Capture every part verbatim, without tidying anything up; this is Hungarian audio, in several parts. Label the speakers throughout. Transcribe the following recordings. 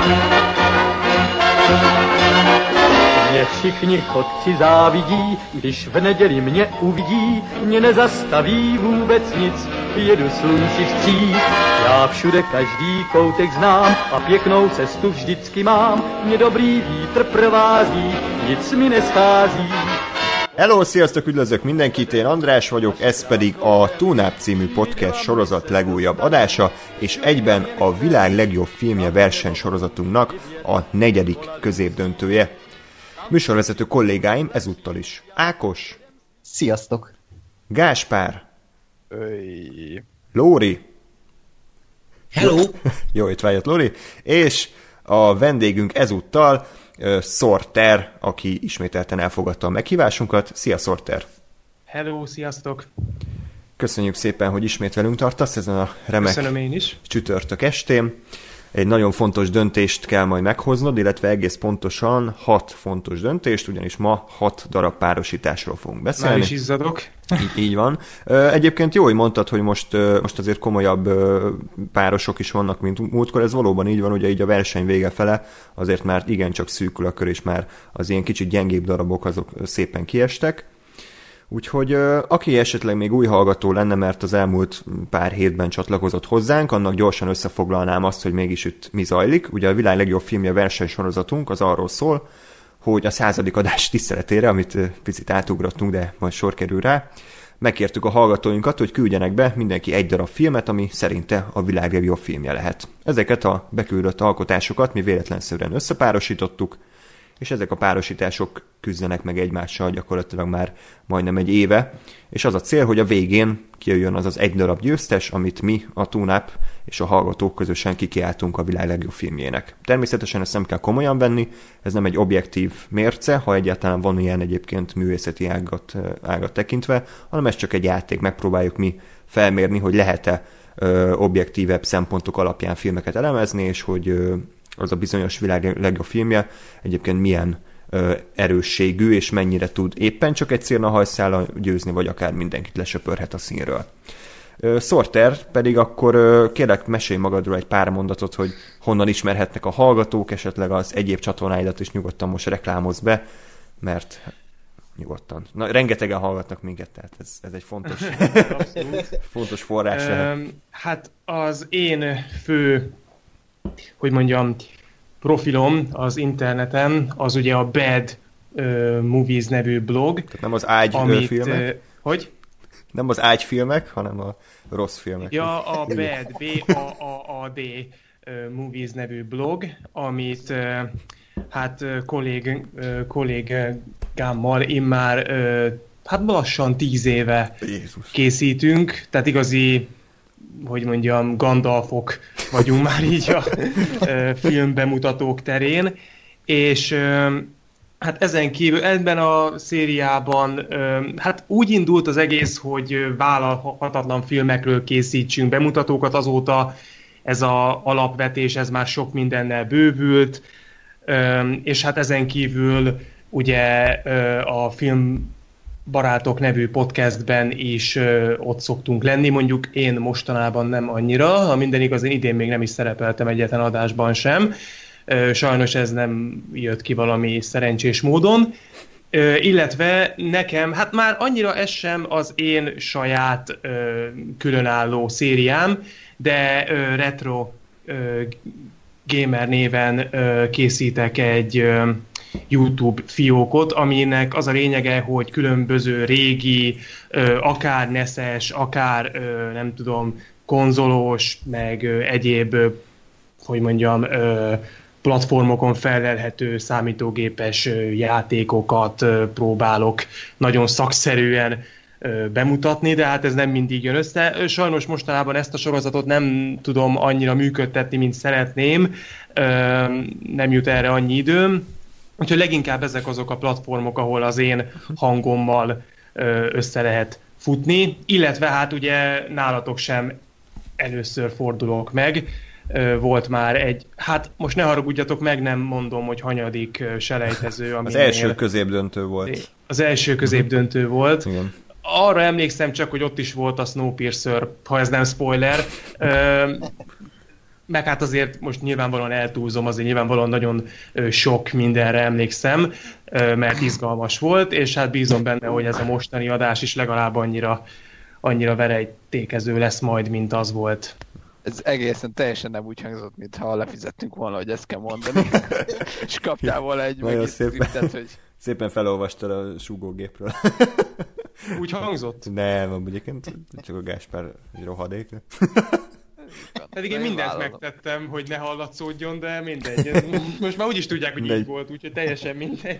Speaker 1: Mě všichni chodci závidí, když v neděli mě uvidí, mě nezastaví vůbec nic, jedu slunci vstříc. Já všude každý koutek znám a pěknou cestu vždycky mám, mě dobrý vítr provází, nic mi neschází.
Speaker 2: Hello, sziasztok, üdvözlök mindenkit, én András vagyok, ez pedig a Tune Up című podcast sorozat legújabb adása, és egyben a világ legjobb filmje versenysorozatunknak a negyedik középdöntője. Műsorvezető kollégáim ezúttal is. Ákos.
Speaker 3: Sziasztok.
Speaker 2: Gáspár.
Speaker 4: Öy.
Speaker 2: Lóri.
Speaker 3: Hello.
Speaker 2: Jó, itt váljött Lóri. És a vendégünk ezúttal uh, Sorter, aki ismételten elfogadta a meghívásunkat. Szia, Sorter.
Speaker 4: Hello, sziasztok.
Speaker 2: Köszönjük szépen, hogy ismét velünk tartasz ezen a remek
Speaker 4: Köszönöm én is.
Speaker 2: Csütörtök estén. Egy nagyon fontos döntést kell majd meghoznod, illetve egész pontosan hat fontos döntést, ugyanis ma hat darab párosításról fogunk beszélni.
Speaker 4: Már is izzadok.
Speaker 2: Így, így van. Egyébként jó, hogy mondtad, hogy most, most azért komolyabb párosok is vannak, mint múltkor. Ez valóban így van, ugye így a verseny vége fele, azért már igencsak szűkül a kör, és már az ilyen kicsit gyengébb darabok azok szépen kiestek. Úgyhogy aki esetleg még új hallgató lenne, mert az elmúlt pár hétben csatlakozott hozzánk, annak gyorsan összefoglalnám azt, hogy mégis itt mi zajlik. Ugye a világ legjobb filmje versenysorozatunk az arról szól, hogy a századik adás tiszteletére, amit picit átugrottunk, de majd sor kerül rá, megkértük a hallgatóinkat, hogy küldjenek be mindenki egy darab filmet, ami szerinte a világ legjobb filmje lehet. Ezeket a beküldött alkotásokat mi véletlenszerűen összepárosítottuk, és ezek a párosítások küzdenek meg egymással gyakorlatilag már majdnem egy éve, és az a cél, hogy a végén kijöjjön az az egy darab győztes, amit mi, a Tune Up és a hallgatók közösen kikiáltunk a világ legjobb filmjének. Természetesen ezt nem kell komolyan venni, ez nem egy objektív mérce, ha egyáltalán van ilyen egyébként művészeti ágat, ágat tekintve, hanem ez csak egy játék, megpróbáljuk mi felmérni, hogy lehet-e ö, objektívebb szempontok alapján filmeket elemezni, és hogy ö, az a bizonyos világ legjobb filmje egyébként milyen ö, erősségű, és mennyire tud éppen csak egy szélnahajszállal győzni, vagy akár mindenkit lesöpörhet a színről. Ö, Sorter, pedig akkor ö, kérlek, mesélj magadról egy pár mondatot, hogy honnan ismerhetnek a hallgatók, esetleg az egyéb csatornáidat is nyugodtan most reklámozz be, mert nyugodtan. Na, rengetegen hallgatnak minket, tehát ez, ez egy fontos, fontos forrás lehet.
Speaker 4: Hát az én fő, hogy mondjam, profilom az interneten, az ugye a Bad uh, Movies nevű blog.
Speaker 2: Tehát nem az ágyfilmek? Uh,
Speaker 4: hogy?
Speaker 2: Nem az ágyfilmek, hanem a rossz filmek.
Speaker 4: Ja, a Bad, B A A A D uh, Movies nevű blog, amit uh, hát uh, kollég, uh, kollégámmal én már uh, hát lassan tíz éve Jézus. készítünk, tehát igazi, hogy mondjam, Gandalfok vagyunk már így a ö, filmbemutatók terén, és ö, hát ezen kívül ebben a szériában ö, hát úgy indult az egész, hogy vállalhatatlan filmekről készítsünk bemutatókat, azóta ez az alapvetés, ez már sok mindennel bővült, ö, és hát ezen kívül ugye ö, a film Barátok nevű podcastben is ö, ott szoktunk lenni, mondjuk én mostanában nem annyira, ha minden igaz, én idén még nem is szerepeltem egyetlen adásban sem, ö, sajnos ez nem jött ki valami szerencsés módon, ö, illetve nekem, hát már annyira ez sem az én saját ö, különálló szériám, de ö, Retro ö, Gamer néven ö, készítek egy ö, YouTube fiókot, aminek az a lényege, hogy különböző régi, akár neszes, akár nem tudom, konzolos, meg egyéb, hogy mondjam, platformokon felelhető számítógépes játékokat próbálok nagyon szakszerűen bemutatni, de hát ez nem mindig jön össze. Sajnos mostanában ezt a sorozatot nem tudom annyira működtetni, mint szeretném, nem jut erre annyi időm. Úgyhogy leginkább ezek azok a platformok, ahol az én hangommal össze lehet futni, illetve hát ugye nálatok sem először fordulok meg. Volt már egy, hát most ne haragudjatok meg, nem mondom, hogy hanyadik selejtező.
Speaker 2: Az első középdöntő volt.
Speaker 4: Az első középdöntő volt.
Speaker 2: Igen.
Speaker 4: Arra emlékszem csak, hogy ott is volt a Snowpiercer, ha ez nem spoiler. meg hát azért most nyilvánvalóan eltúlzom, azért nyilvánvalóan nagyon sok mindenre emlékszem, mert izgalmas volt, és hát bízom benne, hogy ez a mostani adás is legalább annyira, annyira verejtékező lesz majd, mint az volt.
Speaker 5: Ez egészen teljesen nem úgy hangzott, mintha lefizettünk volna, hogy ezt kell mondani. És kaptál volna egy
Speaker 2: nagyon szépen,
Speaker 5: szépen, hogy...
Speaker 2: szépen felolvastad a súgógépről.
Speaker 4: Úgy hangzott?
Speaker 2: Nem, egyébként csak a Gáspár egy rohadék.
Speaker 4: Pedig én mindent vállalom. Megtettem, hogy ne hallatszódjon, de mindegy. Most már úgyis tudják, hogy mindegy. Így volt, úgyhogy teljesen mindegy.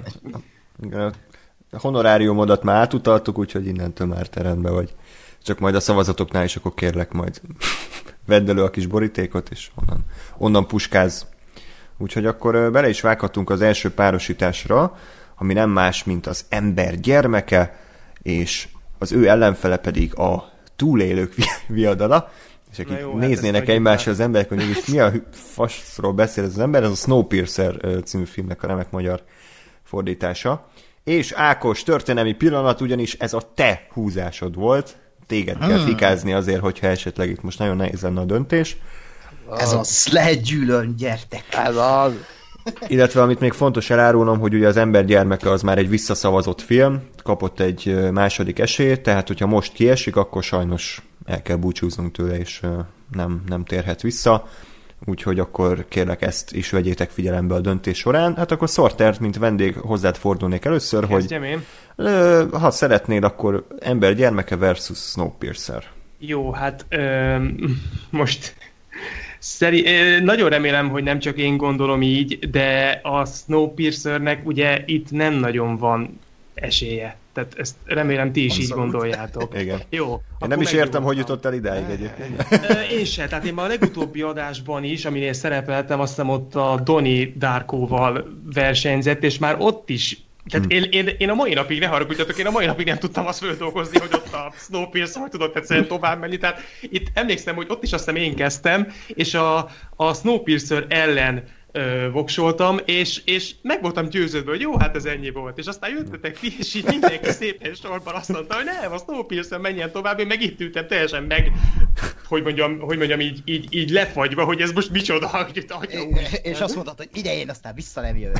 Speaker 2: A honoráriumodat már átutaltuk, úgyhogy innentől már terembe vagy. Csak majd a szavazatoknál is, akkor kérlek majd vedd elő a kis borítékot, és onnan, onnan puskáz. Úgyhogy akkor bele is vághatunk az első párosításra, ami nem más, mint az ember gyermeke, és az ő ellenfele pedig a túlélők viadala, és akik jó, néznének hát egymásra az emberek, hogy mégis mi a faszról beszél ez az ember, ez a Snowpiercer című filmnek a remek magyar fordítása. És Ákos, történelmi pillanat, ugyanis ez a te húzásod volt, téged kell hmm. fikázni azért, hogyha esetleg itt most nagyon nehéz lenne a döntés.
Speaker 3: Ez az, lehet gyűlölni, gyertek!
Speaker 5: Ez az!
Speaker 2: Illetve amit még fontos elárulnom, hogy ugye az ember gyermeke az már egy visszaszavazott film, kapott egy második esélyt, tehát hogyha most kiesik, akkor sajnos el kell búcsúznunk tőle, és nem, nem térhet vissza. Úgyhogy akkor kérlek ezt is vegyétek figyelembe a döntés során. Hát akkor Sorter, mint vendég hozzád fordulnék először,
Speaker 4: Kezdjem
Speaker 2: hogy
Speaker 4: én.
Speaker 2: Ha szeretnél, akkor ember gyermeke versus Snowpiercer.
Speaker 4: Jó, hát ö, most szeri, ö, nagyon remélem, hogy nem csak én gondolom így, de a Snowpiercernek ugye itt nem nagyon van esélye. Tehát ezt remélem ti is Abszolút. Így gondoljátok.
Speaker 2: Igen.
Speaker 4: Jó.
Speaker 2: Én nem is értem, hogy jutott el idáig egyébként.
Speaker 4: Én se, tehát én már a legutóbbi adásban is, aminél szerepeltem, azt hiszem ott a Donnie Darkoval versenyzett, és már ott is, tehát hmm. én, én, én a mai napig, ne haragudjatok, én a mai napig nem tudtam azt földolgozni, hogy ott a Snowpiercer hogy tudott egyszerűen tovább menni. Tehát itt emlékszem, hogy ott is azt hiszem én kezdtem, és a, a Snowpiercer ellen Ö, voksoltam, és, és meg voltam győződve, hogy jó, hát ez ennyi volt. És aztán jöttetek ti, és így mindenki szépen sorban azt mondta, hogy nem, a Snowpiercer menjen tovább, én meg itt ültem teljesen meg, hogy mondjam, hogy mondjam így, így, így lefagyva, hogy ez most micsoda, hogy atya úr.
Speaker 3: És azt mondtad, hogy idején, aztán vissza nem jövök.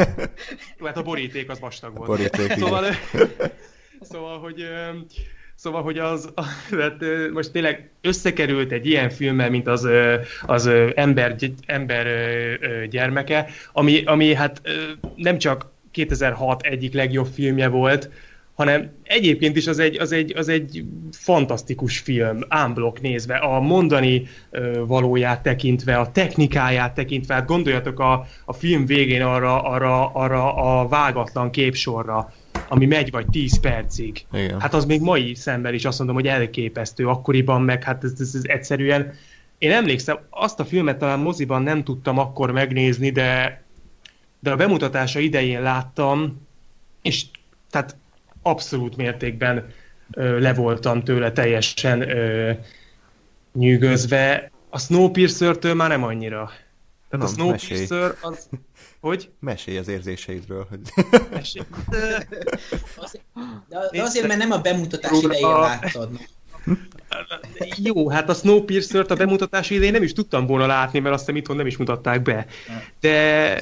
Speaker 4: Jó, hát a boríték az vastag volt.
Speaker 2: Boríték,
Speaker 4: szóval, szóval, hogy... Szóval, hogy az, hát most tényleg összekerült egy ilyen filmmel, mint az, az ember, ember gyermeke, ami, ami hát nem csak kétezer-hat egyik legjobb filmje volt, hanem egyébként is az egy, az egy, az egy fantasztikus film, unblock nézve, a mondani valóját tekintve, a technikáját tekintve, hát gondoljatok a, a film végén arra, arra, arra a vágatlan képsorra, ami megy vagy tíz percig.
Speaker 2: Igen. Hát
Speaker 4: az még mai szemmel is azt mondom, hogy elképesztő. Akkoriban meg hát ez, ez, ez egyszerűen... Én emlékszem, azt a filmet talán moziban nem tudtam akkor megnézni, de, de a bemutatása idején láttam, és tehát abszolút mértékben ö, le voltam tőle teljesen ö, nyűgözve. A Snowpiercer-től már nem annyira. Tehát
Speaker 2: nem,
Speaker 4: a Snowpiercer az... Hogy?
Speaker 2: Mesélj az érzéseidről. Hogy...
Speaker 4: Mesélj.
Speaker 6: De, de azért, mert nem a bemutatás idején láttad.
Speaker 4: Jó, hát a Snowpiercer-t a bemutatás idején nem is tudtam volna látni, mert azt hiszem itthon nem is mutatták be. De...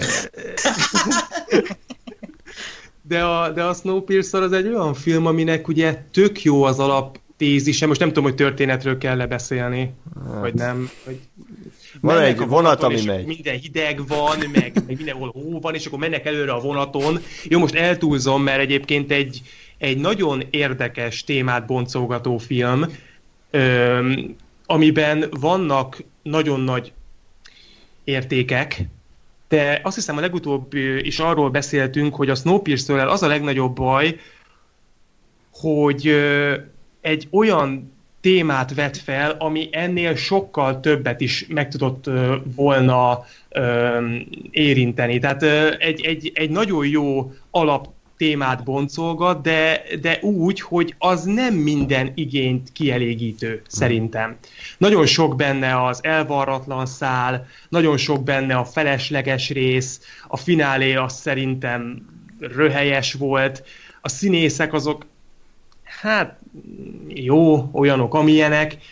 Speaker 4: De a, de a Snowpiercer az egy olyan film, aminek ugye tök jó az alaptézise. Most nem tudom, hogy történetről kell beszélni, hát. Vagy nem. Vagy...
Speaker 2: Van egy vonat, ami megy.
Speaker 4: Minden hideg van, meg, meg mindenhol hó van, és akkor mennek előre a vonaton. Jó, most eltúlzom, mert egyébként egy, egy nagyon érdekes témát boncolgató film, öm, amiben vannak nagyon nagy értékek, de azt hiszem a legutóbb is arról beszéltünk, hogy a Snowpiercer-rel az a legnagyobb baj, hogy ö, egy olyan témát vet fel, ami ennél sokkal többet is meg tudott uh, volna uh, érinteni. Tehát uh, egy, egy, egy nagyon jó alap témát boncolgat, de, de úgy, hogy az nem minden igényt kielégítő, szerintem. Nagyon sok benne az elvarratlan szál, nagyon sok benne a felesleges rész, a finálé az szerintem röhelyes volt, a színészek azok hát jó, olyanok, amilyenek,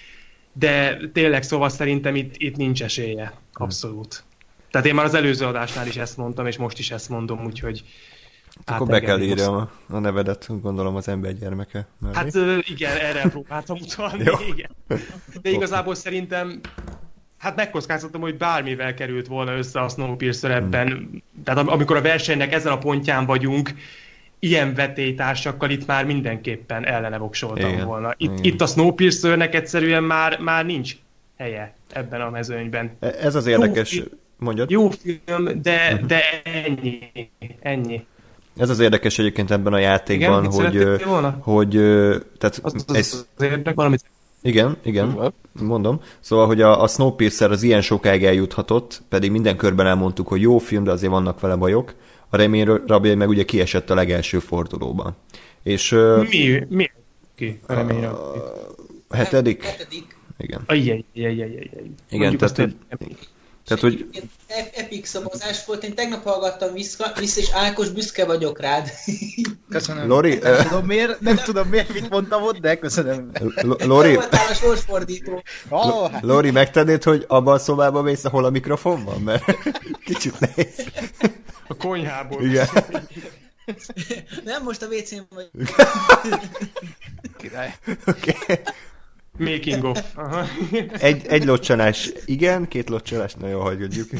Speaker 4: de tényleg szóval szerintem itt, itt nincs esélye. Abszolút. Tehát én már az előző adásnál is ezt mondtam, és most is ezt mondom, úgyhogy...
Speaker 2: Akkor be kell írjam a, a nevedet, gondolom az ember gyermeke. Mellé.
Speaker 4: Hát igen, erre próbáltam utalni, igen. De igazából szerintem, hát megkockáztatom, hogy bármivel került volna össze a Snowpiercer ebben. Hmm. Tehát amikor a versenynek ezen a pontján vagyunk, ilyen vetélytársakkal itt már mindenképpen ellene voksoltam igen, volna. Itt, itt a Snowpiercernek egyszerűen már, már nincs helye ebben a mezőnyben.
Speaker 2: Ez az érdekes... Jó, mondjad.
Speaker 4: Jó film, de, uh-huh. de ennyi. Ennyi.
Speaker 2: Ez az érdekes egyébként ebben a játékban, igen, hogy, hogy tehát
Speaker 4: az, az, ez, az érdek valamit.
Speaker 2: Igen, igen, mondom. Szóval, hogy a, a Snowpiercer az ilyen sokáig eljuthatott, pedig minden körben elmondtuk, hogy jó film, de azért vannak vele bajok. A Remény rabjai meg ugye kiesett a legelső fordulóban. És,
Speaker 4: mi? Mi? Ki? A Remény rabjai?
Speaker 2: A hetedik?
Speaker 6: Hetedik.
Speaker 2: Igen.
Speaker 4: Ajjajjajjajjaj.
Speaker 2: Igen, tehát, hogy... Tehát, hogy...
Speaker 6: Epic szavazás volt, én tegnap hallgattam vissza, vissza és Ákos, büszke vagyok rád.
Speaker 3: Köszönöm.
Speaker 2: Lori,
Speaker 3: nem, uh... tudom miért, nem tudom miért, mit mondtam ott, de köszönöm.
Speaker 2: L- Lori,
Speaker 6: voltál a sorsfordító.
Speaker 2: Oh, hát. Lori, megtennéd, hogy abban a szobában mész, ahol a mikrofon van? Mert kicsit nehéz.
Speaker 4: A konyhából.
Speaker 2: Igen.
Speaker 6: Nem, most a vé cén vagy.
Speaker 5: Király.
Speaker 2: Oké. Okay.
Speaker 4: Making of. Aha.
Speaker 2: Egy, egy locsanás igen, két locsanás, na jó, hagyjuk.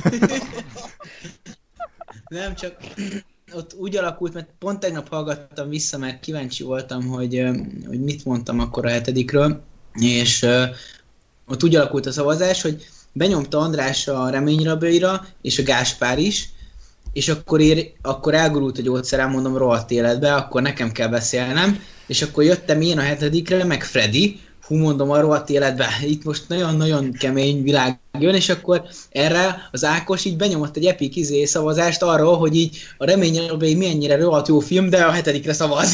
Speaker 6: Nem, csak ott úgy alakult, mert pont tegnap hallgattam vissza, mert kíváncsi voltam, hogy, hogy mit mondtam akkor a hetedikről, és uh, ott úgy alakult a szavazás, hogy benyomta András a Reményrabjaira, és a Gáspár is, és akkor, ér, akkor elgurult a gyógyszerem, mondom, rohadt életbe, akkor nekem kell beszélnem, és akkor jöttem én a hetedikre, meg Freddy, hú, mondom, a rohadt életbe, itt most nagyon-nagyon kemény világ jön, és akkor erre az Ákos így benyomott egy epic izé szavazást arról, hogy így a Reményrabjai milyennyire rohadt jó film, de a hetedikre szavaz.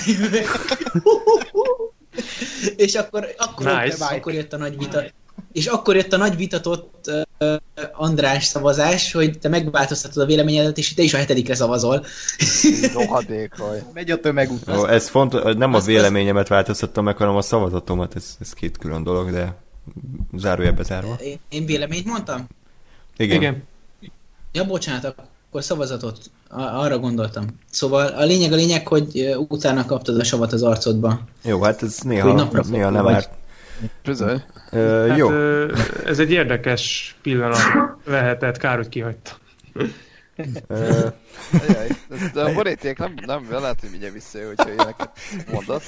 Speaker 6: És akkor, akkor,
Speaker 4: nice.
Speaker 6: akkor jött a nagy vita. És akkor jött a nagy vitatott uh, András szavazás, hogy te megváltoztatod a véleményedet, és te is a hetedikre szavazol.
Speaker 5: Rohadékaj.
Speaker 3: Megy a tömegút.
Speaker 2: Ó, ez fontos, nem a véleményemet változtattam meg, hanem a szavazatomat, ez, ez két külön dolog, de zárójelbe zárva.
Speaker 6: Én, én véleményt mondtam?
Speaker 2: Igen.
Speaker 4: Igen.
Speaker 6: Ja, bocsánat, akkor szavazatot, arra gondoltam. Szóval a lényeg a lényeg, hogy utána kaptad a savat az arcodba.
Speaker 2: Jó, hát ez néha, néha nem árt.
Speaker 5: Bizony.
Speaker 2: Uh,
Speaker 4: hát,
Speaker 2: jó.
Speaker 4: Ez egy érdekes pillanat lehetett, kár, hogy kihagyta.
Speaker 2: Uh,
Speaker 5: de a boríték nem, nem lehet, hogy vigye vissza, hogyha ilyeneket mondasz.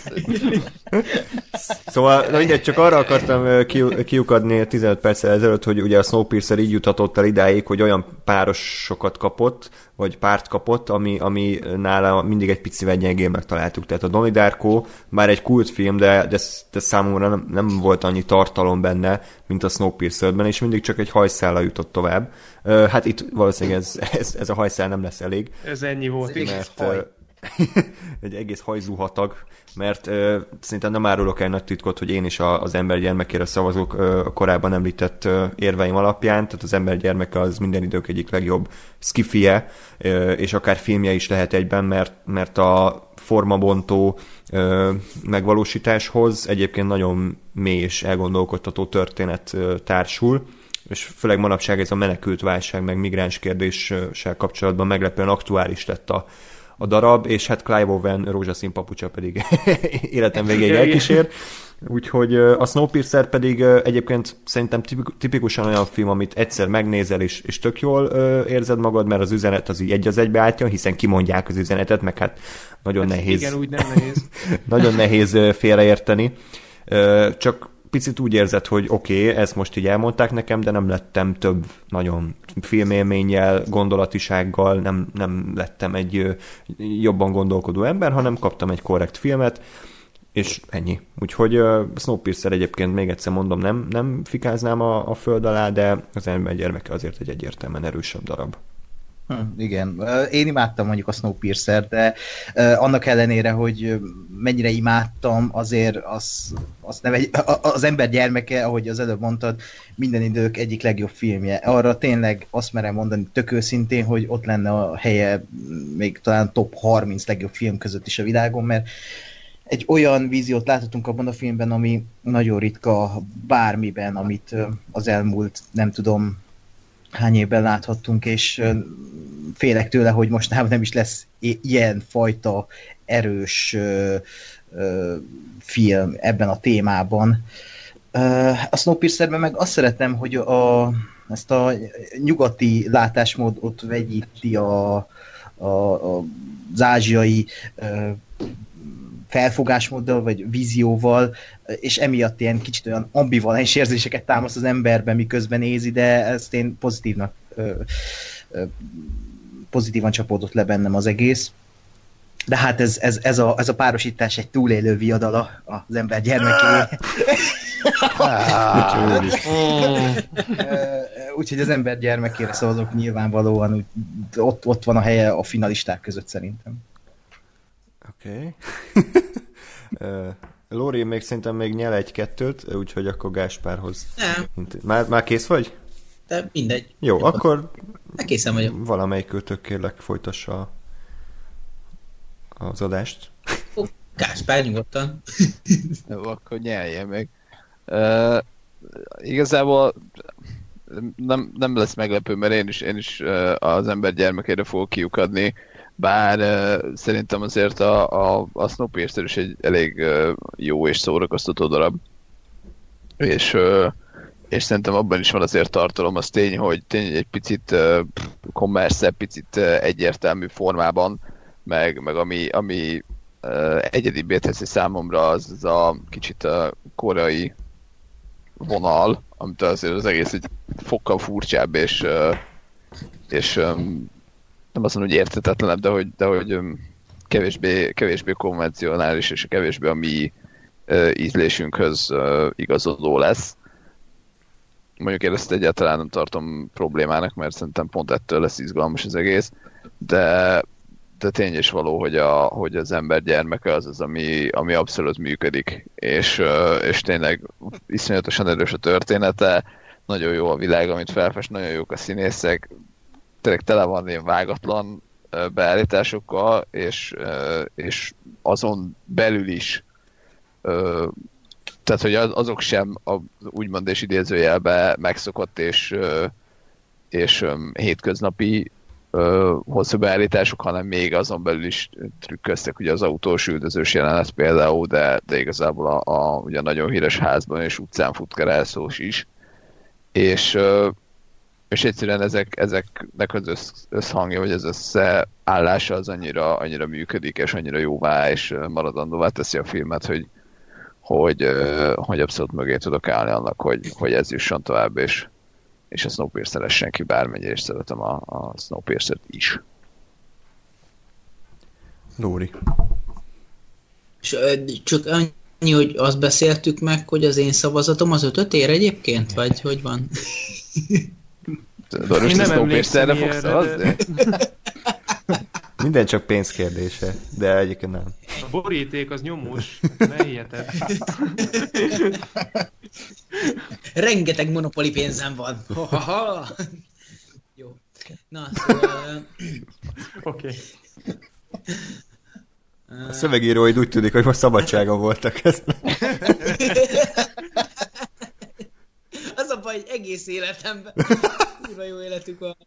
Speaker 2: Szóval, na mindegy, csak arra akartam kiukadni tizenöt perccel ezelőtt, hogy ugye a Snowpiercer így juthatott el idáig, hogy olyan párosokat kapott, vagy párt kapott, ami, ami nála mindig egy picivel gyengén megtaláltuk. Tehát a Donnie Darko már egy kultfilm, de, de, de számomra nem, nem volt annyi tartalom benne, mint a Snowpiercerben, és mindig csak egy hajszállal jutott tovább. Uh, hát itt valószínűleg ez, ez, ez a hajszál nem lesz elég.
Speaker 4: Ez ennyi volt.
Speaker 2: Ez mert, uh, egy egész hajzúhatag, mert uh, szerintem nem árulok el nagy titkot, hogy én is a, az ember gyermekére szavazok uh, a korábban említett uh, érveim alapján, tehát az ember gyermeke az minden idők egyik legjobb skifie, uh, és akár filmje is lehet egyben, mert, mert a formabontó uh, megvalósításhoz egyébként nagyon mély és elgondolkodtató történet uh, társul, és főleg manapság ez a menekült válság, meg migráns kérdéssel kapcsolatban meglepően aktuális lett a, a darab, és hát Clive Owen rózsaszín papucsa pedig életem végéig elkísér. Úgyhogy a Snowpiercer pedig egyébként szerintem tipikusan olyan film, amit egyszer megnézel, és, és tök jól érzed magad, mert az üzenet az így egy az egybe átja, hiszen kimondják az üzenetet, meg hát nagyon hát nehéz.
Speaker 4: Igen, úgy nem nehéz.
Speaker 2: nagyon nehéz félreérteni. Csak picit úgy érzed, hogy oké, okay, ezt most így elmondták nekem, de nem lettem több nagyon filmélménnyel, gondolatisággal, nem, nem lettem egy jobban gondolkodó ember, hanem kaptam egy korrekt filmet, és ennyi. Úgyhogy uh, Snowpiercer egyébként még egyszer mondom, nem, nem fikáznám a, a föld alá, de az ember gyermeke azért egy egyértelműen erősebb darab.
Speaker 3: Hm, igen, én imádtam mondjuk a Snowpiercer, de uh, annak ellenére, hogy mennyire imádtam, azért az, az, nem egy, az ember gyermeke, ahogy az előbb mondtad, minden idők egyik legjobb filmje. Arra tényleg azt merem mondani tök őszintén, hogy ott lenne a helye még talán top harminc legjobb film között is a világon, mert egy olyan víziót láthatunk abban a filmben, ami nagyon ritka bármiben, amit az elmúlt, nem tudom, hány évben láthattunk, és félek tőle, hogy most nem is lesz ilyen fajta erős ö, ö, film ebben a témában. A Snowpiercerben meg azt szeretem, hogy a, ezt a nyugati látásmódot vegyíti a, a, a, az ázsiai ö, felfogásmóddal, vagy vízióval, és emiatt ilyen kicsit olyan ambivalens érzéseket támaszt az emberben, miközben nézi, de ezt én pozitívnak ö, ö, pozitívan csapódott le bennem az egész. De hát ez, ez, ez, a, ez a párosítás egy túlélő viadala az ember gyermekével. Úgyhogy az ember gyermekére szavazok nyilvánvalóan, úgy, ott, ott van a helye a finalisták között szerintem.
Speaker 2: Oké. Okay. Lóri még szerintem még nyel egy-kettőt, úgyhogy akkor Gáspárhoz.
Speaker 6: Nem.
Speaker 2: Már, már kész vagy?
Speaker 6: De mindegy.
Speaker 2: Jó, akkor
Speaker 6: készen vagyok.
Speaker 2: Valamelyikőtök kérlek folytassa az adást.
Speaker 6: Gáspár, nyugodtan.
Speaker 5: Jó, akkor nyelje meg. Uh, igazából nem, nem lesz meglepő, mert én is, én is uh, az ember gyermekére fogok kiukadni, bár uh, szerintem azért a, a, a Snowpiercer is egy elég uh, jó és szórakoztató darab. És, uh, és szerintem abban is van azért tartalom, az tény, hogy tény egy picit uh, kommerszebb, picit uh, egyértelmű formában, meg, meg ami, ami uh, egyedibbé teszi számomra, az, az a kicsit a koreai vonal, amit azért az egész egy fokkal furcsább, és, uh, és um, nem azt mondom, hogy érthetetlenebb, de hogy, de hogy um, kevésbé, kevésbé konvencionális, és kevésbé a mi uh, ízlésünkhöz uh, igazodó lesz. Mondjuk én ezt egyáltalán nem tartom problémának, mert szerintem pont ettől lesz izgalmas az egész, de de tény is való, hogy, a, hogy az ember gyermeke az az, ami, ami abszolút működik, és, és tényleg iszonyatosan erős a története, nagyon jó a világ, amit felfest, nagyon jók a színészek, tényleg tele van ilyen vágatlan beállításokkal, és, és azon belül is, tehát hogy azok sem a, úgymond és idézőjelben megszokott és, és hétköznapi Uh, hosszú beállítások, hanem még azon belül is trükköztek, ugye az autós üldözős jelenet például, de, de igazából a, a ugye nagyon híres házban és utcán fut kerászós is. És, uh, és egyszerűen ezek, ezeknek az össz, összhangja, vagy az összeállása az annyira, annyira működik, és annyira jóvá és maradandóvá teszi a filmet, hogy, hogy, uh, hogy abszolút mögé tudok állni annak, hogy, hogy ez jusson tovább, és és a Snowpiercer-es senki, bármennyire is szeretem a, a Snowpiercer-t is.
Speaker 2: Lóri.
Speaker 6: És csak annyi, hogy azt beszéltük meg, hogy az én szavazatom az ötöt ér egyébként? Vagy hogy van?
Speaker 5: De most a Snowpiercer-re fogsz szavazni?
Speaker 2: Minden csak pénz kérdése, de egyébként nem.
Speaker 4: A boríték az nyomós, ne hiheted.
Speaker 6: Rengeteg Monopoly pénzem van. Ha-ha-ha. Jó. Na, szóval...
Speaker 4: Oké.
Speaker 2: A szövegíróid úgy tűnik, hogy most szabadságon voltak ezt.
Speaker 6: Az a baj, hogy egész életemben kurva jó életük van.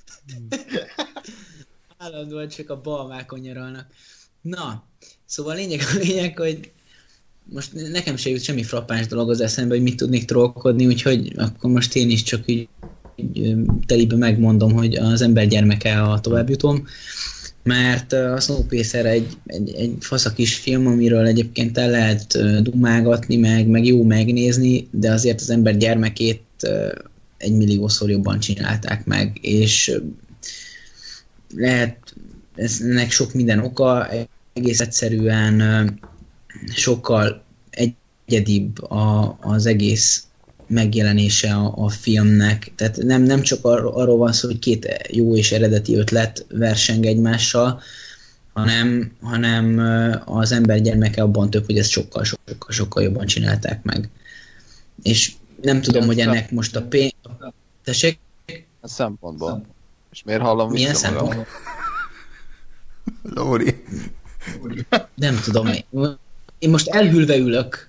Speaker 6: Állandóan csak a balmákon nyaralnak. Na, szóval lényeg a lényeg, hogy most nekem se jut semmi frappáns dolog az eszembe, hogy mit tudnék trollkodni, úgyhogy akkor most én is csak így, így telibe megmondom, hogy az ember gyermeke a továbbjutóm, mert a Snowpiercer egy, egy, egy fasz kis film, amiről egyébként el lehet dumágatni, meg, meg jó megnézni, de azért az ember gyermekét egy milliószor jobban csinálták meg, és lehet ennek sok minden oka, egész egyszerűen sokkal egyedibb a, az egész megjelenése a, a filmnek. Tehát nem, nem csak ar- arról van szó, hogy két jó és eredeti ötlet verseng egymással, hanem, hanem az ember gyermeke abban több, hogy ezt sokkal, sokkal, sokkal jobban csinálták meg. És nem tudom, hogy ennek most a pénz... Tessék?
Speaker 5: A szempontból. És miért hallom
Speaker 6: Milyen
Speaker 5: vissza magam?
Speaker 6: szempontból?
Speaker 2: Lóri.
Speaker 6: Nem tudom. én most elhűlve ülök.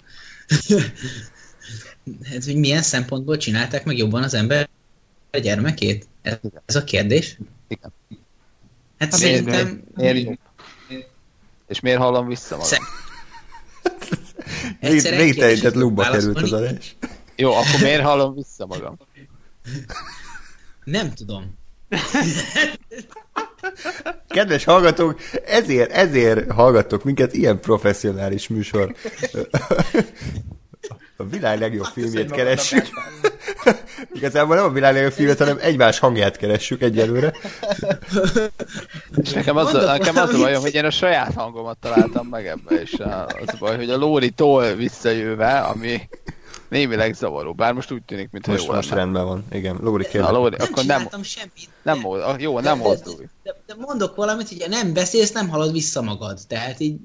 Speaker 6: Ez, hogy milyen szempontból csinálták meg jobban az ember gyermekét? Ez, ez a kérdés?
Speaker 5: Igen.
Speaker 6: Hát
Speaker 5: Ha
Speaker 6: szerintem...
Speaker 5: Miért, miért És miért hallom vissza magam?
Speaker 6: Szer...
Speaker 2: Még telített lubba került az adás.
Speaker 5: Jó, akkor miért hallom vissza magam?
Speaker 6: Nem tudom.
Speaker 2: Kedves hallgatók, ezért, ezért hallgattok minket, ilyen professzionális műsor. A világ legjobb filmjét keressük. Igazából nem a világ legjobb filmjét, hanem egymás hangját keressük egyelőre.
Speaker 5: És nekem az, a, nekem az a bajom, hogy én a saját hangomat találtam meg ebbe, és az a baj, hogy a Lóri-tól visszajöve, ami némileg zavaró, bár most úgy tűnik, mintha
Speaker 2: most,
Speaker 5: jó
Speaker 2: most
Speaker 5: lenne.
Speaker 2: rendben van, igen. Lóri, kérdez.
Speaker 5: Lóri,
Speaker 6: Nem
Speaker 5: akkor nem,
Speaker 6: csináltam semmit.
Speaker 5: nem mozdulj. Jó, nem mozdulj.
Speaker 6: De, de mondok valamit, hogy nem beszélsz, nem hallod vissza magad. Tehát így...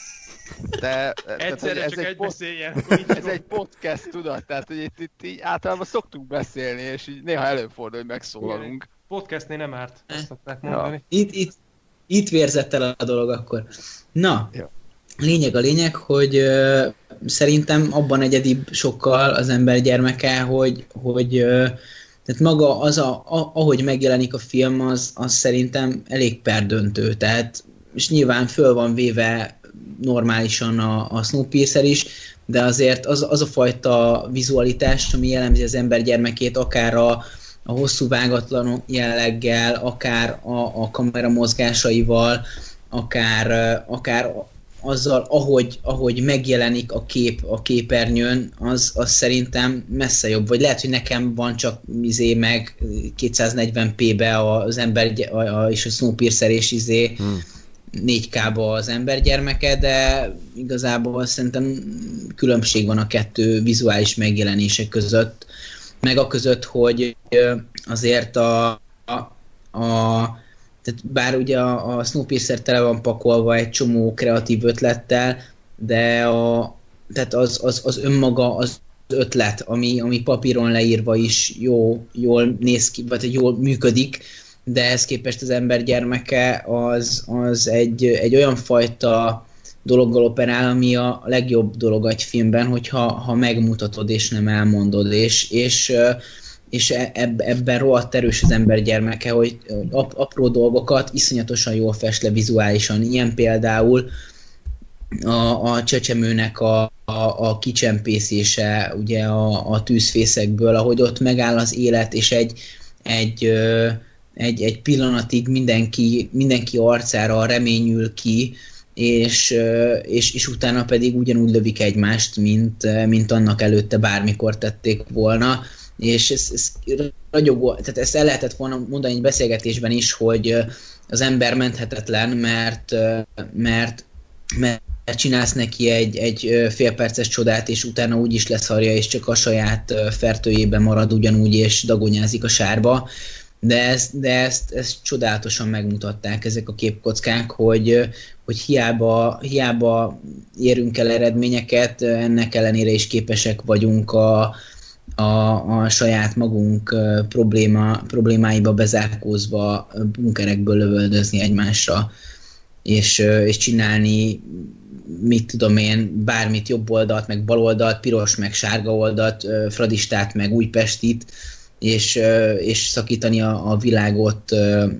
Speaker 5: De,
Speaker 4: Egyszerre
Speaker 5: ez
Speaker 4: csak
Speaker 5: egy
Speaker 4: egy
Speaker 5: pod-
Speaker 4: beszéljen. akkor így
Speaker 5: Ez egy podcast, tudod? Tehát, hogy itt, itt így általában szoktunk beszélni, és így néha előfordul, hogy megszólalunk.
Speaker 4: Podcastnél nem árt, azt szokták mondani.
Speaker 6: Itt, itt, itt vérzett el a dolog akkor. Na,
Speaker 5: Ja.
Speaker 6: lényeg a lényeg, hogy ö, szerintem abban egyedibb sokkal az ember gyermeke, hogy, hogy ö, tehát maga az, a, a, ahogy megjelenik a film, az, az szerintem elég perdöntő. Tehát, és nyilván föl van véve normálisan a, a Snowpiercer is, de azért az, az a fajta vizualitás, ami jellemzi az ember gyermekét, akár a, a hosszú vágatlan jelleggel, akár a, a kamera mozgásaival, akár, akár azzal, ahogy, ahogy megjelenik a kép a képernyőn, az, az szerintem messze jobb. Vagy lehet, hogy nekem van csak izé meg kétszáznegyven pé-be az ember a, a, és a Snowpiercer és izé hmm. négy ká-ba az ember gyermeke, de igazából szerintem különbség van a kettő vizuális megjelenése között, meg a között, hogy azért a, a, a tehát bár ugye a, a Snowpiercer tele van pakolva egy csomó kreatív ötlettel, de a, tehát az, az, az önmaga az ötlet, ami, ami papíron leírva is jó, jól néz ki, vagy jól működik, de ehhez képest az ember gyermeke az, az egy, egy olyan fajta dologgal operál, ami a legjobb dolog egy filmben, hogyha ha megmutatod és nem elmondod, és, és, és eb, ebben rohadt erős az ember gyermeke, hogy apró dolgokat iszonyatosan jól fest le vizuálisan. Ilyen például a, a csecsemőnek a, a, a kicsempészése ugye a, a tűzfészekből, ahogy ott megáll az élet, és egy, egy, egy, egy pillanatig mindenki, mindenki arcára reményül ki, és, és, és utána pedig ugyanúgy lövik egymást, mint, mint annak előtte bármikor tették volna. És ez, ez ragyogó, tehát ezt el lehetett volna mondani egy beszélgetésben is, hogy az ember menthetetlen, mert, mert, mert csinálsz neki egy, egy félperces csodát, és utána úgy is leszarja, és csak a saját fertőjében marad ugyanúgy, és dagonyázik a sárba. De, ezt, de ezt, ezt csodálatosan megmutatták ezek a képkockák, hogy, hogy hiába, hiába érünk el eredményeket, ennek ellenére is képesek vagyunk a, a, a saját magunk probléma, problémáiba bezárkózva bunkerekből lövöldözni egymásra, és, és csinálni, mit tudom én, bármit, jobb oldalt, meg bal oldalt, piros, meg sárga oldalt, Fradistát, meg Újpestit, és, és szakítani a, a világot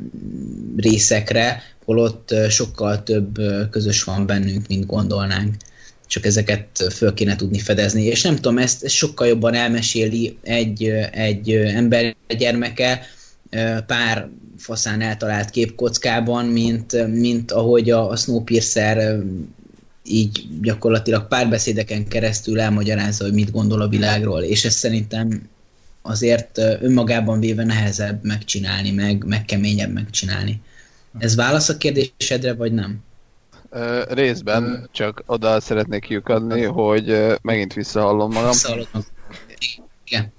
Speaker 6: részekre, holott sokkal több közös van bennünk, mint gondolnánk. Csak ezeket föl kéne tudni fedezni. És nem tudom, ezt, ezt sokkal jobban elmeséli egy, egy ember gyermeke pár faszán eltalált képkockában, mint, mint ahogy a, a Snowpiercer így gyakorlatilag párbeszédeken keresztül elmagyarázza, hogy mit gondol a világról. És ez szerintem azért önmagában véve nehezebb megcsinálni, meg, meg keményebb megcsinálni. Ez válasz a kérdésedre, vagy nem?
Speaker 5: Ö, részben, csak oda szeretnék kiukadni, hogy megint visszahallom magam.
Speaker 6: Visszahallod magam. Igen.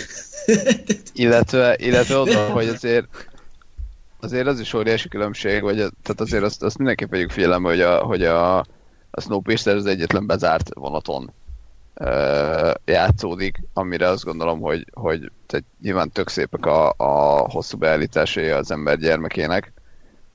Speaker 5: illetve, illetve oda, hogy azért azért az is óriási különbség, vagy tehát azért azt, azt mindenképp vegyük figyelembe, hogy a, hogy a, a Snowpiercer az egyetlen bezárt vonaton uh, játszódik, amire azt gondolom, hogy, hogy tehát nyilván tök szépek a, a hosszú beállításai az ember gyermekének,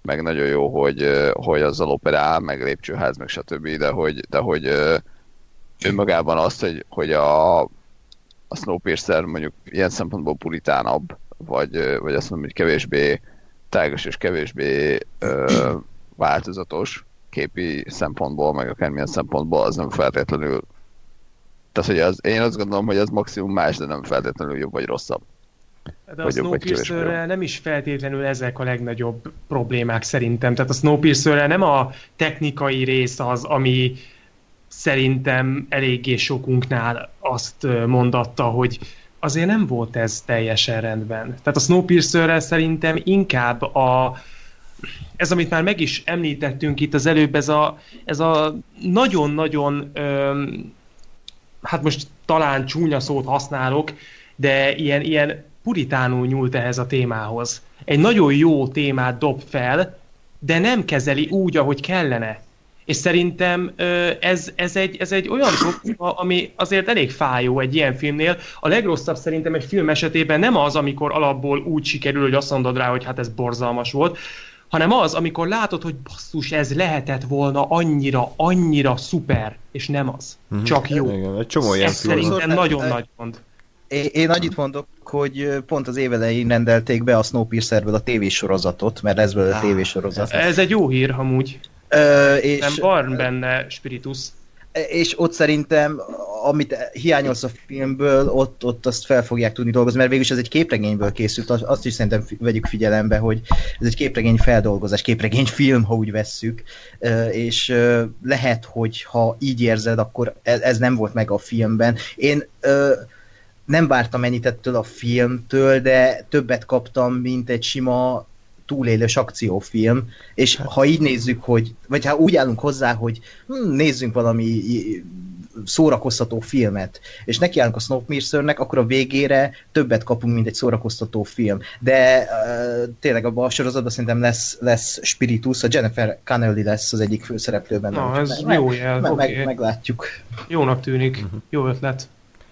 Speaker 5: meg nagyon jó, hogy, hogy azzal operál, meg lépcsőház, meg stb., de hogy, de hogy önmagában azt, hogy, hogy a, a Snowpiercer mondjuk ilyen szempontból puritánabb, vagy, vagy azt mondom, hogy kevésbé tágos és kevésbé ö, változatos képi szempontból, meg akármilyen szempontból, az nem feltétlenül. Tehát, hogy az, én azt gondolom, hogy az maximum más, de nem feltétlenül jobb vagy rosszabb.
Speaker 4: De a Snowpiercerrel nem is feltétlenül ezek a legnagyobb problémák szerintem. Tehát a Snowpiercerrel nem a technikai rész az, ami szerintem eléggé sokunknál azt mondatta, hogy azért nem volt ez teljesen rendben. Tehát a Snowpiercerrel szerintem inkább a ez, amit már meg is említettünk itt az előbb, ez a, ez a nagyon-nagyon öm, hát most talán csúnya szót használok, de ilyen, ilyen puritánul nyúlt ehhez a témához. Egy nagyon jó témát dob fel, de nem kezeli úgy, ahogy kellene. És szerintem ez, ez, egy, ez egy olyan probléma, ami azért elég fájó egy ilyen filmnél. A legrosszabb szerintem egy film esetében nem az, amikor alapból úgy sikerül, hogy azt mondod rá, hogy hát ez borzalmas volt, hanem az, amikor látod, hogy basszus, ez lehetett volna annyira, annyira szuper, és nem az. Csak jó.
Speaker 2: Igen, egy csomó ilyen
Speaker 4: ez szerintem nagyon nagy gond.
Speaker 3: Én, én annyit mondok, hogy pont az évelején rendelték be a Snowpiercerből a tévésorozatot, mert ez belőle a tévésorozat.
Speaker 4: Ez egy jó hír, amúgy.
Speaker 3: Ö, és,
Speaker 4: nem van benne spiritus.
Speaker 3: És ott szerintem, amit hiányolsz a filmből, ott, ott azt fel fogják tudni dolgozni, mert végülis ez egy képregényből készült, azt is szerintem vegyük figyelembe, hogy ez egy képregény feldolgozás, képregény film, ha úgy vesszük, és lehet, hogy ha így érzed, akkor ez nem volt meg a filmben. Én nem vártam ennyit ettől a filmtől, de többet kaptam, mint egy sima túlélős akciófilm, és ha így nézzük, hogy, vagy ha úgy állunk hozzá, hogy hm, nézzünk valami szórakoztató filmet, és nekiállunk a Snowpiercernek, akkor a végére többet kapunk, mint egy szórakoztató film. De uh, tényleg abban a sorozatban szerintem lesz, lesz spiritus, a Jennifer Connelly lesz az egyik főszereplőben.
Speaker 4: Na, ez
Speaker 3: meg,
Speaker 4: jó jel.
Speaker 3: Meg,
Speaker 4: Okay.
Speaker 3: meg, meglátjuk.
Speaker 4: Jónak tűnik. Uh-huh. Jó ötlet.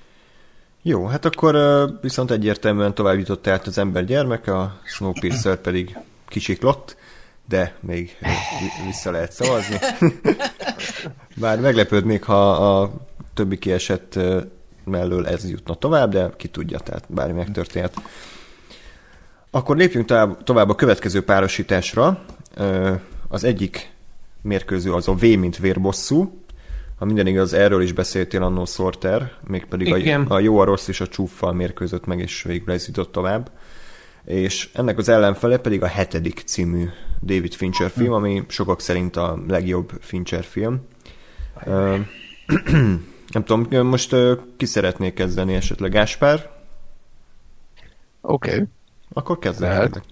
Speaker 2: Jó, hát akkor uh, viszont egyértelműen tovább jutott át az ember gyermeke, a Snowpiercer pedig kicsiklott, de még vissza lehet szavazni. Bár meglepődnék, ha a többi kiesett mellől ez jutna tovább, de ki tudja, tehát bármi megtörténhet. Akkor lépjünk tovább a következő párosításra. Az egyik mérkőző az a V, mint vérbosszú. Ha minden igaz, erről is beszéltél annó Sorter, mégpedig a, a jó, a rossz és a csúffal mérkőzött meg, és végül ez jutott tovább. És ennek az ellenfele pedig a Hetedik című David Fincher film, ami sokak szerint a legjobb Fincher film. Uh, nem tudom, most uh, ki szeretnék kezdeni esetleg? Gáspár?
Speaker 5: Oké. Okay.
Speaker 2: Akkor kezdem.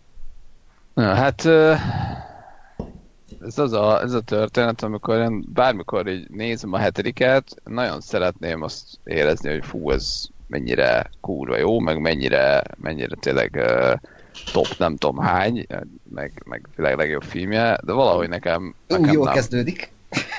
Speaker 5: Na, hát uh, ez az a, ez a történet, amikor én bármikor így nézem a hetediket, nagyon szeretném azt érezni, hogy fú, ez mennyire kurva jó, meg mennyire, mennyire tényleg uh, top nem tudom hány, meg, meg világ legjobb filmje, de valahogy nekem, nekem
Speaker 3: Ú, jól
Speaker 5: nem.
Speaker 3: kezdődik.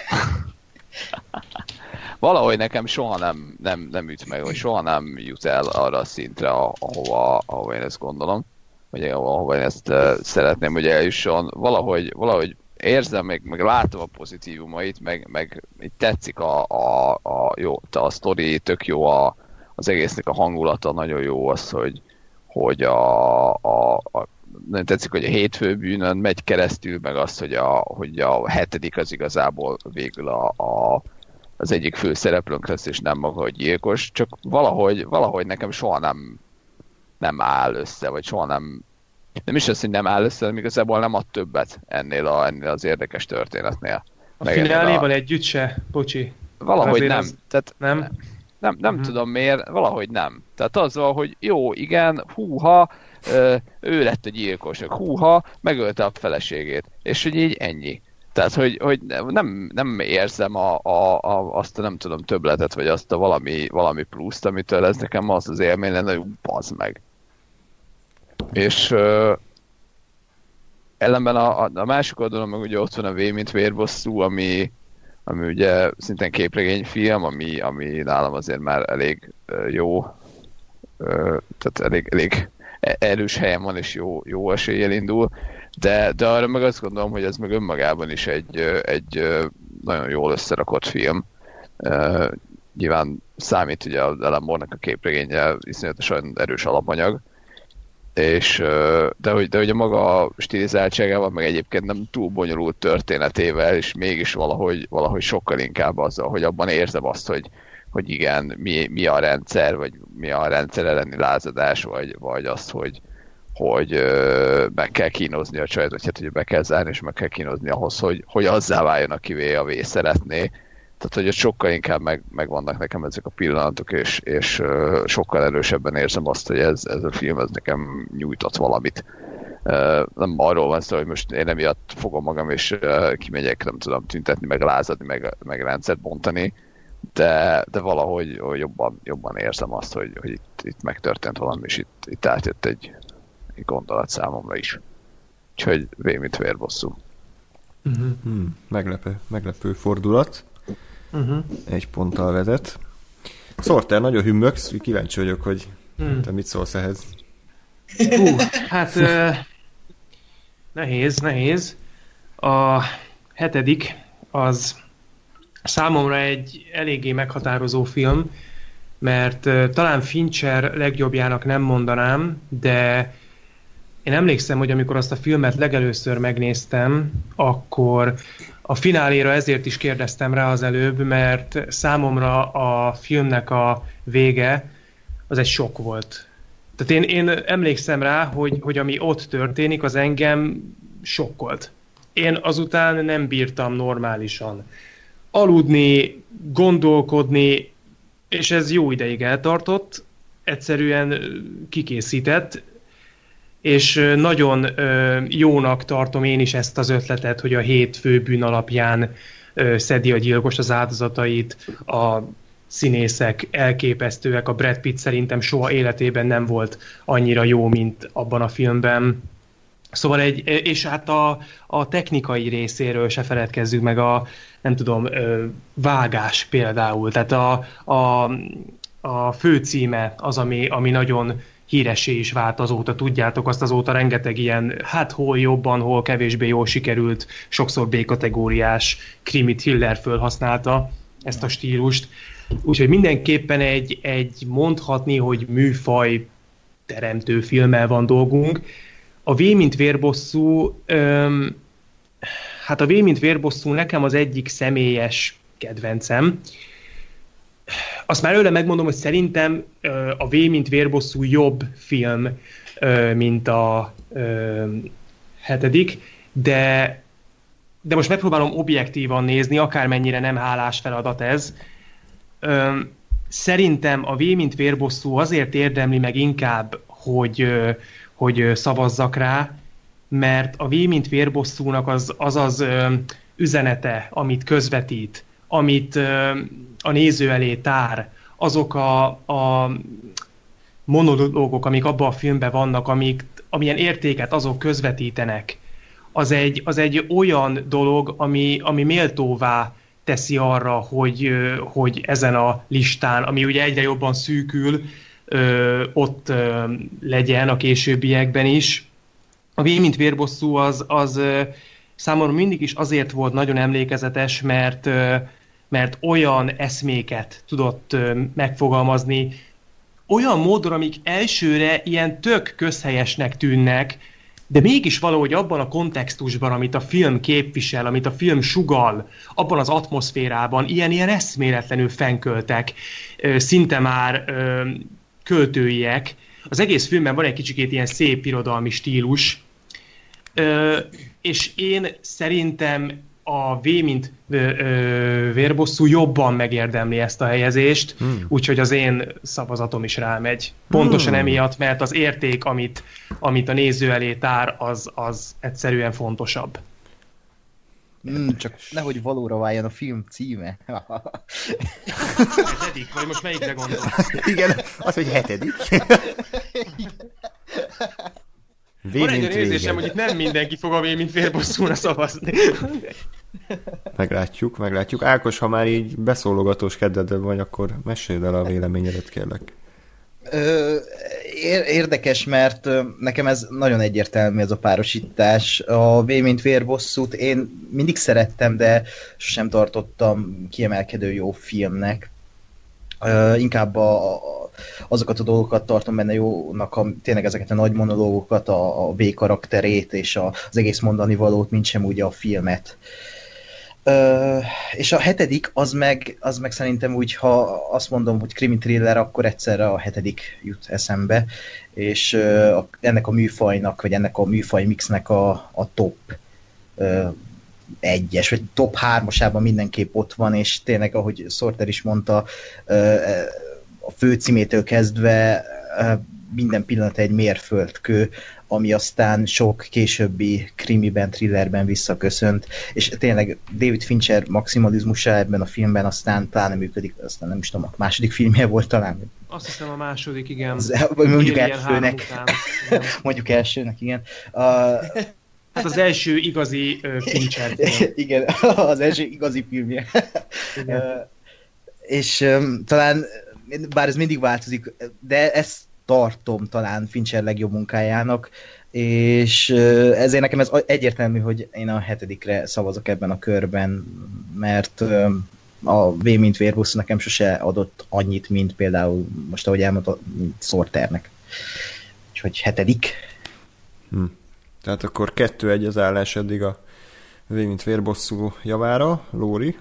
Speaker 5: Valahogy nekem soha nem, nem, nem üt meg, vagy soha nem jut el arra a szintre, ahova, ahova én ezt gondolom, vagy ahova én ezt uh, szeretném, hogy eljusson. Valahogy, valahogy érzem, meg, meg látom a pozitívumait, meg, meg így tetszik a, a, a, jó, a sztori, tök jó a, az egésznek a hangulata, nagyon jó az, hogy, hogy a, a, a nem tetszik, hogy a hétfőbűnön megy keresztül, meg az, hogy a, hogy a hetedik az igazából végül a, a, az egyik fő szereplőnk lesz, és nem maga a gyilkos, csak valahogy, valahogy nekem soha nem, nem áll össze, vagy soha nem nem is az, hogy nem áll össze, hanem igazából nem ad többet ennél, a, ennél az érdekes történetnél.
Speaker 4: A fináléval a... együtt se, bocsi.
Speaker 5: Valahogy nem.
Speaker 4: Az...
Speaker 5: Tehát
Speaker 4: nem?
Speaker 5: Nem, nem uh-huh. tudom miért, valahogy nem. Tehát azzal, hogy jó, igen, húha, ő lett a gyilkos, húha, megölte a feleségét. És hogy így ennyi. Tehát, hogy, hogy nem, nem érzem a, a, a, azt a nem tudom többletet, vagy azt a valami, valami pluszt, amitől ez nekem az az élmény lenne, hogy bazd meg. És uh, ellenben a, a, a másik oldalon meg ugye ott van a V, mint vérbosszú, ami, ami ugye szintén képregényfilm, ami, ami nálam azért már elég uh, jó, uh, tehát elég, elég erős helyen van, és jó, jó eséllyel indul, De, de arra meg azt gondolom, hogy ez meg önmagában is egy, egy nagyon jól összerakott film. Nyilván számít ugye az Alan Moore-nak a képregénye iszonyatosan erős alapanyag, és, de, hogy, de hogy a maga stilizáltságával, meg egyébként nem túl bonyolult történetével, és mégis valahogy, valahogy sokkal inkább azzal, hogy abban érzem azt, hogy, hogy igen, mi, mi a rendszer, vagy mi a rendszer elleni lázadás, vagy, vagy az, hogy, hogy ö, meg kell kínozni a csajt, vagy hát, hogy be kell zárni, és meg kell kínozni ahhoz, hogy, hogy azzá váljon, akivé a vé szeretné. Tehát, hogy ott sokkal inkább meg, megvannak nekem ezek a pillanatok, és, és uh, sokkal erősebben érzem azt, hogy ez, ez a film ez nekem nyújtott valamit. Uh, nem arról van szó, hogy most én emiatt fogom magam, és uh, kimegyek, nem tudom, tüntetni, meg lázadni, meg, meg rendszert bontani, de, de valahogy jobban, jobban érzem azt, hogy, hogy itt, itt megtörtént valami, és itt, itt átjött egy, egy gondolat számomra is. Úgyhogy vé, mint vérbosszú.
Speaker 2: Uh-huh. Hmm, meglepő, meglepő fordulat. Uh-huh. Egy ponttal vezet. Sorter, nagyon hümmögsz, kíváncsi vagyok, hogy hmm. te mit szólsz ehhez.
Speaker 4: Hú, hát uh, nehéz, nehéz. A hetedik az számomra egy eléggé meghatározó film, mert uh, talán Fincher legjobbjának nem mondanám, de én emlékszem, hogy amikor azt a filmet legelőször megnéztem, akkor a fináléra ezért is kérdeztem rá az előbb, mert számomra a filmnek a vége az egy sok volt. Tehát én, én emlékszem rá, hogy, hogy ami ott történik, az engem sokkolt. Én azután nem bírtam normálisan aludni, gondolkodni, és ez jó ideig eltartott, egyszerűen kikészített, és nagyon jónak tartom én is ezt az ötletet, hogy a hét fő bűn alapján szedi a gyilkos az áldozatait, a színészek elképesztőek, a Brad Pitt szerintem soha életében nem volt annyira jó, mint abban a filmben. Szóval egy, és hát a, a technikai részéről se feledkezzük meg a, nem tudom, vágás például. Tehát a, a, a főcíme az, ami, ami nagyon híressé is vált azóta, tudjátok, azt azóta rengeteg ilyen, hát hol jobban, hol kevésbé jól sikerült, sokszor B-kategóriás krimi thriller fölhasználta ezt a stílust. Úgyhogy mindenképpen egy, egy mondhatni, hogy műfaj teremtő filmmel van dolgunk. A V mint vérbosszú, öm, hát a V mint vérbosszú nekem az egyik személyes kedvencem. Azt már előre megmondom, hogy szerintem a V mint vérbosszú jobb film, mint a hetedik, de, de most megpróbálom objektívan nézni, akármennyire nem hálás feladat ez. Szerintem a V mint vérbosszú azért érdemli meg inkább, hogy, hogy szavazzak rá, mert a V mint vérbosszúnak az az, az üzenete, amit közvetít, amit a néző elé tár, azok a, a monológok, amik abban a filmben vannak, amik, amilyen értéket azok közvetítenek, az egy, az egy olyan dolog, ami, ami méltóvá teszi arra, hogy, hogy ezen a listán, ami ugye egyre jobban szűkül, ott legyen a későbbiekben is. A V mint vérbosszú az, az számomra mindig is azért volt nagyon emlékezetes, mert mert olyan eszméket tudott megfogalmazni, olyan módon, amik elsőre ilyen tök közhelyesnek tűnnek, de mégis valahogy abban a kontextusban, amit a film képvisel, amit a film sugall, abban az atmoszférában ilyen-ilyen eszméletlenül fenköltek, szinte már költőiek. Az egész filmben van egy kicsikét ilyen szép irodalmi stílus, és én szerintem a V mint vérbosszú jobban megérdemli ezt a helyezést, hmm. úgyhogy az én szavazatom is rámegy. Pontosan hmm. emiatt, mert az érték, amit, amit a néző elé tár, az, az egyszerűen fontosabb.
Speaker 3: Hmm, csak nehogy valóra váljon a film címe.
Speaker 4: Hetedik, vagy most melyikre gondolsz?
Speaker 2: Igen, az, hogy hetedik. V
Speaker 4: Van egy érzésem, hogy itt nem mindenki fog a V mint vérbosszúra szavazni.
Speaker 2: Meglátjuk, meglátjuk. Ákos, ha már így beszólogatós kedvedben vagy, akkor meséld el a véleményedet, kérlek.
Speaker 3: Ö, Érdekes, mert nekem ez nagyon egyértelmű ez a párosítás. A V mint vérbosszút én mindig szerettem, de sosem tartottam kiemelkedő jó filmnek. Uh, inkább a, a, azokat a dolgokat tartom benne jónak, a, tényleg ezeket a nagy monológokat, a, a V karakterét és a, az egész mondani valót, mint sem ugye a filmet. Uh, és a hetedik, az meg, az meg szerintem úgy, ha azt mondom, hogy krimi thriller, akkor egyszerre a hetedik jut eszembe, és uh, a, ennek a műfajnak, vagy ennek a műfaj mixnek a, a top uh, egyes, vagy top hármasában mindenképp ott van, és tényleg, ahogy Sorter is mondta, a főcímétől kezdve minden pillanat egy mérföldkő, ami aztán sok későbbi krimiben, thrillerben visszaköszönt, és tényleg David Fincher maximalizmusa ebben a filmben aztán pláne működik, aztán nem is tudom, a második filmje volt talán.
Speaker 4: Azt hiszem a második, igen.
Speaker 3: Az, mondjuk elsőnek. mondjuk elsőnek, igen. A,
Speaker 4: Hát az első igazi uh, Fincher film.
Speaker 3: Igen, az első igazi filmje. uh, és um, talán, bár ez mindig változik, de ezt tartom talán Fincher legjobb munkájának, és uh, ezért nekem ez egyértelmű, hogy én a hetedikre szavazok ebben a körben, mert um, a V mint vérbusz nekem sose adott annyit, mint például most, ahogy elmondta, mint Sorternek. Úgyhogy hetedik.
Speaker 2: Hm. Tehát akkor kettő egy az állás eddig a V mint vérbosszú javára. Lóri?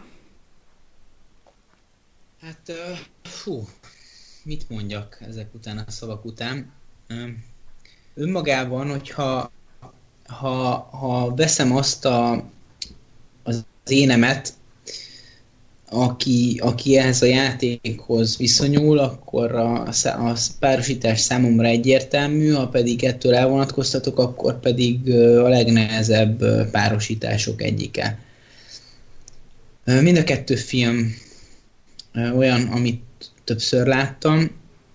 Speaker 6: Hát, uh, fú, mit mondjak ezek után, a szavak után? Um, önmagában, hogyha ha, ha veszem azt a, az énemet, aki, aki ehhez a játékhoz viszonyul, akkor a, a párosítás számomra egyértelmű, ha pedig ettől elvonatkoztatok, akkor pedig a legnehezebb párosítások egyike. Mind a kettő film olyan, amit többször láttam,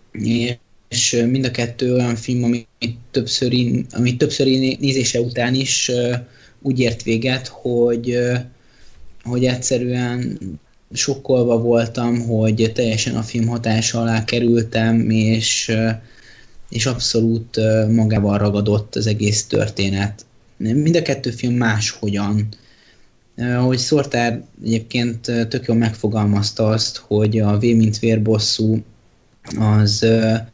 Speaker 6: és mind a kettő olyan film, amit többszöri, amit többszöri nézése után is úgy ért véget, hogy, hogy egyszerűen sokkolva voltam, hogy teljesen a film hatása alá kerültem, és, és abszolút magával ragadott az egész történet. Mind a kettő film máshogyan. Ahogy Sorter egyébként tök jól megfogalmazta azt, hogy a V mint vérbosszú az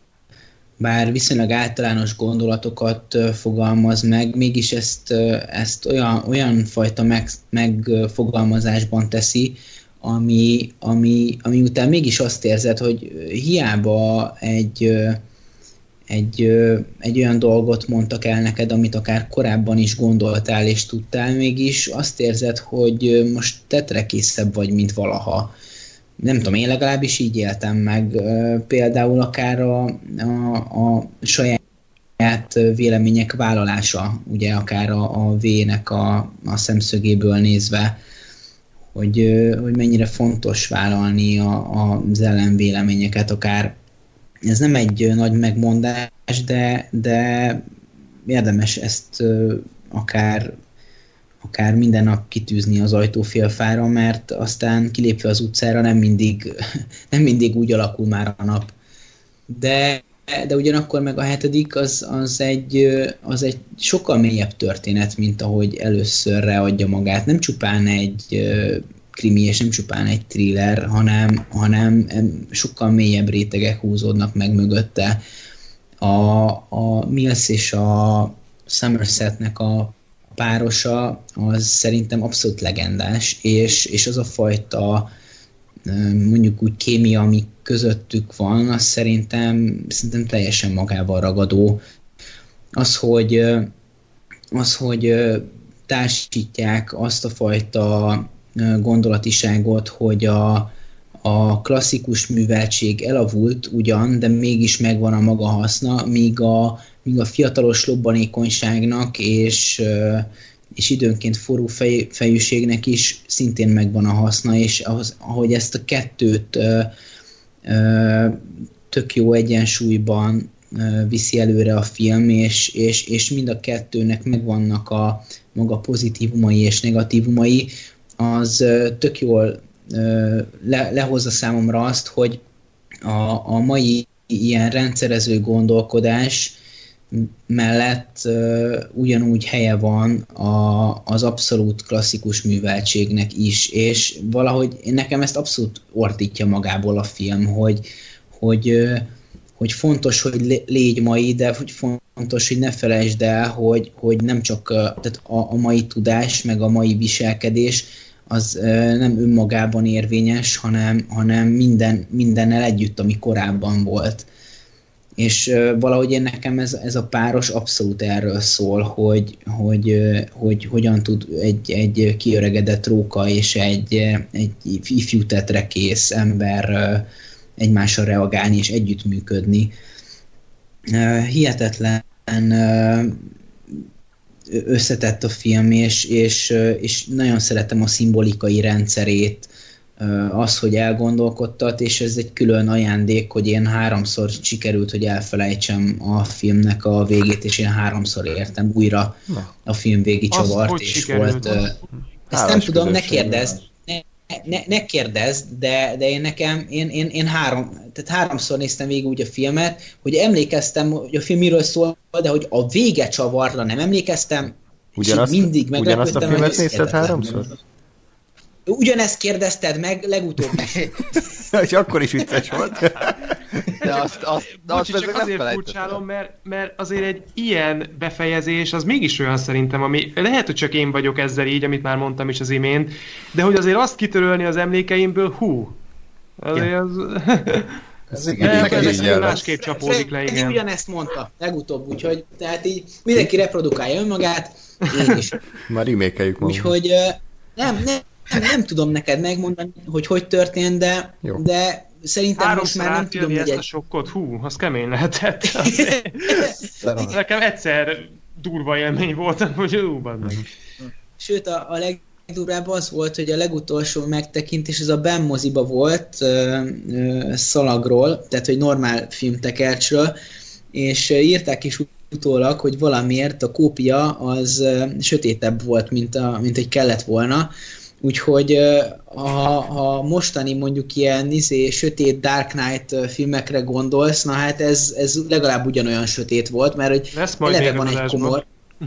Speaker 6: bár viszonylag általános gondolatokat fogalmaz meg, mégis ezt, ezt olyan, olyan fajta meg, megfogalmazásban teszi, ami, ami, ami után mégis azt érzed, hogy hiába egy, egy, egy olyan dolgot mondtak el neked, amit akár korábban is gondoltál és tudtál, mégis azt érzed, hogy most tetrekészebb vagy, mint valaha. Nem tudom, én legalábbis így éltem meg. Például akár a, a, a saját vélemények vállalása, ugye akár a, a V-nek a, a szemszögéből nézve, hogy, hogy mennyire fontos vállalni a, a, az ellenvéleményeket, akár ez nem egy nagy megmondás, de, de érdemes ezt akár, akár minden nap kitűzni az ajtófélfára, mert aztán kilépve az utcára nem mindig, nem mindig úgy alakul már a nap. De, de ugyanakkor meg a hetedik az, az, egy, az egy sokkal mélyebb történet, mint ahogy előszörre adja magát. Nem csupán egy krimi, és nem csupán egy thriller, hanem, hanem sokkal mélyebb rétegek húzódnak meg mögötte. A, a Mills és a Somersetnek a párosa az szerintem abszolút legendás, és, és az a fajta mondjuk úgy kémia, ami közöttük van, az szerintem, szerintem teljesen magával ragadó. Az, hogy, az, hogy társítják azt a fajta gondolatiságot, hogy a, a klasszikus műveltség elavult ugyan, de mégis megvan a maga haszna, míg a, míg a fiatalos lobbanékonyságnak és, és időnként forró fej, fejűségnek is szintén megvan a haszna, és ahhoz, ahogy ezt a kettőt ö, ö, tök jó egyensúlyban ö, viszi előre a film, és, és, és mind a kettőnek megvannak a maga pozitívumai és negatívumai, az ö, tök jól ö, le, lehozza számomra azt, hogy a, a mai ilyen rendszerező gondolkodás mellett uh, ugyanúgy helye van a, az abszolút klasszikus műveltségnek is, és valahogy nekem ezt abszolút ordítja magából a film, hogy, hogy, uh, hogy fontos, hogy légy mai, de hogy fontos, hogy ne felejtsd el, hogy, hogy nem csak uh, tehát a, a mai tudás, meg a mai viselkedés az uh, nem önmagában érvényes, hanem, hanem minden, mindennel együtt, ami korábban volt. És uh, valahogy én nekem ez, ez a páros abszolút erről szól, hogy, hogy, uh, hogy hogyan tud egy, egy kiöregedett róka és egy, egy ifjú tetre kész ember uh, egymásra reagálni és együttműködni. Uh, hihetetlen uh, összetett a film, és, és, uh, és nagyon szeretem a szimbolikai rendszerét, az, hogy elgondolkodtat, és ez egy külön ajándék, hogy én háromszor sikerült, hogy elfelejtsem a filmnek a végét, és én háromszor értem újra a film végi csavart, és volt... Uh, ezt nem tudom, ne kérdezd, ne, ne, ne kérdezd, de, de én nekem, én, én, én három, tehát háromszor néztem végig úgy a filmet, hogy emlékeztem, hogy a film miről szól, de hogy a vége csavarra nem emlékeztem,
Speaker 2: ugyanazt,
Speaker 6: és mindig
Speaker 2: ugyanazt a filmet nézted háromszor?
Speaker 6: Ugyanezt kérdezted meg legutóbb is.
Speaker 2: És akkor is vicces volt.
Speaker 5: De azt, azt,
Speaker 4: Bocsi,
Speaker 5: azt
Speaker 4: csak azért furcsálom, mert, mert azért egy ilyen befejezés az mégis olyan szerintem, ami lehet, hogy csak én vagyok ezzel így, amit már mondtam is az imént, de hogy azért azt kitörölni az emlékeimből, hú, azért
Speaker 6: ja.
Speaker 4: az...
Speaker 3: Ez
Speaker 4: igen, másképp csapódik le, igen.
Speaker 6: Ugyanezt mondta legutóbb, úgyhogy tehát így mindenki reprodukálja önmagát, én is.
Speaker 2: Már remékeljük magunkat.
Speaker 6: Úgyhogy nem, nem, nem, nem tudom neked megmondani, hogy hogy történt, de, de szerintem
Speaker 4: háromszor
Speaker 6: most már nem tudom,
Speaker 4: ezt
Speaker 6: hogy
Speaker 4: egy...
Speaker 6: egy...
Speaker 4: a sokkot, hú, az kemény lehetett. Nekem egyszer durva élmény volt, hogy ú, meg.
Speaker 6: Sőt, a, a legdurvább az volt, hogy a legutolsó megtekintés, ez a Ben moziba volt ö, ö, Szalagról, tehát hogy normál filmtekercsről, és írták is utólag, hogy valamiért a kópia az ö, sötétebb volt, mint, a, mint hogy kellett volna. Úgyhogy ha, ha mostani mondjuk ilyen izé, sötét Dark Knight filmekre gondolsz, na hát ez, ez legalább ugyanolyan sötét volt, mert hogy eleve van egy komor...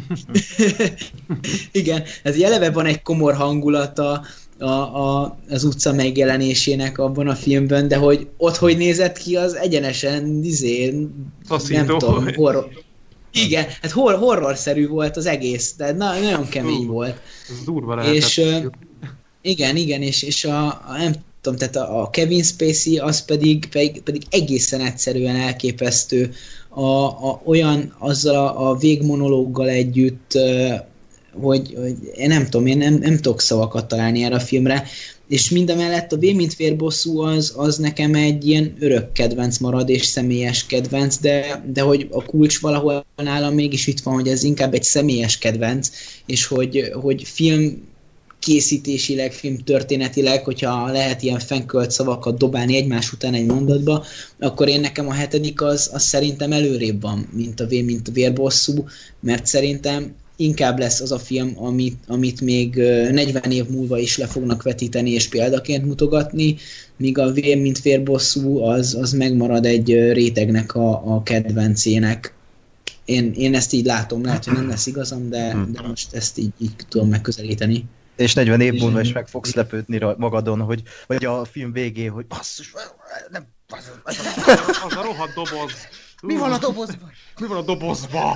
Speaker 6: Igen, ez eleve van egy komor hangulata a, a, az utca megjelenésének abban a filmben, de hogy ott hogy nézett ki, az egyenesen izé, nem tudom, horror. Igen, hát hor- horrorszerű volt az egész, de na, nagyon kemény volt.
Speaker 4: Ez durva lehetett.
Speaker 6: És uh, igen, igen, és, és a, a, nem tudom, tehát a, a Kevin Spacey az pedig, pedig, pedig egészen egyszerűen elképesztő. A, a, olyan azzal a, a végmonológgal együtt, uh, hogy, hogy én nem tudom, én nem, nem tudok szavakat találni erre a filmre, és mindemellett a V mint vérbosszú az, az nekem egy ilyen örök kedvenc marad, és személyes kedvenc, de, de hogy a kulcs valahol nálam mégis itt van, hogy ez inkább egy személyes kedvenc, és hogy, hogy film készítésileg, film történetileg, hogyha lehet ilyen fenkölt szavakat dobálni egymás után egy mondatba, akkor én nekem a hetedik az, az szerintem előrébb van, mint a V mint a vérbosszú, mert szerintem inkább lesz az a film, amit, amit még negyven év múlva is le fognak vetíteni és példaként mutogatni, míg a V mint vérbosszú az, az megmarad egy rétegnek a, a kedvencének. Én, én ezt így látom, lehet, hogy nem lesz igazam, de, de most ezt így, így tudom megközelíteni.
Speaker 3: És negyven év múlva is meg fogsz lepődni magadon, hogy, vagy a film végén, hogy basszus, nem,
Speaker 4: az a rohadt doboz.
Speaker 3: Mi van a dobozban?
Speaker 4: Mi van a dobozban?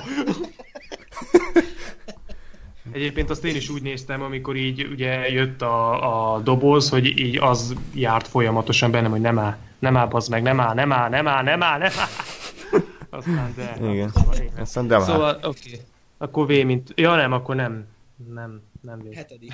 Speaker 4: Egyébként azt én is úgy néztem, amikor így ugye jött a, a doboz, hogy így az járt folyamatosan bennem, hogy nem áll, nem áll, bazd meg, nem áll, nem áll, nem áll, nem áll, nem áll. Aztán de...
Speaker 2: Igen, aztán de már.
Speaker 4: Szóval, oké. Okay. Akkor V, mint... Ja nem, akkor nem. Nem, nem V.
Speaker 6: Hetedik.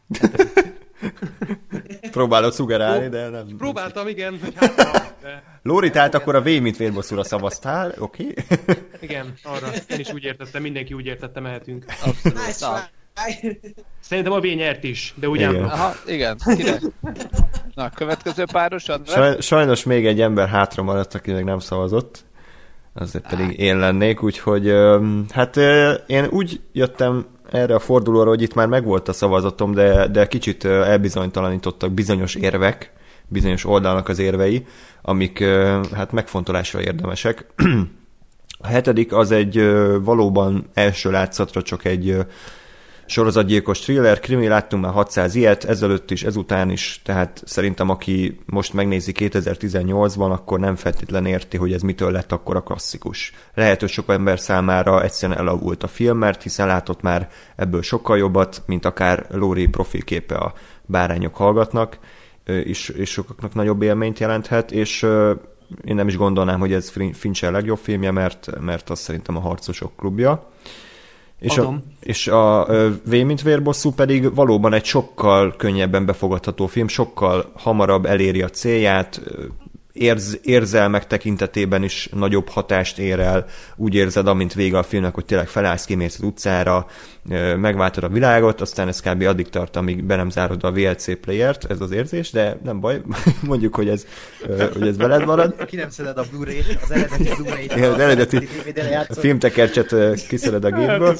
Speaker 2: Próbálod szugerálni, de nem...
Speaker 4: Próbáltam, igen, hogy hát... De...
Speaker 2: Lóri, tehát akkor a V mint vérbosszúra szavaztál, oké? Okay?
Speaker 4: Igen, arra. Én is úgy értettem, mindenki úgy értette, mehetünk.
Speaker 6: Abszolút.
Speaker 4: Szerintem a V nyert is, de ugyan...
Speaker 5: Igen. Aha, igen. Kinek? Na, következő párosan?
Speaker 2: Saj, sajnos még egy ember hátra maradt, aki még nem szavazott. Azért pedig én lennék, úgyhogy hát én úgy jöttem erre a fordulóra, hogy itt már megvolt a szavazatom, de, de kicsit elbizonytalanítottak bizonyos érvek, bizonyos oldalnak az érvei, amik hát megfontolásra érdemesek. A hetedik az egy valóban első látszatra csak egy sorozatgyilkos thriller, krimi, láttunk már hatszáz ilyet, ezelőtt is, ezután is, tehát szerintem aki most megnézi kétezer-tizennyolcban, akkor nem feltétlen érti, hogy ez mitől lett akkor a klasszikus. Lehet, hogy sok ember számára egyszerűen elavult a film, mert hiszen látott már ebből sokkal jobbat, mint akár Lóri profilképe a Bárányok hallgatnak, és, és sokaknak nagyobb élményt jelenthet, és én nem is gondolnám, hogy ez Fincher legjobb filmje, mert, mert az szerintem a Harcosok klubja. És a, és a V mint vérbosszú pedig valóban egy sokkal könnyebben befogadható film, sokkal hamarabb eléri a célját, érz, érzelmek tekintetében is nagyobb hatást ér el, úgy érzed, amint vége a filmnek, hogy tényleg felállsz, kimész az utcára, megváltod a világot, aztán ez kb. Addig tart, amíg be nem zárod a vé el cé playert, ez az érzés, de nem baj, mondjuk, hogy ez, hogy ez veled marad.
Speaker 3: Ki nem szeded a Blu-ray-t, az eredeti Blu-ray-t.
Speaker 2: Az eredeti filmtekercset kiszeded a gépből.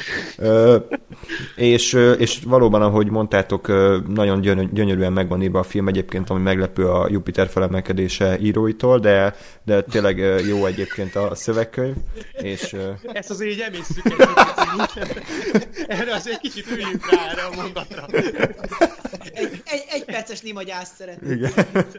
Speaker 2: és, és valóban, ahogy mondtátok, nagyon gyönyörűen meg van írva a film egyébként, ami meglepő a Jupiter felemelkedése íróitól, de, de tényleg jó egyébként a szövegkönyv. És,
Speaker 4: ezt azért így emészszük egy erre azért kicsit üljünk rá erre a mondatra.
Speaker 6: Egy, egy, egy perces limagyászt szeretnék.
Speaker 2: Igen.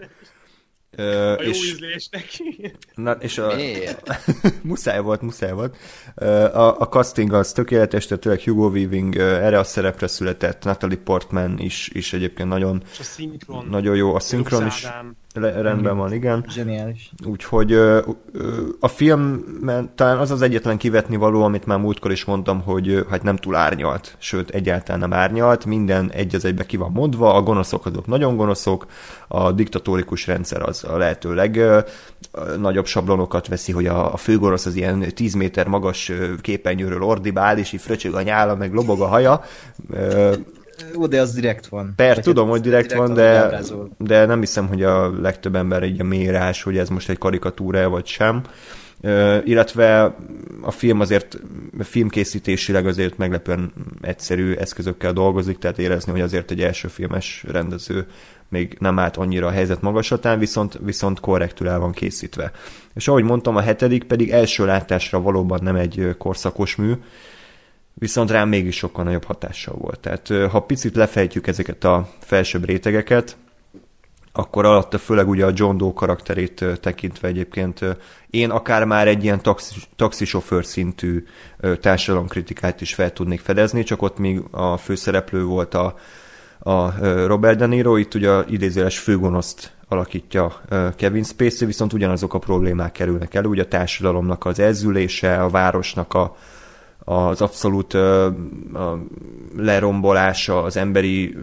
Speaker 4: A jó
Speaker 2: és,
Speaker 4: ízlésnek.
Speaker 2: Na, és a, muszáj volt, muszáj volt. A, a casting az tökéletes, tehát tényleg Hugo Weaving erre a szerepre született, Natalie Portman is, is egyébként nagyon,
Speaker 4: és a szinkron.
Speaker 2: Nagyon jó, a szinkron is rendben van, igen.
Speaker 3: Zseniális.
Speaker 2: Úgyhogy a filmben talán az az egyetlen kivetni való, amit már múltkor is mondtam, hogy hát nem túl árnyalt, sőt egyáltalán nem árnyalt, minden egy az egybe ki van mondva, a gonoszok azok nagyon gonoszok, a diktatórikus rendszer az a lehető legnagyobb sablonokat veszi, hogy a, a főgonosz az ilyen tíz méter magas képernyőről ordibál, és így fröcsög a nyála, meg lobog a haja.
Speaker 3: Ó, de az direkt van.
Speaker 2: Persze, tudom, hogy direkt, direkt van, de, de nem hiszem, hogy a legtöbb ember egy mérás, hogy ez most egy karikatúra vagy sem. Uh, illetve a film azért filmkészítésileg azért meglepően egyszerű eszközökkel dolgozik, tehát érezni, hogy azért egy első filmes rendező még nem állt annyira a helyzet magaslatán, viszont, viszont korrektül el van készítve. És ahogy mondtam, a hetedik pedig első látásra valóban nem egy korszakos mű, viszont rám mégis sokkal nagyobb hatással volt. Tehát ha picit lefejtjük ezeket a felsőbb rétegeket, akkor alatta főleg ugye a John Doe karakterét tekintve egyébként én akár már egy ilyen taxis, taxisofőr szintű társadalomkritikát is fel tudnék fedezni, csak ott még a főszereplő volt a, a Robert De Niro, itt ugye idézőjeles főgonoszt alakítja Kevin Spacey, viszont ugyanazok a problémák kerülnek elő, ugye a társadalomnak az elzülése, a városnak a az abszolút uh, a lerombolása, az emberi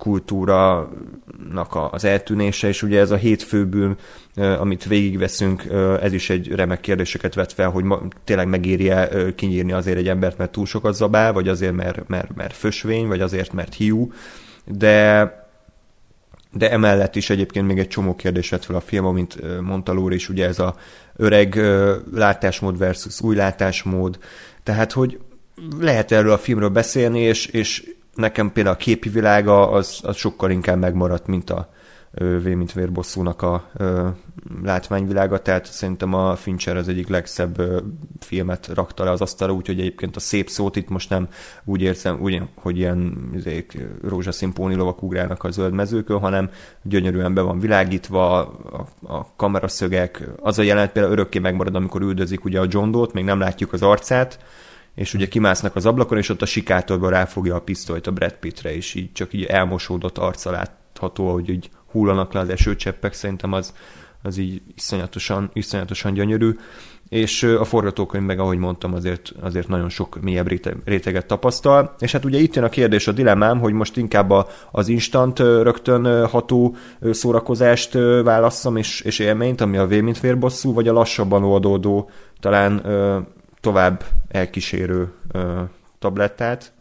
Speaker 2: kultúrának az eltűnése, és ugye ez a hét főbűn, uh, amit végigveszünk, uh, ez is egy remek kérdéseket vet fel, hogy ma, tényleg megéri-e uh, kinyírni azért egy embert, mert túl sokat zabál, vagy azért, mert, mert, mert fösvény, vagy azért, mert hiú, de de emellett is egyébként még egy csomó kérdés vett fel a film, amint mondta Lóri is, ugye ez a öreg uh, látásmód versus új látásmód, tehát, hogy lehet erről a filmről beszélni, és, és nekem például a képi világa az, az sokkal inkább megmaradt, mint a V mint vérbosszúnak a ö, látványvilága, tehát szerintem a Fincher az egyik legszebb ö, filmet rakta le az asztalra, úgyhogy egyébként a szép szót itt most nem úgy érzem, úgy, hogy ilyen izék, rózsaszín pónilovak ugrálnak a zöld mezőkön, hanem gyönyörűen be van világítva, a, a kameraszögek, az a jelenet például örökké megmarad, amikor üldözik ugye a John Doe-t, még nem látjuk az arcát, és ugye kimásznak az ablakon, és ott a sikátorban ráfogja a pisztolyt a Brad Pittre, és így csak így elmosódott arccal látható, hogy így hullanak le az esőcseppek, szerintem az, az így iszonyatosan, iszonyatosan gyönyörű, és a forgatókönyv meg, ahogy mondtam, azért, azért nagyon sok mélyebb réteget tapasztal, és hát ugye itt jön a kérdés, a dilemmám, hogy most inkább a, az instant rögtön ható szórakozást válasszam, és, és élményt, ami a V mint vérbosszú, vagy a lassabban oldódó, talán tovább elkísérő tablettát.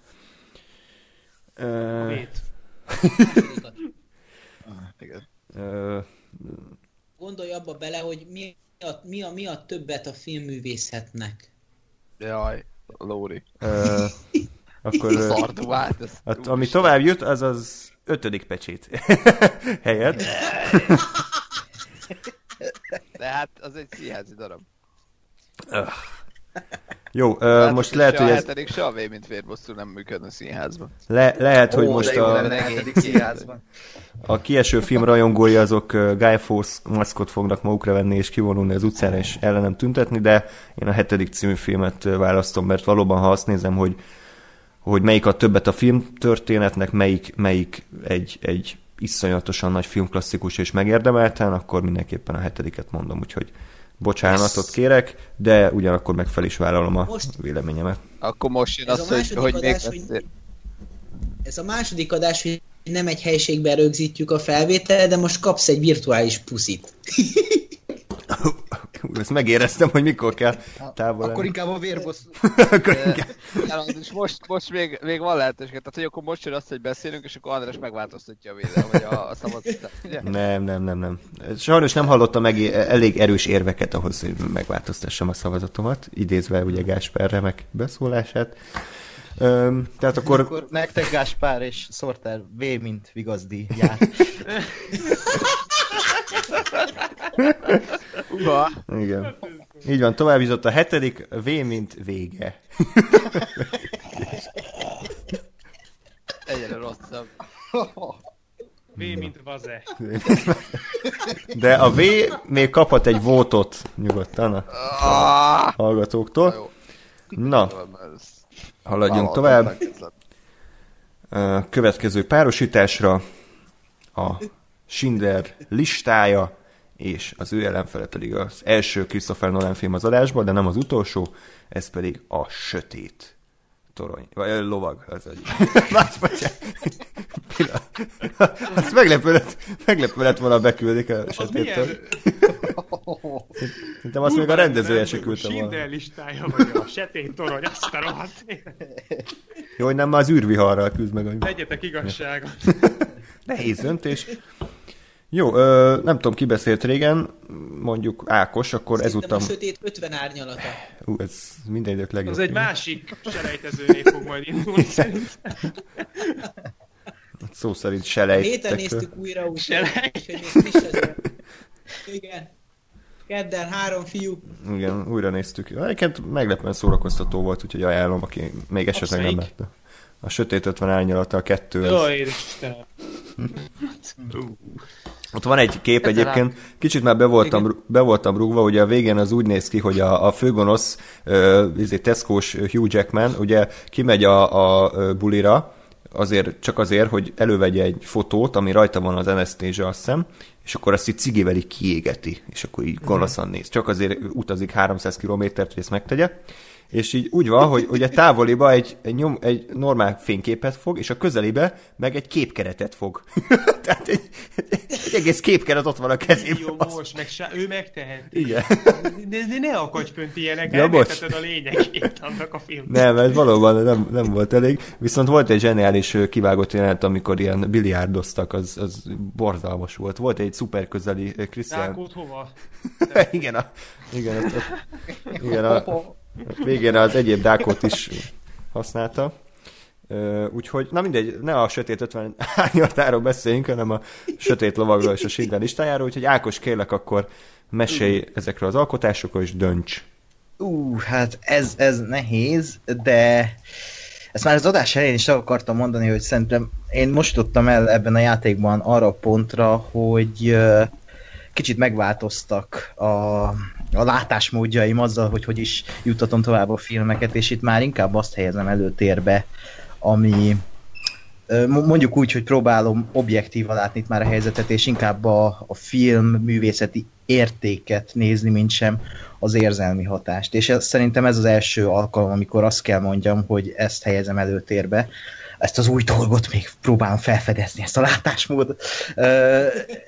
Speaker 4: Vét.
Speaker 6: Gondolj abba bele, hogy mi a, mi a, mi a többet a filmművészetnek.
Speaker 5: Jaj, Lóri.
Speaker 2: Akkor,
Speaker 5: Szardó át.
Speaker 2: hát, ami tovább jut, az az ötödik pecsét helyett.
Speaker 5: De hát az egy színházi darab.
Speaker 2: Öh. Jó, uh,
Speaker 5: Hát
Speaker 2: most lehet,
Speaker 5: se
Speaker 2: hogy
Speaker 5: a
Speaker 2: ez...
Speaker 5: hetedik, se a V, mint vérbosszú nem működne színházban.
Speaker 2: Le, lehet, hogy
Speaker 3: Ó,
Speaker 2: most
Speaker 3: de jó
Speaker 2: a,
Speaker 3: lenne a hetedik színházban.
Speaker 2: a kieső film rajongói azok uh, Guy Fawkes maszkot fognak magukra venni és kivonulni az utcára és ellenem tüntetni, de én a hetedik című filmet uh, választom, mert valóban, ha azt nézem, hogy, hogy melyik a többet a filmtörténetnek, melyik, melyik egy, egy iszonyatosan nagy filmklasszikus és megérdemelten, akkor mindenképpen a hetediket mondom, úgyhogy bocsánatot kérek, de ugyanakkor meg fel is vállalom a
Speaker 6: Most-
Speaker 2: véleményemet.
Speaker 5: Akkor most jön
Speaker 6: Ez
Speaker 5: az,
Speaker 6: a
Speaker 5: hogy,
Speaker 6: második
Speaker 5: hogy még
Speaker 6: adás, hogy-
Speaker 5: beszél.
Speaker 6: Ez a második adás, hogy nem egy helyiségben rögzítjük a felvétel, de most kapsz egy virtuális puszit.
Speaker 2: Ezt megéreztem, hogy mikor kell távol
Speaker 3: Akkor
Speaker 2: lenni.
Speaker 3: inkább a vérbosszú.
Speaker 2: Akkor
Speaker 5: De-
Speaker 2: inkább.
Speaker 5: Állandó, és most, most még, még van lehetőség, tehát hogy akkor most jön azt, hogy beszélünk, és akkor András megváltoztatja a védelem, vagy a, a szavazatot. Ugye?
Speaker 2: Nem, nem, nem, nem. Sajnos nem hallottam meg elég erős érveket ahhoz, hogy megváltoztassam a szavazatomat, idézve ugye Gáspár remek beszólását. Öm, tehát akkor...
Speaker 3: Akkor nektek Gáspár és Szorter V, mint Vigazdi jár.
Speaker 5: Uha!
Speaker 2: Igen. Így van, tovább jutott a hetedik, V mint vége.
Speaker 5: Egyre rosszabb.
Speaker 4: V, mint vaze.
Speaker 2: De a V még kaphat egy vótot nyugodtan a
Speaker 5: Ah!
Speaker 2: hallgatóktól.
Speaker 5: Jó.
Speaker 2: Na, haladjunk tovább. A következő párosításra a Schindler listája, és az ő ellenfele pedig az első Christopher Nolan film az adásban, de nem az utolsó, ez pedig a Sötét torony. Vagy ö, lovag, az egy. Más, bocsánat. Pillanat. Azt meglepő lett, meglepő lett volna beküldik a
Speaker 4: Az
Speaker 2: Sötéttől.
Speaker 4: milyen?
Speaker 2: Szerintem azt még a rendezője se küldte
Speaker 4: A
Speaker 2: volna.
Speaker 4: Schindler listája, vagy a sötét torony, azt a rohadt.
Speaker 2: Jó, hogy nem már az űrviharral küzd meg. Hogy...
Speaker 4: Tegyetek igazságot.
Speaker 2: Nehéz döntés. Jó, ö, nem tudom, ki beszélt régen, mondjuk Ákos, akkor
Speaker 6: Szerintem
Speaker 2: ezúttal...
Speaker 6: a sötét ötven árnyalata.
Speaker 2: Ú, ez minden idők legjobb.
Speaker 4: Az egy másik selejtezőnél fog majd indulni szerintem.
Speaker 2: Szó szerint
Speaker 6: Héten
Speaker 2: selejtek.
Speaker 6: néztük újra, úgyhogy
Speaker 4: Selej.
Speaker 6: úgyhogy még friss az. Igen. Kedden három fiú.
Speaker 2: Igen, újra néztük. Egyébként meglepően szórakoztató volt, úgyhogy ajánlom, aki még esetleg nem
Speaker 4: Abszolút.
Speaker 2: látta. A Sötét ötven árnyalata, a kettő. az-
Speaker 4: Jó, édes Istenem.
Speaker 2: Ott van egy kép
Speaker 5: Ez
Speaker 2: egyébként, kicsit már be voltam, be voltam rúgva, ugye a végén az úgy néz ki, hogy a, a főgonosz, uh, Tesco-s Hugh Jackman, ugye kimegy a, a bulira, azért, csak azért, hogy elővegye egy fotót, ami rajta van az Anastasia, azt hiszem, és akkor azt így cigivel így kiégeti, és akkor így gonoszan néz. Csak azért utazik háromszáz kilométert, hogy ezt megtegye. És így úgy van, hogy ugye távoliba egy, egy, nyom, egy normál fényképet fog, és a közelébe meg egy képkeretet fog. Tehát egy, egy egész képkeret ott van a kezében.
Speaker 4: Jó,
Speaker 2: Az-
Speaker 4: most, meg se, ő megteheti.
Speaker 2: Igen.
Speaker 4: De, de ne akadj fönt ilyenek,
Speaker 2: Ja,
Speaker 4: elmérteted a lényegét annak a filmnek.
Speaker 2: Nem, ez valóban nem, nem volt elég. Viszont volt egy zseniális ö, kivágott jelenet, amikor ilyen biliárdoztak, az, az borzalmas volt. Volt egy szuper közeli ö, Christian...
Speaker 4: Rákót hova?
Speaker 2: igen, a, igen, a, a, igen a, végén az egyéb dákot is használta. Ö, úgyhogy, na mindegy, ne a Sötét ötven árnyalatáról beszéljünk, hanem a Sötét lovagról és a Schindler listájáról, úgyhogy Ákos, kérlek, akkor mesélj ezekről az alkotásokról, és dönts.
Speaker 3: Ú, hát ez, ez nehéz, de ezt már az adás elején is el akartam mondani, hogy szerintem én most tudtam el ebben a játékban arra a pontra, hogy ö, kicsit megváltoztak a, a látásmódjaim azzal, hogy hogy is juttatom tovább a filmeket, és itt már inkább azt helyezem előtérbe, ami ö, mondjuk úgy, hogy próbálom objektívan látni itt már a helyzetet, és inkább a, a film művészeti értéket nézni, mint sem az érzelmi hatást. És ez, szerintem ez az első alkalom, amikor azt kell mondjam, hogy ezt helyezem előtérbe. Ezt az új dolgot még próbálom felfedezni, ezt a látásmódot. Ö,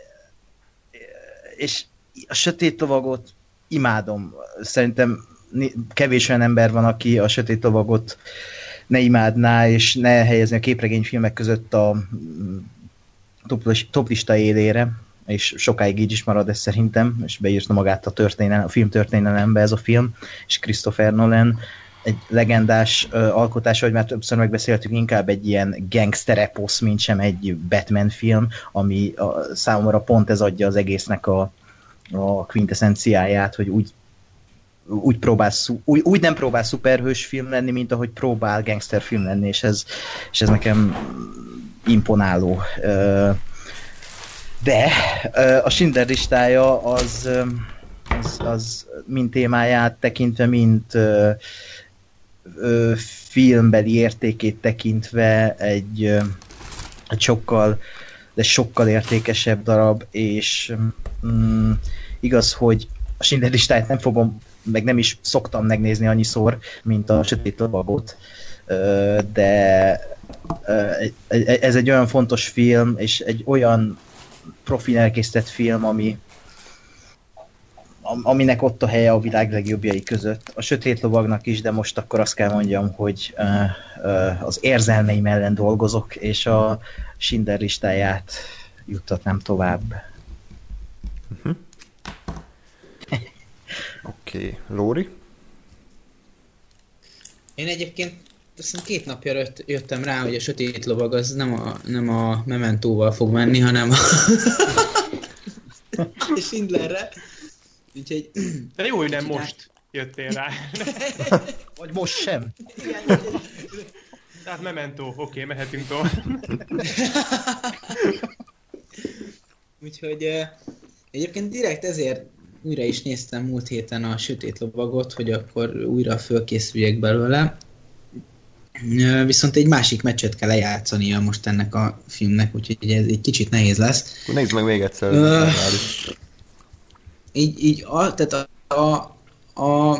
Speaker 3: és a Sötét lovagot imádom. Szerintem kevés olyan ember van, aki a Sötét lovagot ne imádná, és ne helyezni a képregényfilmek között a toplista élére, és sokáig így is marad ez szerintem, és beírta magát a, történelem, a film történelembe ez a film, és Christopher Nolan. egy legendás uh, alkotás, ahogy már többször megbeszéltük, inkább egy ilyen gangster eposz, mint sem egy Batman film, ami a, számomra pont ez adja az egésznek a, a quintessenciáját, hogy úgy, úgy, próbál, úgy, úgy nem próbál szuperhős film lenni, mint ahogy próbál gangster film lenni, és ez, és ez nekem imponáló. Uh, de uh, a Schindler listája az, az, az mind témáját tekintve, mint uh, uh, filmbeli értékét tekintve egy, uh, egy sokkal, de sokkal értékesebb darab, és um, igaz, hogy a Schindler listáját nem fogom, meg nem is szoktam megnézni annyiszor, mint a Sötét Lovagot, uh, de uh, ez egy olyan fontos film, és egy olyan profin elkészített film, ami, aminek ott a helye a világ legjobbjai között. A Sötét Lovagnak is, de most akkor azt kell mondjam, hogy uh, uh, az érzelmeim ellen dolgozok, és a Schindler listáját juttatnám tovább.
Speaker 2: Uh-huh. Oké, okay. Lóri?
Speaker 6: Én egyébként azt két napja jött, jöttem rá, hogy a Sötét Lovag az nem a, nem a Mementóval fog menni, hanem a Schindlerre. Úgyhogy...
Speaker 4: De jó, hogy nem most jöttél rá.
Speaker 3: Vagy most sem.
Speaker 4: Tehát Memento, oké, okay, mehetünk tovább.
Speaker 6: Úgyhogy uh, egyébként direkt ezért újra is néztem múlt héten a Sötét Lovagot, hogy akkor újra fölkészüljek belőle. Viszont egy másik meccset kell lejátszania most ennek a filmnek, úgyhogy ez egy kicsit nehéz lesz.
Speaker 2: Nézd meg még egyszer.
Speaker 6: Uh, így, így a, tehát a, a, a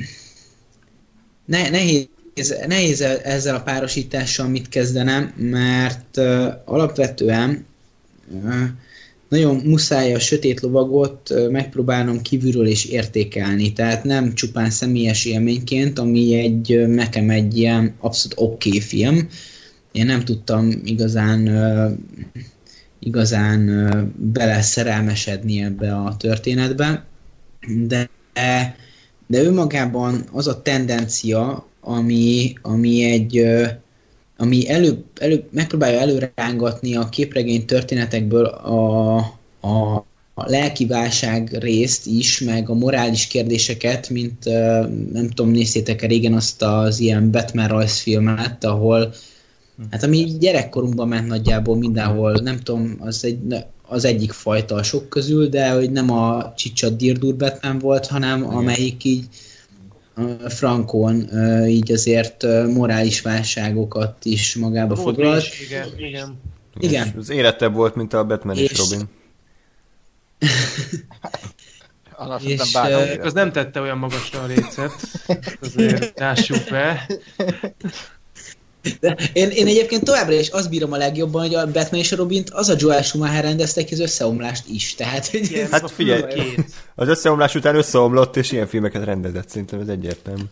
Speaker 6: ne, nehéz, nehéz ezzel a párosítással mit kezdenem, mert uh, alapvetően uh, nagyon muszáj a Sötét Lovagot uh, megpróbálnom kívülről is értékelni, tehát nem csupán személyes élményként, ami egy, uh, nekem egy ilyen abszolút oké okay film. Én nem tudtam igazán uh, igazán uh, beleszerelmesedni ebbe a történetbe, de, de önmagában az a tendencia, ami, ami egy uh, ami előbb, előbb megpróbálja előrángatni a képregény történetekből a, a, a lelki válság részt is, meg a morális kérdéseket, mint uh, nem tudom, néztétek-e régen azt az ilyen Batman rajzfilmet, ahol hát ami gyerekkorunkban ment nagyjából mindenhol, nem tudom, az, egy, az egyik fajta a sok közül, de hogy nem a Csicsa Dirdur Batman volt, hanem igen, amelyik így frankon így azért morális válságokat is magába volt foglalt.
Speaker 4: Is, igen, igen.
Speaker 6: igen.
Speaker 2: Az érettebb volt, mint a Batman és, és Robin.
Speaker 6: és
Speaker 4: uh, az nem tette olyan magasra a lécet, azért lássuk be.
Speaker 6: De én, én egyébként továbbra is azt bírom a legjobban, hogy a Batman és a Robint az a Joel Schumacher rendezte ki az összeomlást is. Tehát, hogy
Speaker 4: igen,
Speaker 2: hát figyelj, az összeomlás után összeomlott, és ilyen filmeket rendezett, szerintem ez egyértelmű.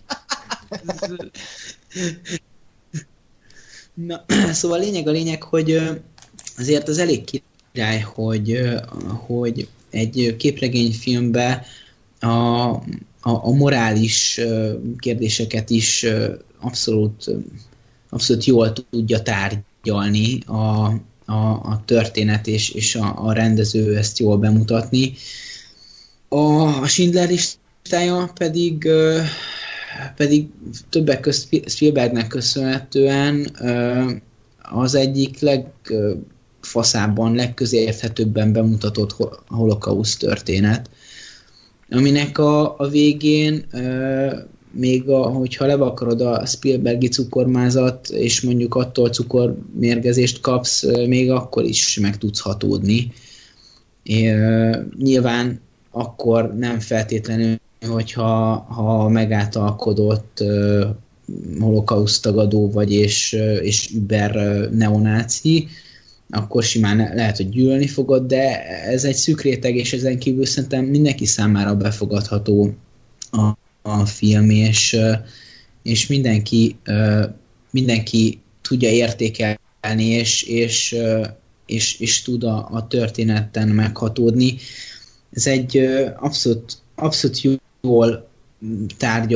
Speaker 6: Na, szóval a lényeg a lényeg, hogy azért az elég király, hogy, hogy egy képregényfilmbe a, a, a morális kérdéseket is abszolút abszolút jól tudja tárgyalni a, a, a történet, és, és a, a rendező ezt jól bemutatni. A, a Schindler listája pedig, uh, pedig többek közt Spielbergnek köszönhetően uh, az egyik legfaszábban, legközérthetőbben bemutatott holokauszt történet, aminek a, a végén uh, még a, hogyha levakarod a Spielbergi cukormázat, és mondjuk attól cukormérgezést kapsz, még akkor is meg tudsz hatódni. É, nyilván akkor nem feltétlenül, hogyha ha megáltalkodott uh, holokauszt tagadó vagy, és, és über neonáci, akkor simán lehet, hogy gyűlölni fogod, de ez egy szűk réteg, és ezen kívül szerintem mindenki számára befogadható a a film, és, és mindenki, mindenki tudja értékelni, és, és, és, és tud a, a történeten meghatódni. Ez egy abszolút, abszolút jól tárgyalt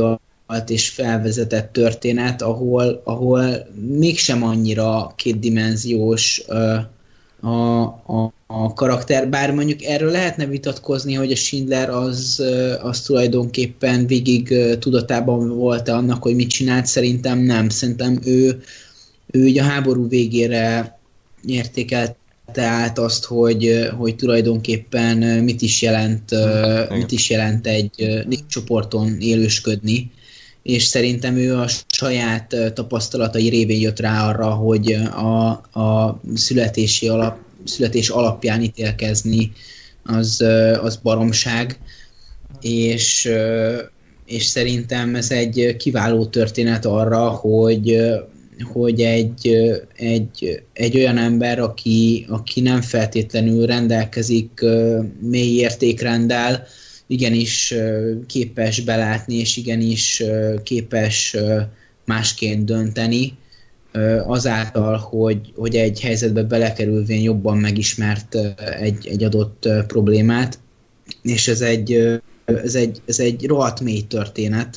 Speaker 6: és felvezetett történet, ahol, ahol mégsem annyira kétdimenziós a, a, a karakter, bár mondjuk erről lehetne vitatkozni, hogy a Schindler az, az tulajdonképpen végig tudatában volt-e annak, hogy mit csinált, szerintem nem. Szerintem ő, ő ugye a háború végére értékelte át azt, hogy, hogy tulajdonképpen mit is jelent, mit is jelent egy népcsoporton élősködni, és szerintem ő a saját tapasztalatai révén jött rá arra, hogy a, a születési alap, születés alapján ítélkezni az, az baromság, és, és szerintem ez egy kiváló történet arra, hogy, hogy egy, egy, egy olyan ember, aki, aki nem feltétlenül rendelkezik mély értékrenddel, igenis képes belátni, és igenis képes másként dönteni, azáltal, hogy, hogy egy helyzetbe belekerülvén jobban megismert egy, egy adott problémát, és ez egy, ez egy, ez egy rohadt mély történet,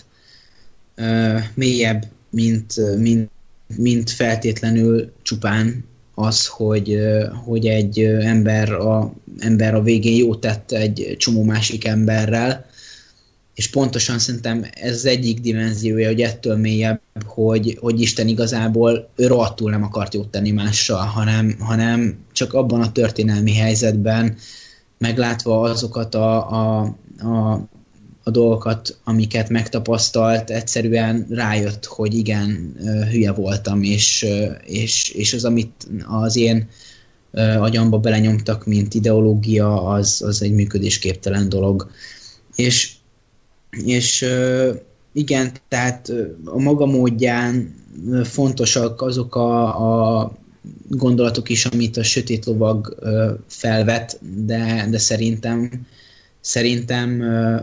Speaker 6: mélyebb, mint, mint, mint feltétlenül csupán az, hogy, hogy egy ember a, ember a végén jót tett egy csomó másik emberrel, és pontosan szerintem ez az egyik dimenziója, hogy ettől mélyebb, hogy, hogy Isten igazából ő rohadtul nem akart jót tenni mással, hanem, hanem csak abban a történelmi helyzetben meglátva azokat a, a, a, a dolgokat, amiket megtapasztalt, egyszerűen rájött, hogy igen, hülye voltam, és, és, és az, amit az én agyamba belenyomtak, mint ideológia, az, az egy működésképtelen dolog. És, és igen, tehát a maga módján fontosak azok a, a gondolatok is, amit a Sötét Lovag felvet, de, de szerintem szerintem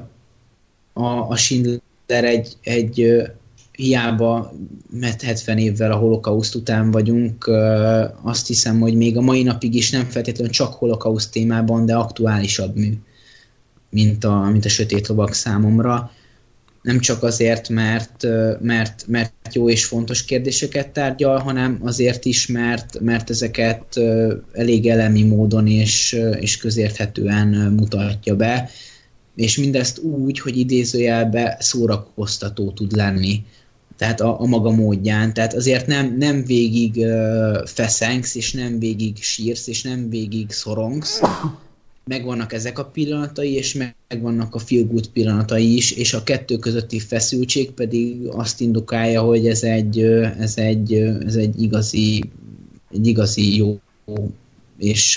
Speaker 6: a, a Schindler egy, egy hiába, mert hetven évvel a holokauszt után vagyunk, azt hiszem, hogy még a mai napig is nem feltétlenül csak holokauszt témában, de aktuálisabb mű, mint a, mint a Sötét Lovag számomra. Nem csak azért, mert, mert, mert jó és fontos kérdéseket tárgyal, hanem azért is, mert, mert ezeket elég elemi módon és, és közérthetően mutatja be, és mindezt úgy, hogy idézőjelbe szórakoztató tud lenni. Tehát a, a maga módján. Tehát azért nem, nem végig uh, feszengsz, és nem végig sírsz, és nem végig szorongsz. Megvannak ezek a pillanatai, és megvannak a feel good pillanatai is, és a kettő közötti feszültség pedig azt indukálja, hogy ez egy, ez egy, ez egy igazi, egy igazi jó, és,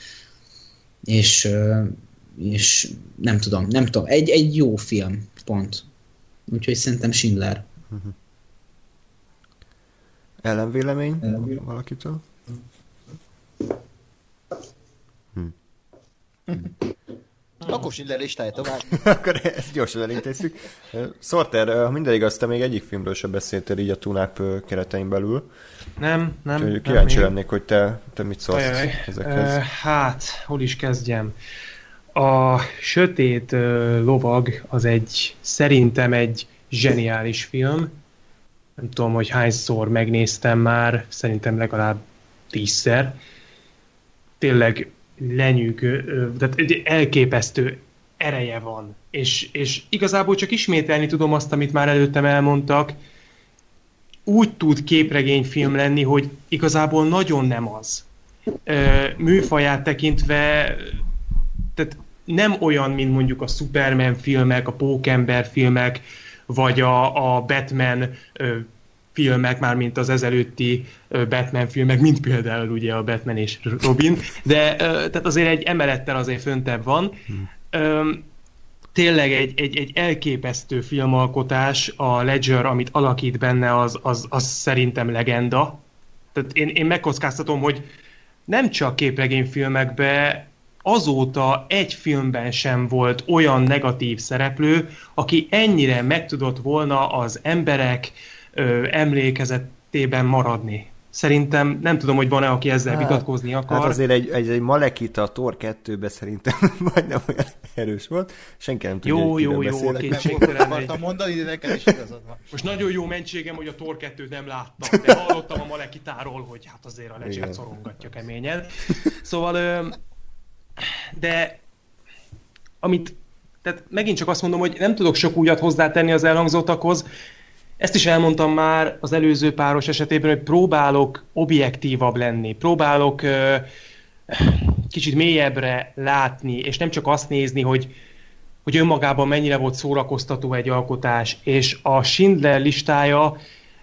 Speaker 6: és, és nem tudom, nem tudom, egy, egy jó film, pont. Úgyhogy szerintem Schindler.
Speaker 2: Uh-huh. Ellenvélemény valakitől?
Speaker 7: Hm. Akkor Schindler listája tovább.
Speaker 2: Akkor ezt gyorsan elintézzük. Sorter, ha minden igaz, te még egyik filmről sem beszéltél így a Tunap keretein belül.
Speaker 4: Nem, nem.
Speaker 2: Úgyhogy kíváncsi
Speaker 4: nem
Speaker 2: lennék, hogy te, te mit szólsz
Speaker 4: Ajaj.
Speaker 2: ezekhez.
Speaker 4: Uh, hát, hol is kezdjem? A Sötét uh, Lovag az egy, szerintem egy zseniális film. Nem tudom, hogy hányszor megnéztem már, szerintem legalább tízszer. Tényleg lenyűgő, tehát elképesztő ereje van. És, és igazából csak ismételni tudom azt, amit már előttem elmondtak. Úgy tud képregényfilm lenni, hogy igazából nagyon nem az. Műfaját tekintve, tehát nem olyan, mint mondjuk a Superman filmek, a Pókember filmek, vagy a, a Batman ö, filmek, már mint az ezelőtti ö, Batman filmek, mint például ugye a Batman és Robin, de ö, tehát azért egy emelettel azért föntebb van. Ö, tényleg egy, egy, egy elképesztő filmalkotás, a Ledger, amit alakít benne, az, az, az szerintem legenda. Tehát én, én megkockáztatom, hogy nem csak képregényfilmekben, azóta egy filmben sem volt olyan negatív szereplő, aki ennyire meg tudott volna az emberek ö, emlékezetében maradni. Szerintem nem tudom, hogy van-e, aki ezzel
Speaker 2: Hát-
Speaker 4: vitatkozni akar.
Speaker 2: Hát azért egy, egy, egy Malekita a Thor kettőben szerintem majdnem olyan erős volt. Senki nem tudja,
Speaker 4: Jó,
Speaker 2: hogy kiről
Speaker 4: jó, jó,
Speaker 2: beszélek.
Speaker 4: oké.
Speaker 3: Nem
Speaker 4: Kétségtelen
Speaker 3: akartam mondani, de neked is igazad van.
Speaker 4: Most nagyon jó mentségem, hogy a Thor kettőt nem láttam, de hallottam a Malekitáról, hogy hát azért a
Speaker 2: Igen.
Speaker 4: Ledgert szorongatja keményen. Szóval, ö, de amit, tehát megint csak azt mondom, hogy nem tudok sok újat hozzátenni az elhangzottakhoz. Ezt is elmondtam már az előző páros esetében, hogy próbálok objektívabb lenni, próbálok ö, kicsit mélyebbre látni, és nem csak azt nézni, hogy, hogy önmagában mennyire volt szórakoztató egy alkotás, és a Schindler listája,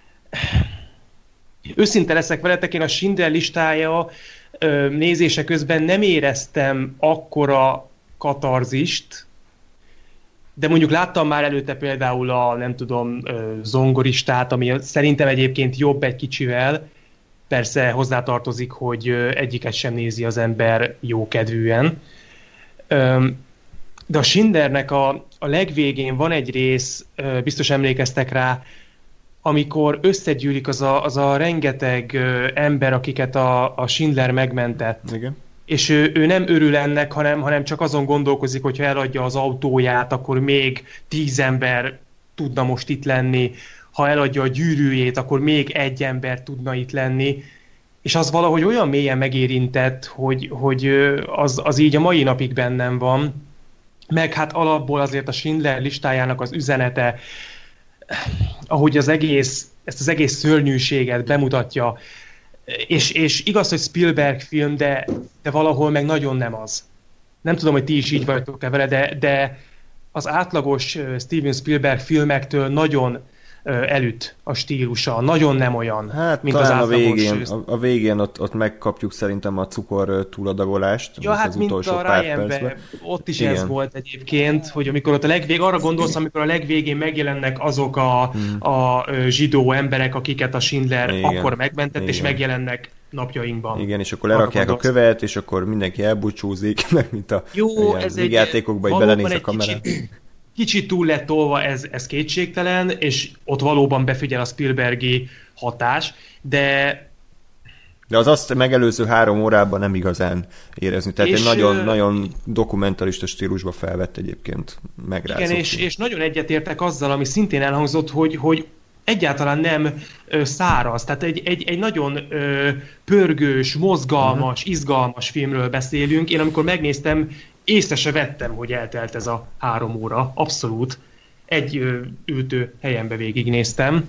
Speaker 4: őszinte leszek veletek, én a Schindler listája ö, nézése közben nem éreztem akkora katarzist, de mondjuk láttam már előtte például a, nem tudom, ö, zongoristát, ami szerintem egyébként jobb egy kicsivel. Persze hozzátartozik, hogy ö, egyiket sem nézi az ember jókedvűen. Öm, De a Schindlernek a, a legvégén van egy rész, ö, biztos emlékeztek rá, amikor összegyűlik az a, az a rengeteg ö, ember, akiket a, a Schindler megmentett.
Speaker 2: Igen.
Speaker 4: És ő, ő nem örül ennek, hanem, hanem csak azon gondolkozik, hogy ha eladja az autóját, akkor még tíz ember tudna most itt lenni. Ha eladja a gyűrűjét, akkor még egy ember tudna itt lenni. És az valahogy olyan mélyen megérintett, hogy, hogy ö, az, az így a mai napig bennem van. Meg hát alapból azért a Schindler listájának az üzenete, ahogy az egész, ezt az egész szörnyűséget bemutatja, és, és igaz, hogy Spielberg film, de, de valahol meg nagyon nem az. Nem tudom, hogy ti is így vagytok-e vele, de, de az átlagos Steven Spielberg filmektől nagyon elüt a stílusa, nagyon nem olyan,
Speaker 2: Hát
Speaker 4: mint az
Speaker 2: talán a
Speaker 4: átlagos...
Speaker 2: végén, a, a végén ott, ott megkapjuk szerintem a cukor túladagolást.
Speaker 4: Ja, hát
Speaker 2: az
Speaker 4: mint
Speaker 2: utolsó
Speaker 4: a
Speaker 2: pár
Speaker 4: Ryan-ben,
Speaker 2: percben.
Speaker 4: ott is
Speaker 2: Igen.
Speaker 4: ez volt egyébként, hogy amikor ott a legvég, arra gondolsz, amikor a legvégén megjelennek azok a,
Speaker 2: Hmm.
Speaker 4: a ö, zsidó emberek, akiket a Schindler
Speaker 2: Igen.
Speaker 4: akkor megmentett, és
Speaker 2: Igen.
Speaker 4: megjelennek napjainkban.
Speaker 2: Igen, és akkor lerakják
Speaker 4: Arra
Speaker 2: a követ, és akkor mindenki elbúcsúzik, meg mint a
Speaker 4: Jó,
Speaker 2: ilyen
Speaker 4: ez egy...
Speaker 2: játékokban, hogy
Speaker 4: valóban
Speaker 2: belenéz a
Speaker 4: egy
Speaker 2: kamerán.
Speaker 4: Kicsit, kicsit túl lett tolva, ez, ez kétségtelen, és ott valóban befigyel a Spielbergi hatás, de
Speaker 2: De az azt megelőző három órában nem igazán érezni. Tehát
Speaker 4: És,
Speaker 2: egy nagyon,
Speaker 4: ö,
Speaker 2: nagyon dokumentarista stílusba felvett egyébként megrázott.
Speaker 4: igen, és, és nagyon egyetértek azzal, ami szintén elhangzott, hogy, hogy egyáltalán nem ö, száraz, tehát egy, egy, egy nagyon ö, pörgős, mozgalmas, uh-huh. izgalmas filmről beszélünk. Én amikor megnéztem, észre se vettem, hogy eltelt ez a három óra, abszolút. Egy ö, ültő helyembe végignéztem.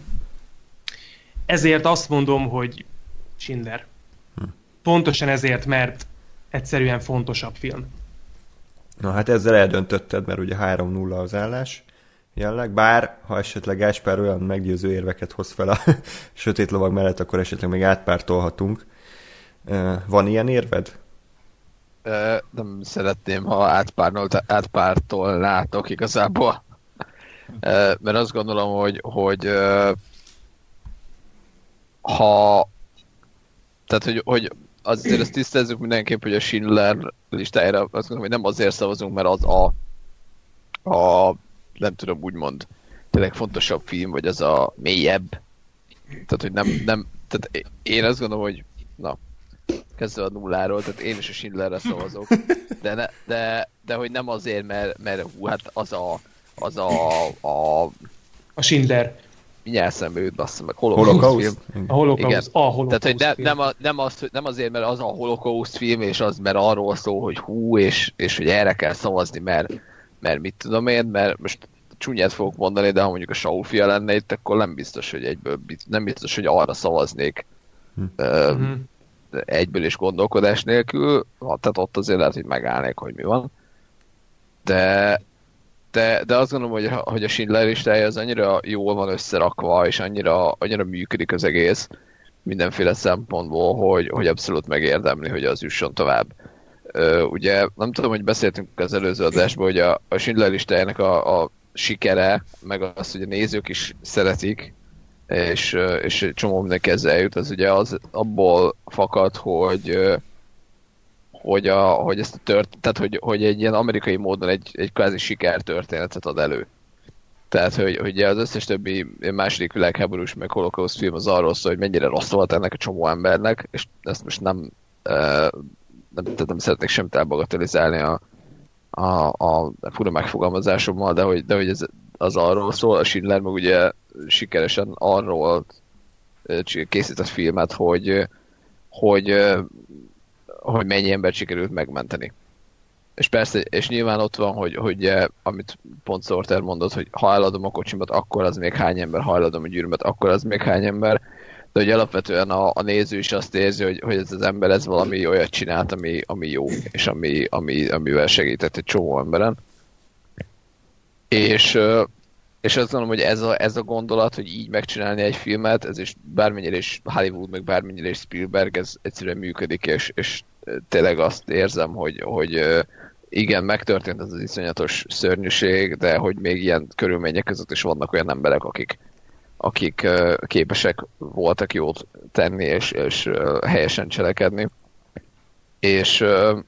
Speaker 4: Ezért azt mondom, hogy Schindler.
Speaker 2: Hm.
Speaker 4: Pontosan ezért, mert egyszerűen fontosabb film.
Speaker 2: Na hát ezzel eldöntötted, mert ugye három nulla az állás jelleg, bár ha esetleg Gáspár olyan meggyőző érveket hoz fel a sötét lovag mellett, akkor esetleg még átpártolhatunk. Van ilyen érved?
Speaker 5: Ö, nem szeretném, ha átpártolt, átpártolnátok igazából. Ö, mert azt gondolom, hogy, hogy ö, ha tehát, hogy, hogy azért azt tisztázzuk mindenképp, hogy a Schindler listájára azt gondolom, hogy nem azért szavazunk, mert az a, a nem tudom úgymond tényleg fontosabb film, vagy az a mélyebb. Tehát, hogy nem, nem tehát én azt gondolom, hogy na, kezdve a nulláról, tehát én is a Schindlerre szavazok, de, ne, de, de hogy nem azért, mert, mert hú, hát az a az a, a
Speaker 4: A Schindler.
Speaker 5: mindjárt eszembe jut, bassza meg,
Speaker 2: Holocaust?
Speaker 5: holokauszt film.
Speaker 4: A holokauszt.
Speaker 5: Igen.
Speaker 4: A holokauszt.
Speaker 5: Tehát, hogy ne,
Speaker 4: film.
Speaker 5: nem, a, nem, az, nem azért, mert az a holokauszt film, és az, mert arról szól, hogy hú, és, és hogy erre kell szavazni, mert, mert mit tudom én, mert most csúnyát fogok mondani, de ha mondjuk a Saul fia lenne itt, akkor nem biztos, hogy egyből, nem biztos, hogy arra szavaznék
Speaker 2: Hm.
Speaker 5: ö,
Speaker 4: Mhm.
Speaker 5: egyből is gondolkodás nélkül, tehát ott azért lehet, hogy megállnék, hogy mi van. De, de, de azt gondolom, hogy, hogy a Schindler listája az annyira jól van összerakva, és annyira, annyira működik az egész mindenféle szempontból, hogy, hogy abszolút megérdemli, hogy az jusson tovább. Ö, ugye nem tudom, hogy beszéltünk az előző adásban, hogy a, a Schindler listájának a, a sikere, meg azt, hogy a nézők is szeretik, és, és egy csomó mindenki ezzel jut, az ugye az abból fakad, hogy hogy, a, hogy ezt a tört, tehát hogy, hogy egy ilyen amerikai módon egy, egy kvázi sikertörténetet ad elő. Tehát, hogy, hogy az összes többi második világháborús meg holokauszt film az arról szól, hogy mennyire rossz volt ennek a csomó embernek, és ezt most nem, nem, nem szeretnék semmit elbagatelizálni a, a, a fura megfogalmazásommal, de hogy, de hogy ez, az arról szól, a Schindler meg ugye sikeresen arról készített filmet, hogy, hogy, hogy mennyi embert sikerült megmenteni. És persze, és nyilván ott van, hogy, hogy amit pont Sorter mondott, hogy ha eladom a kocsimat, akkor az még hány ember, ha eladom a gyűrűmet, akkor az még hány ember, de hogy alapvetően a, a néző is azt érzi, hogy, hogy ez az ember ez valami olyat csinált, ami, ami jó, és ami, ami, amivel segített egy csomó emberen. És, és azt gondolom, hogy ez a, ez a gondolat, hogy így megcsinálni egy filmet, ez is bármennyire is Hollywood, meg bármennyire is Spielberg, ez egyszerűen működik, és, és tényleg azt érzem, hogy, hogy igen, megtörtént ez az iszonyatos szörnyűség, de hogy még ilyen körülmények között is vannak olyan emberek, akik, akik képesek voltak jót tenni, és, és helyesen cselekedni. És,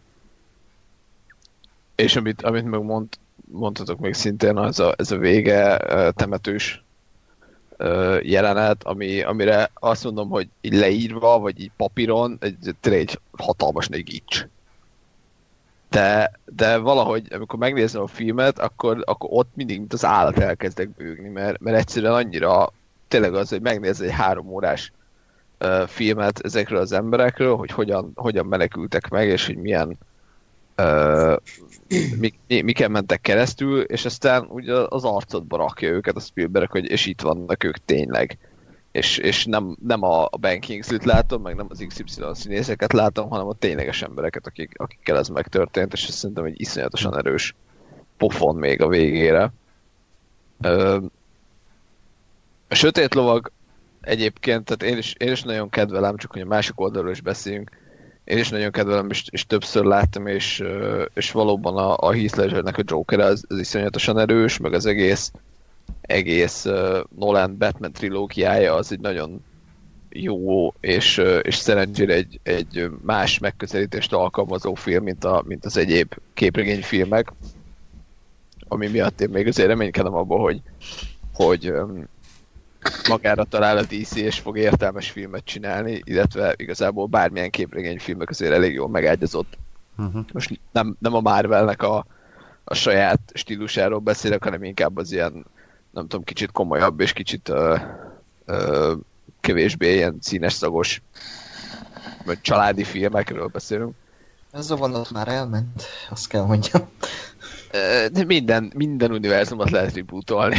Speaker 5: és amit, amit meg mond, mondhatok még szintén, az a, ez a vége temetős jelenet, ami, amire azt mondom, hogy így leírva, vagy így papíron, egy, tényleg egy hatalmas nagy gics. De, de valahogy, amikor megnézem a filmet, akkor, akkor ott mindig, mint az állat elkezdek bőgni, mert, mert egyszerűen annyira tényleg az, hogy megnéz egy három órás uh, filmet ezekről az emberekről, hogy hogyan, hogyan menekültek meg, és hogy milyen uh, mik, miken mentek keresztül, és aztán ugye az arcodba rakja őket a Spielberg, hogy és itt vannak ők tényleg. És, és nem, nem a Ben Kingsley-t látom, meg nem az iksz ipszilon színészeket látom, hanem a tényleges embereket, akik, akikkel ez megtörtént, és ez szerintem egy iszonyatosan erős pofon még a végére. Ö, a Sötét Lovag egyébként, tehát én is, én is nagyon kedvelem, csak hogy a másik oldalról is beszéljünk, én is nagyon kedvelem, és, és többször láttam, és, és valóban a, a Heath Ledgernek a Joker az, az iszonyatosan erős, meg az egész egész uh, Nolan Batman trilógiája az egy nagyon jó, és, uh, és szerencsére egy, egy más megközelítést alkalmazó film, mint, a, mint az egyéb képregényfilmek, ami miatt én még azért reménykedem abban, hogy, hogy um, magára talál a dé cé és fog értelmes filmet csinálni, illetve igazából bármilyen képregényfilmek azért elég jól megágyazott. Uh-huh. Most nem, nem a Marvelnek a, a saját stílusáról beszélek, hanem inkább az ilyen nem tudom, kicsit komolyabb, és kicsit uh, uh, kevésbé ilyen színes szagos, vagy családi filmekről beszélünk.
Speaker 7: Ez a vonat már elment, azt kell mondjam.
Speaker 5: Uh, de minden, minden univerzumot lehet rebootolni.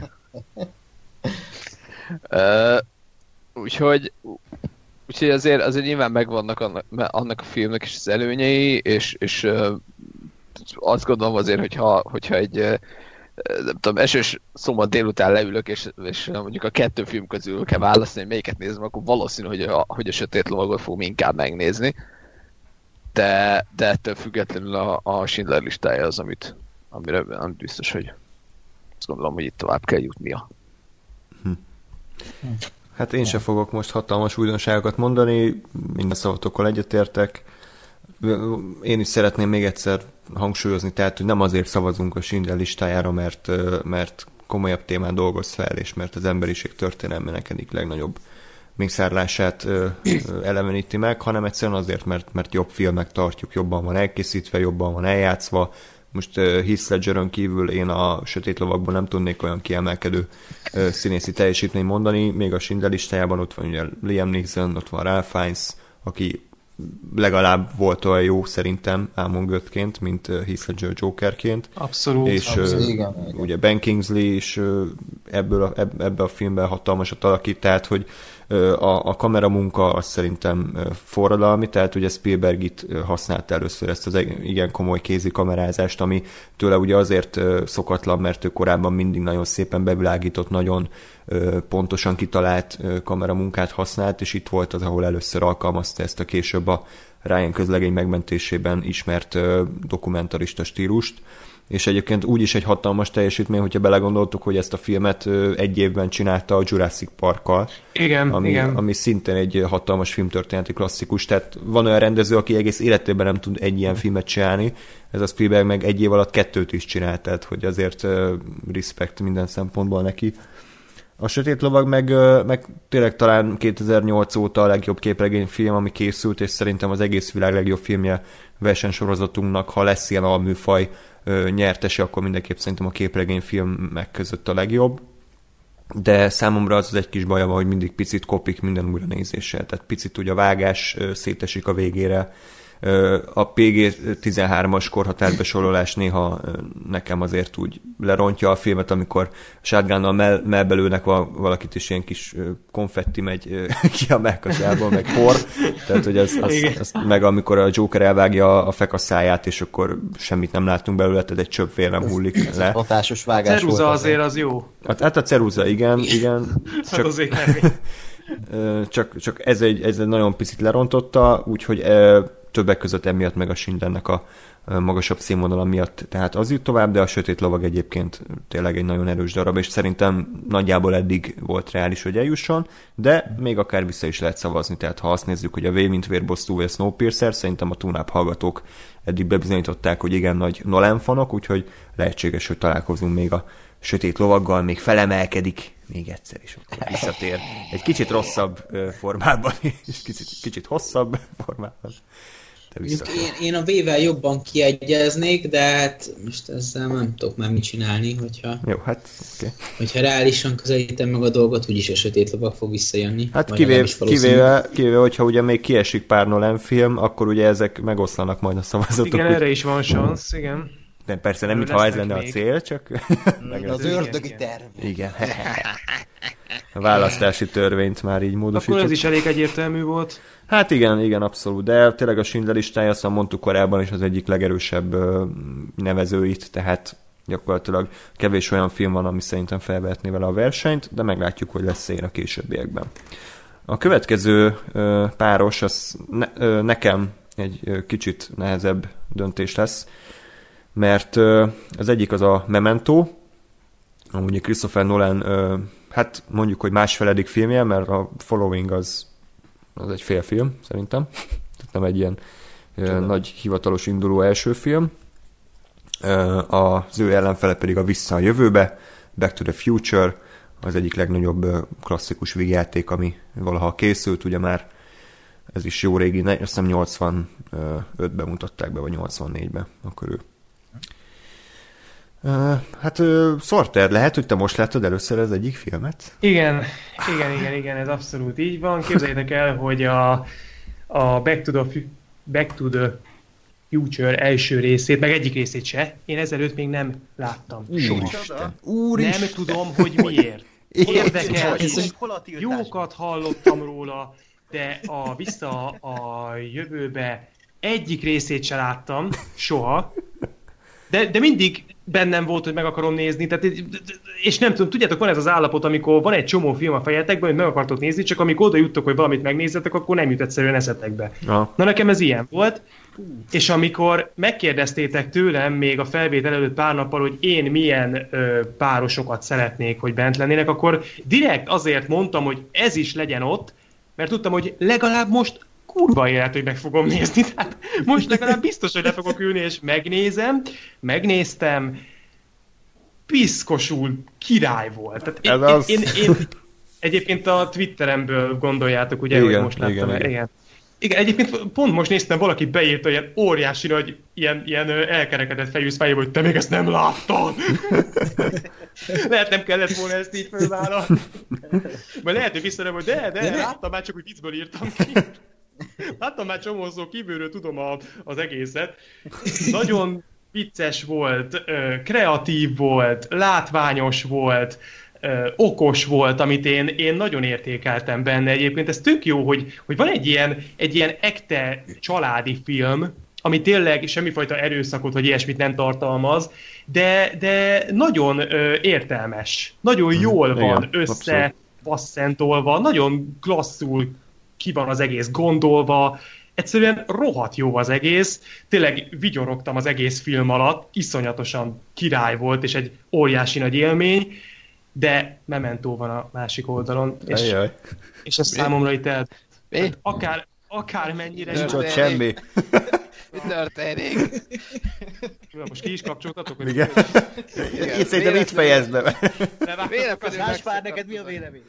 Speaker 5: uh, úgyhogy, úgyhogy azért, azért nyilván megvannak annak, annak a filmnek is az előnyei, és, és uh, azt gondolom azért, hogyha, hogyha egy uh, nem tudom, esős szombat délután leülök, és, és mondjuk a kettő film közül kell választani, hogy melyiket nézem, akkor valószínű, hogy a, hogy a Sötét Lovagot fogom inkább megnézni. De, de ettől függetlenül a, a Schindler listája az, amit, amire, amit biztos, hogy azt gondolom, hogy itt tovább kell jutnia.
Speaker 2: Hm. Hát én sem fogok most hatalmas újdonságokat mondani, minden szavatokkal egyetértek. Én is szeretném még egyszer hangsúlyozni, tehát, hogy nem azért szavazunk a Schindler listájára, mert, mert komolyabb témán dolgoz fel, és mert az emberiség történelmének egyik legnagyobb mészárlását eleveníti meg, hanem egyszerűen azért, mert, mert jobb filmek tartjuk, jobban van elkészítve, jobban van eljátszva. Most uh, Heath Ledgeren kívül én a Sötét Lovagban nem tudnék olyan kiemelkedő uh, színészi teljesítményt mondani, még a Schindler listájában ott van ugye Liam Neeson, ott van Ralph Fiennes, aki legalább volt olyan jó szerintem Ámon Göttként, mint Heath Ledger Jokerként.
Speaker 4: Abszolút.
Speaker 2: És
Speaker 3: abszolút.
Speaker 2: Uh,
Speaker 3: Igen, igen.
Speaker 2: ugye Ben Kingsley is uh, ebből a, ebbe a filmben hatalmasat alakít, tehát hogy uh, a, a kameramunka az szerintem uh, forradalmi, tehát ugye Spielberg itt uh, használta először ezt az igen komoly kézi kamerázást, ami tőle ugye azért uh, szokatlan, mert ő korábban mindig nagyon szépen bevilágított, nagyon uh, pontosan kitalált uh, kameramunkát használt, és itt volt az, ahol először alkalmazta ezt a később a Ryan közlegény megmentésében ismert uh, dokumentarista stílust, és egyébként úgyis egy hatalmas teljesítmény, hogyha belegondoltuk, hogy ezt a filmet egy évben csinálta a Jurassic Parkkal,
Speaker 4: igen,
Speaker 2: ami,
Speaker 4: igen.
Speaker 2: ami szintén egy hatalmas filmtörténeti klasszikus, tehát van olyan rendező, aki egész életében nem tud egy ilyen filmet csinálni, ez a Spielberg meg egy év alatt kettőt is csinált, tehát hogy azért uh, respekt minden szempontból neki. A Sötét Lovag meg, uh, meg tényleg talán kétezer-nyolc óta a legjobb képregényfilm, ami készült, és szerintem az egész világ legjobb filmje versenysorozatunknak, ha lesz ilyen alműfaj uh, nyertese, akkor mindenképp szerintem a képregényfilmek között a legjobb. De számomra az az egy kis baja van, hogy mindig picit kopik minden újra nézéssel. Tehát picit ugye a vágás uh, szétesik a végére, a pé gé tizenhármas korhatárbesorolás néha nekem azért úgy lerontja a filmet, amikor shotgunnal mell- mellbelőnek valakit, is ilyen kis konfetti megy ki a melkasából, meg por. Tehát, hogy az, az, az, meg amikor a Joker elvágja a fekaszáját, és akkor semmit nem látunk belőle, tehát egy csöpp vér nem hullik le.
Speaker 7: Hatásos vágás
Speaker 4: ceruza
Speaker 7: volt
Speaker 4: azért az jó.
Speaker 2: Hát, hát a ceruza, igen, igen.
Speaker 4: Csak... Hát azért
Speaker 2: csak, csak ez, egy, ez egy nagyon picit lerontotta, úgyhogy többek között emiatt meg a Schindlernek a magasabb színvonala miatt, tehát az jut tovább, de a Sötét Lovag egyébként tényleg egy nagyon erős darab, és szerintem nagyjából eddig volt reális, hogy eljusson, de még akár vissza is lehet szavazni, tehát ha azt nézzük, hogy a V mint vérbosszú vagy a Snowpiercer, szerintem a túlnább hallgatók eddig bebizonyították, hogy igen nagy Nolan fanok, úgyhogy lehetséges, hogy találkozunk még a Sötét Lovaggal, még felemelkedik még egyszer is, akkor visszatér egy kicsit rosszabb formában, és kicsit, kicsit hosszabb formában.
Speaker 6: Én, én a V-vel jobban kiegyeznék, de hát most ezzel nem tudok már mit csinálni, hogyha,
Speaker 2: jó, hát, okay.
Speaker 6: hogyha reálisan közelítem meg a dolgot, úgyis a Sötét Lovag fog visszajönni.
Speaker 2: Hát kivéve, kivéve, kivéve, hogyha ugye még kiesik pár Nolan film, akkor ugye ezek megoszlanak majd a szavazatok.
Speaker 4: Igen, úgy... erre is van szansz, igen.
Speaker 2: De persze nem, mintha ez lenne még a cél, csak...
Speaker 7: az ördögi terv.
Speaker 2: Igen. A választási törvényt már így módosított.
Speaker 4: Akkor ez is elég egyértelmű volt.
Speaker 2: Hát igen, igen, abszolút. De tényleg a Schindler listája, azt mondtuk korábban is, az egyik legerősebb nevezőit, tehát gyakorlatilag kevés olyan film van, ami szerintem felvehetné vele a versenyt, de meglátjuk, hogy lesz én a későbbiekben. A következő páros, az ne, nekem egy kicsit nehezebb döntés lesz, mert az egyik az a Memento, amúgy Christopher Nolan, hát mondjuk, hogy másfeledik filmje, mert a Following az, az egy félfilm, szerintem. Tehát nem egy ilyen Csodál. nagy hivatalos induló első film. Az ő ellenfele pedig a Vissza a jövőbe, Back to the Future, az egyik legnagyobb klasszikus vígjáték, ami valaha készült, ugye már ez is jó régi, azt hiszem nyolcvanötben mutatták be, vagy nyolcvannégyben, akkor ő. Uh, hát uh, Sorter, lehet, hogy te most láttad először az egyik filmet?
Speaker 4: Igen, igen, igen, igen, ez abszolút így van. Képzeljétek el, hogy a, a Back to the, Back to the Future első részét, meg egyik részét se, én ezelőtt még nem láttam.
Speaker 2: Úristen!
Speaker 4: Nem tudom, hogy miért. Érdekel, jókat hallottam róla, de a Vissza a jövőbe egyik részét se láttam, soha. De, de mindig bennem volt, hogy meg akarom nézni, tehát, és nem tudom, tudjátok, van ez az állapot, amikor van egy csomó film a fejetekben, hogy meg akartok nézni, csak amikor oda juttok, hogy valamit megnézzetek, akkor nem jut egyszerűen eszetekbe. Ja. Na nekem ez ilyen volt, és amikor megkérdeztétek tőlem még a felvétel előtt pár nappal, hogy én milyen ö, párosokat szeretnék, hogy bent lennének, akkor direkt azért mondtam, hogy ez is legyen ott, mert tudtam, hogy legalább most kurva élet, hogy meg fogom nézni. Tehát most legalább biztos, hogy le fogok ülni, és megnézem. Megnéztem. Piszkosul király volt. Tehát én,
Speaker 2: az...
Speaker 4: én, én, én, egyébként a Twitteremből gondoljátok, ugye, igen, hogy most láttam. Igen, igen. igen. Igen, egyébként pont most néztem, valaki beírta ilyen óriási nagy, ilyen, ilyen elkerekedett fejű szfájéba, hogy te még ezt nem láttad. Lehet nem kellett volna ezt így fölvállalni. Majd lehet, hogy visszanem, hogy de, de, de láttam, már csak úgy viccből írtam ki. Láttam már csomószó, kívülről tudom a, az egészet. Nagyon vicces volt, kreatív volt, látványos volt, okos volt, amit én, én nagyon értékeltem benne. Egyébként ez tök jó, hogy, hogy van egy ilyen, egy ilyen ekte családi film, ami tényleg semmifajta erőszakot vagy ilyesmit nem tartalmaz, de, de nagyon ö, értelmes, nagyon jól van összepasszentolva, nagyon klasszul ki van az egész gondolva. egyszerűen rohadt jó az egész, tényleg vigyorogtam az egész film alatt, iszonyatosan király volt, és egy óriási nagy élmény, de Memento van a másik oldalon, és, és ez számomra itt el... Hát akár, akár mennyire...
Speaker 2: Nincs ott semmi.
Speaker 5: Mi történik?
Speaker 4: Most ki is kapcsoltatok?
Speaker 2: Igen. Én szerintem itt fejezd be.
Speaker 3: Háspár, neked mi a vélemény?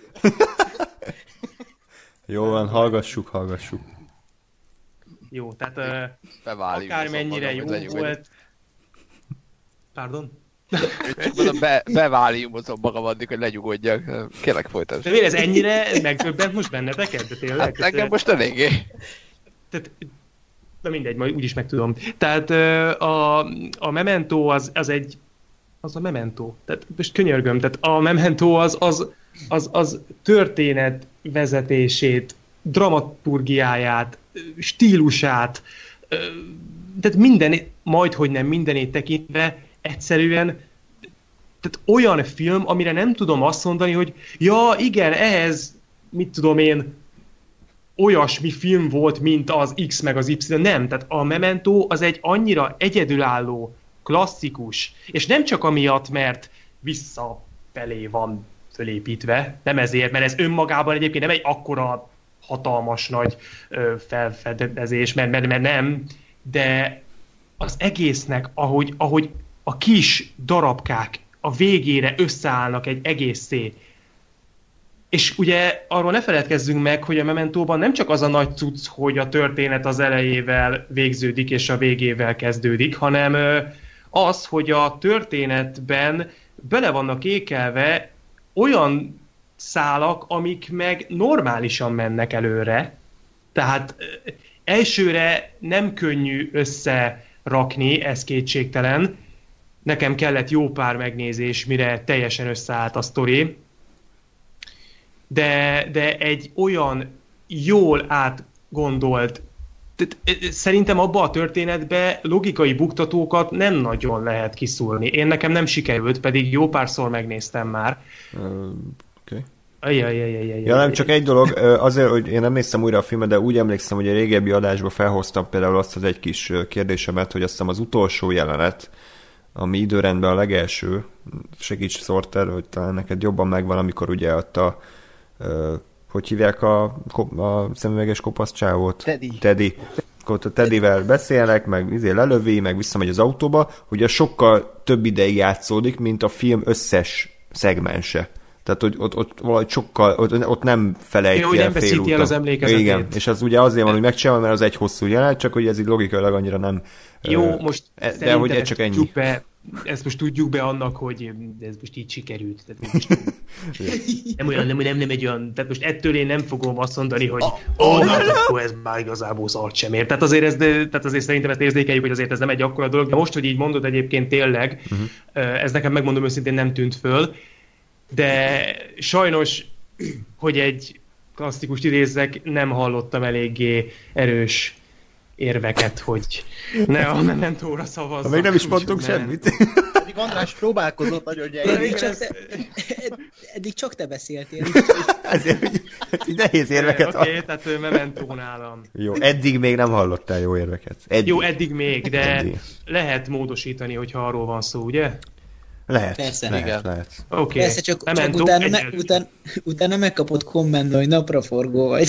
Speaker 2: Jó van, hallgassuk, hallgassuk.
Speaker 4: Jó, tehát uh, akármennyire jó
Speaker 5: magam,
Speaker 4: volt... Pardon?
Speaker 5: Mondom, be, beváliumozom magam addig, hogy legyugodjak. Kérlek, folytasd.
Speaker 4: De miért ez ennyire megdöbbent most benneteket? De tényleg?
Speaker 5: Hát nekem most eléggé.
Speaker 4: Tehát, na mindegy, majd úgyis megtudom. Tehát a, a Memento az, az egy... Az a Memento. Tehát most könyörgöm. Tehát a Memento az, az, az, az történet vezetését, dramaturgiáját, stílusát, tehát minden, majdhogy nem mindenét tekintve egyszerűen tehát olyan film, amire nem tudom azt mondani, hogy ja, igen, ehhez, mit tudom én, olyasmi film volt, mint az X meg az Y. Nem, tehát a Memento az egy annyira egyedülálló, klasszikus, és nem csak amiatt, mert visszafelé van fölépítve, nem ezért, mert ez önmagában egyébként nem egy akkora hatalmas nagy ö, felfedezés, mert, mert, mert nem, de az egésznek, ahogy, ahogy a kis darabkák a végére összeállnak egy egészé. És ugye arról ne feledkezzünk meg, hogy a Mementóban nem csak az a nagy cucc, hogy a történet az elejével végződik és a végével kezdődik, hanem az, hogy a történetben bele vannak ékelve olyan szálak, amik meg normálisan mennek előre. Tehát elsőre nem könnyű összerakni, ez kétségtelen. Nekem kellett jó pár megnézés, mire teljesen összeállt a sztori. De, de egy olyan jól átgondolt, szerintem abba a történetbe logikai buktatókat nem nagyon lehet kiszúrni. Én nekem nem sikerült, pedig jó párszor megnéztem már.
Speaker 2: Uh, Oké.
Speaker 4: Okay. Ajajajajajaj.
Speaker 2: Ja, nem, csak egy dolog, azért, hogy én nem néztem újra a filmet, de úgy emlékszem, hogy a régebbi adásban felhoztam például azt az egy kis kérdésemet, hogy azt hiszem az utolsó jelenet, ami időrendben a legelső, segíts Sorter, hogy talán neked jobban megvan, amikor ugye ott a uh, hogy hívják a, a szemüveges kopasz csávót?
Speaker 3: Teddy.
Speaker 2: Teddy. Ott a Teddyvel beszélnek, meg izé lelövi, meg visszamegy az autóba, hogy a sokkal több ideig játszódik, mint a film összes szegmense. Tehát, hogy ott, ott valahogy sokkal, ott, ott nem felejti
Speaker 4: Jó,
Speaker 2: el
Speaker 4: nem veszíti el az emlékezetét.
Speaker 2: Igen, és az ugye azért van, hogy megcsinálva, mert az egy hosszú jelenet, csak hogy ez így logikailag annyira nem...
Speaker 4: Jó, most
Speaker 2: de, de hogy ez csak ennyi.
Speaker 4: Be, ezt most tudjuk be annak, hogy ez most így sikerült. Tehát most nem, olyan, nem, nem, nem egy olyan, tehát most ettől én nem fogom azt mondani, hogy ó, oh, hát akkor ez már igazából szart sem ér. Tehát azért, ez, tehát azért szerintem ezt érzékeljük, hogy azért ez nem egy akkora dolog, de most, hogy így mondod egyébként tényleg, uh-huh. ez nekem megmondom őszintén nem tűnt föl, de sajnos, hogy egy klasszikust idézzek, nem hallottam eléggé erős érveket, hogy ne a Mementóra szavazzak.
Speaker 2: Még nem is mondtunk semmit.
Speaker 3: Pedig András próbálkozott nagyon gyengén.
Speaker 6: Eddig csak te, ed, eddig csak te beszéltél.
Speaker 2: Ezért így nehéz érveket.
Speaker 4: Oké, okay, tehát Mementó nálam.
Speaker 2: Jó, eddig még nem hallottál jó érveket. Eddig.
Speaker 4: Jó, eddig még, de
Speaker 2: eddig.
Speaker 4: Lehet módosítani, hogyha arról van szó, ugye?
Speaker 2: Lehet,
Speaker 6: Persze.
Speaker 2: lehet,
Speaker 5: Igen.
Speaker 2: lehet.
Speaker 4: Okay.
Speaker 6: Persze, csak,
Speaker 4: Memento,
Speaker 6: csak utána, me, utána, utána megkapott komment, hogy napraforgó vagy.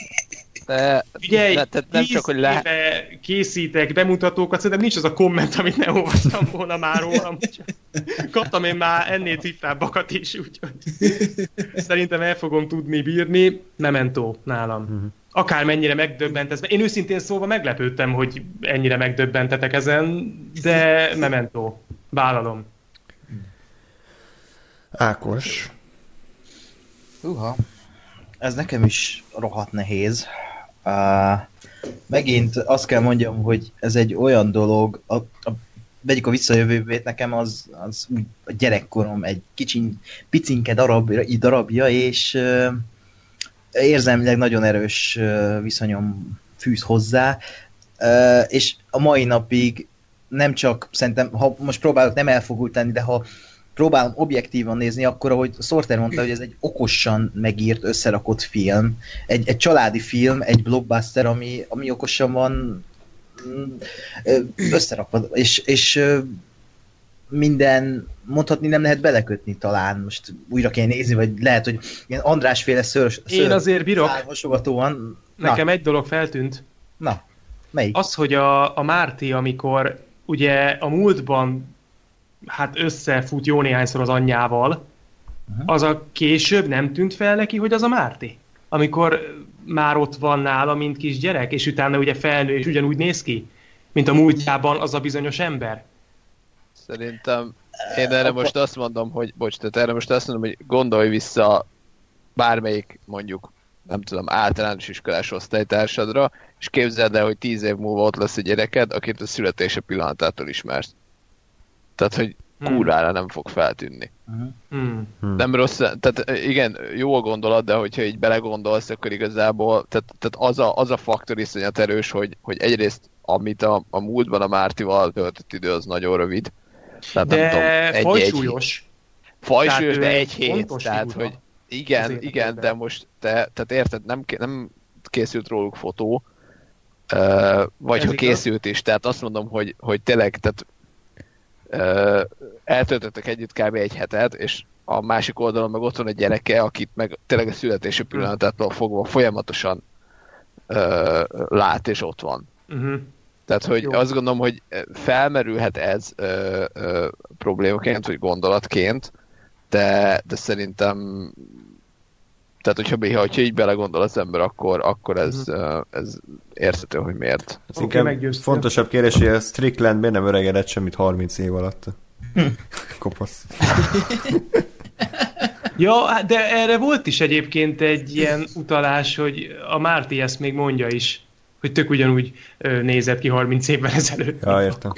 Speaker 5: De,
Speaker 4: Figyelj,
Speaker 5: de, de nem csak, hogy le...
Speaker 4: készítek bemutatókat, szerintem nincs az a komment, amit ne olvastam volna már rólam. Kaptam én már ennél cifrábbakat is, úgyhogy szerintem el fogom tudni bírni. Memento nálam. Uh-huh. Akármennyire megdöbbent ez. Én őszintén szólva meglepődtem, hogy ennyire megdöbbentetek ezen, de Memento. Vállalom.
Speaker 2: Ákos.
Speaker 3: Uha. Ez nekem is rohadt nehéz. Uh, megint azt kell mondjam, hogy ez egy olyan dolog, a, a, vegyük a visszajövőbét, nekem az, az úgy a gyerekkorom egy kicsin, picinke darab, darabja, és uh, érzelmileg nagyon erős uh, viszonyom fűz hozzá, uh, és a mai napig nem csak, szerintem, ha most próbálok nem elfogult lenni, de ha próbálom objektívan nézni, akkor, ahogy Sorter mondta, hogy ez egy okosan megírt, összerakott film. Egy, egy családi film, egy blockbuster, ami, ami okosan van összerakva, és, és minden, mondhatni nem lehet belekötni talán, most újra kell nézni, vagy lehet, hogy ilyen András-féle ször, ször
Speaker 4: Én azért bírok.
Speaker 3: hasogatóan.
Speaker 4: Nekem
Speaker 3: Na.
Speaker 4: egy dolog feltűnt.
Speaker 3: Na, melyik?
Speaker 4: Az, hogy a, a Márti, amikor ugye a múltban hát összefut jó néhányszor az anyjával, uh-huh. az a később nem tűnt fel neki, hogy az a Márti? Amikor már ott van nála, mint kisgyerek, és utána ugye felnő, és ugyanúgy néz ki, mint a múltjában az a bizonyos ember.
Speaker 5: Szerintem én erre most azt mondom, hogy bocs, tehát erre most azt mondom, hogy gondolj vissza bármelyik mondjuk, nem tudom, általános iskolás osztálytársadra, és képzeld el, hogy tíz év múlva ott lesz egy gyereked, akit a születése pillanatától ismersz. Tehát, hogy kurvára nem fog feltűnni.
Speaker 4: Hmm.
Speaker 5: Nem rossz, tehát igen, jó a gondolat, de hogyha így belegondolsz, akkor igazából, tehát, tehát az, a, az a faktor iszonyat erős, hogy, hogy egyrészt amit a, a múltban a Mártival töltött idő, az nagyon rövid. Tehát
Speaker 4: de
Speaker 5: nem tudom, egy,
Speaker 4: fajsúlyos.
Speaker 5: Egy, fajsúlyos,
Speaker 4: tehát
Speaker 5: de egy hét. Tehát,
Speaker 4: figura.
Speaker 5: hogy igen, igen, de most te, tehát érted, nem, nem készült róluk fotó, uh, vagy
Speaker 4: Ez
Speaker 5: ha
Speaker 4: igaz?
Speaker 5: készült is, tehát azt mondom, hogy, hogy tényleg, tehát uh, eltöltöttek együtt kb. Egy hetet, és a másik oldalon meg ott van egy gyereke, akit meg tényleg a születési pillanatától fogva folyamatosan uh, lát, és ott van.
Speaker 4: Uh-huh.
Speaker 5: Tehát, hogy
Speaker 4: Jó.
Speaker 5: azt gondolom, hogy felmerülhet ez ö, ö, problémaként, vagy gondolatként, de, de szerintem tehát, hogyha, hogyha így belegondol az ember, akkor, akkor ez, uh, ez érthető, hogy miért.
Speaker 2: Ez
Speaker 4: Oké,
Speaker 2: inkább
Speaker 4: meggyőztél.
Speaker 2: fontosabb kérdés, hogy a Strickland miért nem öregedett semmit harminc év alatt. Kopasz.
Speaker 4: Ja, hát de erre volt is egyébként egy ilyen utalás, hogy a Márti ezt még mondja is, hogy tök ugyanúgy ö, nézett ki harminc évvel ezelőtt.
Speaker 2: Ja, értem.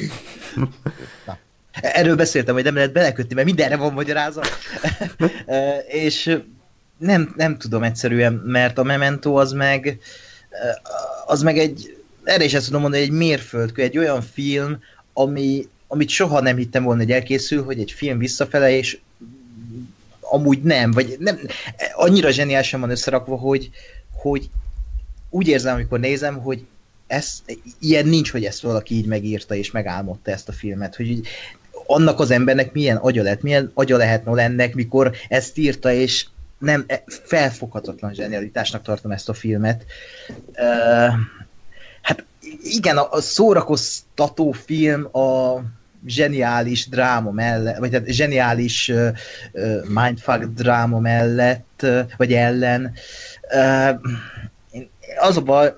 Speaker 3: Erről beszéltem, hogy nem lehet belekötni, mert mindenre van magyarázat. E, és nem, nem tudom egyszerűen, mert a Memento az meg az meg egy, erre is ezt tudom mondani, egy mérföldkő, egy olyan film, ami, amit soha nem hittem volna, hogy elkészül, hogy egy film visszafele, és amúgy nem, vagy nem, annyira zseniálisan van összerakva, hogy, hogy úgy érzem, amikor nézem, hogy ez, ilyen nincs, hogy ezt valaki így megírta és megálmodta ezt a filmet, hogy így, annak az embernek milyen agya lett, milyen agya lehet Nolannek, mikor ezt írta, és nem, felfoghatatlan zsenialitásnak tartom ezt a filmet. Uh, hát igen, a, a szórakoztató film a zseniális dráma mellett, vagy tehát zseniális uh, uh, mindfuck dráma mellett, uh, vagy ellen. Uh, az a baj,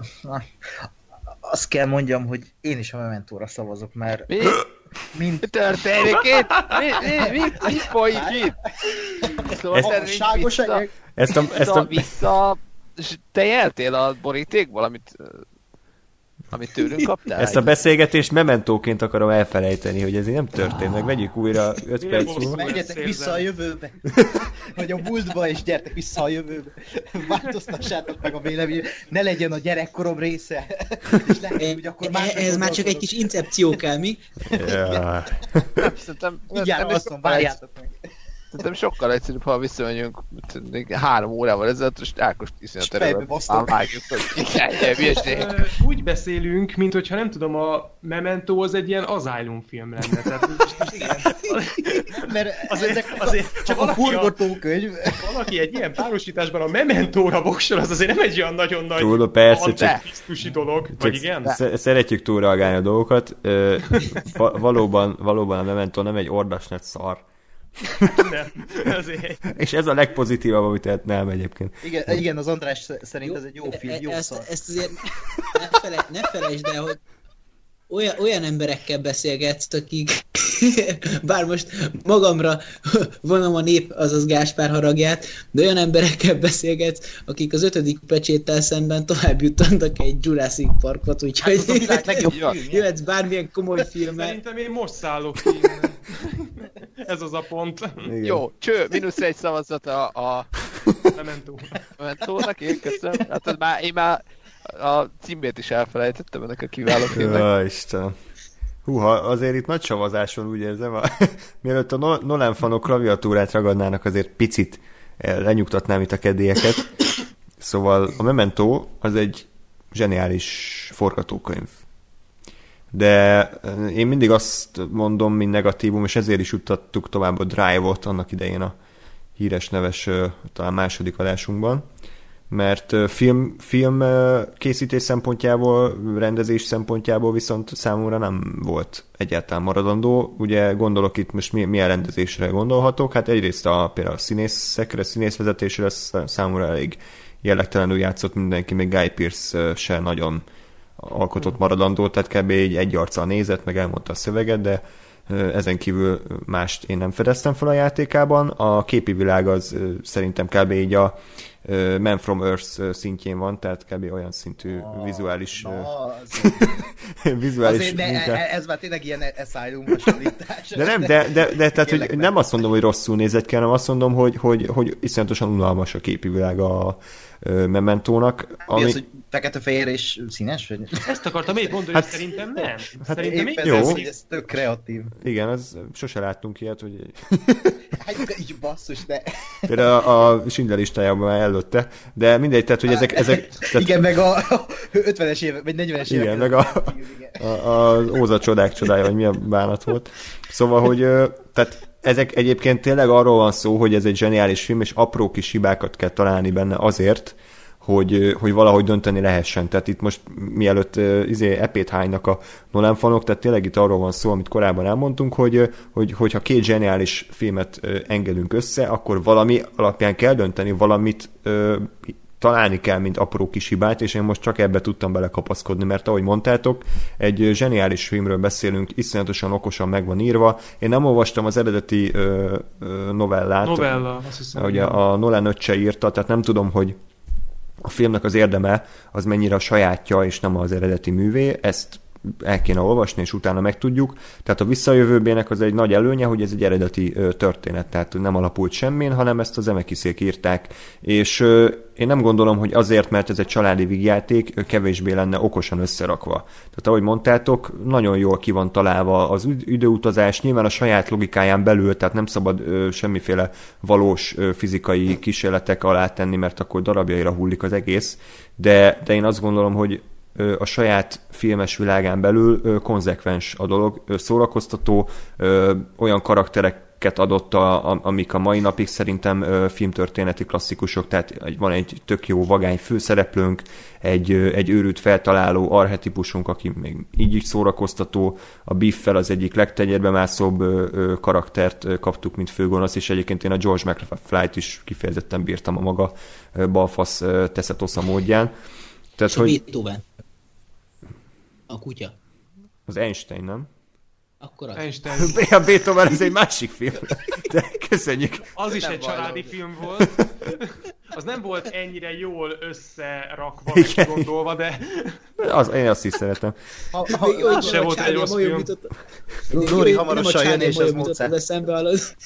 Speaker 3: azt kell mondjam, hogy én is a Mementóra szavazok, mert
Speaker 5: Mi?
Speaker 3: mind...
Speaker 5: Mi történik itt? Mi, mi, mi, mi folyik itt? Szóval
Speaker 2: Ezt-
Speaker 5: te nincs
Speaker 3: Ságos
Speaker 5: vissza,
Speaker 3: egyek.
Speaker 2: Ezt a, ezt
Speaker 5: vissza,
Speaker 2: a,
Speaker 5: vissza, és te jeltél a borítékból, amit, ö, amit tőlünk kaptál?
Speaker 2: ezt a beszélgetést mementóként akarom elfelejteni, hogy ez így nem történt, meg vegyük újra öt perc
Speaker 4: bosszú?
Speaker 2: múlva.
Speaker 3: Menjetek vissza a jövőbe, vagy a múltba, és gyertek vissza a jövőbe. Változtassátok meg a véleményt, ne legyen a gyerekkorom része. És lehet, hogy akkor
Speaker 6: E- Ez már csak egy kis incepció kell, mi?
Speaker 2: Ja.
Speaker 5: Nem, szerintem,
Speaker 3: Mindjárt
Speaker 5: nem,
Speaker 3: azt mondom, várjátok meg.
Speaker 5: Szerintem sokkal egyszerűbb, ha visszamegyünk három órával ezelőtt, és Ákos iszonyat
Speaker 3: fejbe
Speaker 5: erővel
Speaker 3: basztok.
Speaker 5: vágjuk, hogy igen, ilyen hülyeség.
Speaker 4: Ö, Úgy beszélünk, mint hogyha nem tudom, a Memento az egy ilyen Asylum film lenne. Tehát, igen.
Speaker 3: Mert
Speaker 4: Azért-
Speaker 3: ezek
Speaker 4: azért,
Speaker 3: csak
Speaker 4: ha
Speaker 3: a
Speaker 4: valaki a-
Speaker 3: forgatókönyv.
Speaker 4: Valaki egy ilyen párosításban a Mementóra voksol, az azért nem egy olyan nagyon nagy
Speaker 2: Tudom, persze, csak-
Speaker 4: antipisztusi dolog, vagy
Speaker 2: Csak
Speaker 4: igen?
Speaker 2: sz- szeretjük túlreagálni a dolgokat. Ö, va- valóban, valóban a Memento nem egy ordasnet szar.
Speaker 4: Nem, azért.
Speaker 2: És ez a legpozitívabb, amit el- nem egyébként.
Speaker 3: Igen, igen, az András szerint ez egy jó film, jó
Speaker 6: ezt,
Speaker 3: szar.
Speaker 6: ezt azért ne, fele, ne felejtsd el, hogy olyan, olyan emberekkel beszélgetsz, akik bár most magamra vonom a nép, azaz Gáspár haragját, de olyan emberekkel beszélgetsz, akik az ötödik pecséttel szemben tovább jutottak egy Jurassic Parkot, úgyhogy
Speaker 3: Az a világ legjobb
Speaker 5: Ja.
Speaker 3: filmje.
Speaker 6: jöhetsz bármilyen komoly filmmel.
Speaker 4: Szerintem én most szállok ki. innen. Ez az a pont.
Speaker 2: Igen.
Speaker 5: Jó, cső, mínusz egy szavazat a, a
Speaker 4: Memento.
Speaker 5: Mentónak, én köszönöm. Hát az már, én már a címét is elfelejtettem ennek a kiváló filmnek.
Speaker 2: Ja, Isten. Húha, azért itt nagy savazás van, úgy érzem. A... Mielőtt a Nolan fanok klaviatúrát ragadnának, azért picit lenyugtatnám itt a kedélyeket. Szóval a Memento az egy zseniális forgatókönyv. De én mindig azt mondom, mint negatívum, és ezért is juttattuk tovább a Drive-ot annak idején a híres neves, talán második adásunkban, mert film, film készítés szempontjából, rendezés szempontjából viszont számomra nem volt egyáltalán maradandó. Ugye gondolok itt most milyen rendezésre gondolhatok, hát egyrészt a, például a színészekre, színészvezetésre számomra elég jellegtelenül játszott mindenki, még Guy Pearce se nagyon alkotott maradandó, tehát kb. egy, egy arccal nézett, meg elmondta a szöveget, de ezen kívül mást én nem fedeztem fel a játékában. A képi világ az szerintem kb. Így a Man from Earth szintjén van, tehát kb. Olyan szintű oh, vizuális
Speaker 3: no,
Speaker 2: vizuális
Speaker 3: azért, de munka. Ez már tényleg ilyen Asylum hasonlítás.
Speaker 2: De nem, de, de, de tehát, hogy nem azt mondom, hogy rosszul nézett ki, hanem azt mondom, hogy, hogy, hogy iszonyatosan unalmas a képi világ a Mementónak.
Speaker 3: Ami... Mi az, hogy fekete-fehér és színes? Vagy?
Speaker 4: Ezt akartam én mondani,
Speaker 2: hát,
Speaker 4: hogy szerintem nem.
Speaker 2: Hát
Speaker 4: szerintem
Speaker 3: éppen
Speaker 2: jó.
Speaker 3: Ez, hogy ez tök kreatív.
Speaker 2: Igen, az sose láttunk ilyet, hogy...
Speaker 3: Hát így basszus, de...
Speaker 2: Például a Schindler listájában már előtte, de mindegy, tehát, hogy ezek... ezek tehát...
Speaker 3: Igen, meg a ötvenes évek, vagy negyvenes évek.
Speaker 2: Igen, meg a, a, az Óza csodák csodája, vagy milyen bánat volt. Szóval, hogy tehát ezek egyébként tényleg arról van szó, hogy ez egy zseniális film, és apró kis hibákat kell találni benne azért, hogy, hogy valahogy dönteni lehessen. Tehát itt most mielőtt uh, izé, epét hánynak a Nolan fanok, tehát tényleg itt arról van szó, amit korábban elmondtunk, hogy, hogy hogyha két zseniális filmet uh, engedünk össze, akkor valami alapján kell dönteni, valamit uh, találni kell, mint apró kis hibát, és én most csak ebbe tudtam belekapaszkodni, mert ahogy mondtátok, egy zseniális filmről beszélünk, iszonyatosan okosan meg van írva. Én nem olvastam az eredeti uh, uh, novellát.
Speaker 4: Novella, azt hiszem.
Speaker 2: Ugye a Nolan öccse írta, tehát nem tudom, hogy a filmnek az érdeme az mennyire a sajátja, és nem az eredeti művé, ezt el kéne olvasni, és utána megtudjuk. Tehát a Visszajövőbének az egy nagy előnye, hogy ez egy eredeti ö, történet, tehát nem alapult semmin, hanem ezt az Zemeckis-ék írták. És ö, én nem gondolom, hogy azért, mert ez egy családi vígjáték, ö, kevésbé lenne okosan összerakva. Tehát ahogy mondtátok, nagyon jól ki van találva az időutazás, nyilván a saját logikáján belül, tehát nem szabad ö, semmiféle valós ö, fizikai kísérletek alá tenni, mert akkor darabjaira hullik az egész, de, de én azt gondolom, hogy a saját filmes világán belül konzekvens a dolog, szórakoztató, olyan karaktereket adott, a, amik a mai napig szerintem filmtörténeti klasszikusok, tehát van egy tök jó vagány főszereplőnk, egy, egy őrült feltaláló archetipusunk, aki még így is szórakoztató, a Biffel az egyik legtenyérbe mászóbb karaktert kaptuk, mint főgonosz, és egyébként én a George McFly-t is kifejezetten bírtam a maga balfasz teszetosza módján. Tehát,
Speaker 6: és a hogy... Beethoven. A kutya.
Speaker 2: Az Einstein, nem?
Speaker 6: Akkor az.
Speaker 4: Einstein.
Speaker 2: A Beethoven ez egy másik film. De köszönjük.
Speaker 4: Az is
Speaker 5: nem
Speaker 4: egy
Speaker 5: baj,
Speaker 4: családi
Speaker 5: nem.
Speaker 4: film volt. Az nem volt ennyire jól összerakva, meg gondolva, de...
Speaker 2: Az, én azt is szeretem.
Speaker 3: Ha, ha,
Speaker 6: Még jó,
Speaker 4: az se volt egy rossz film.
Speaker 3: Lóri hamarosan jön, és az Mozart.
Speaker 6: Eszembe alatt.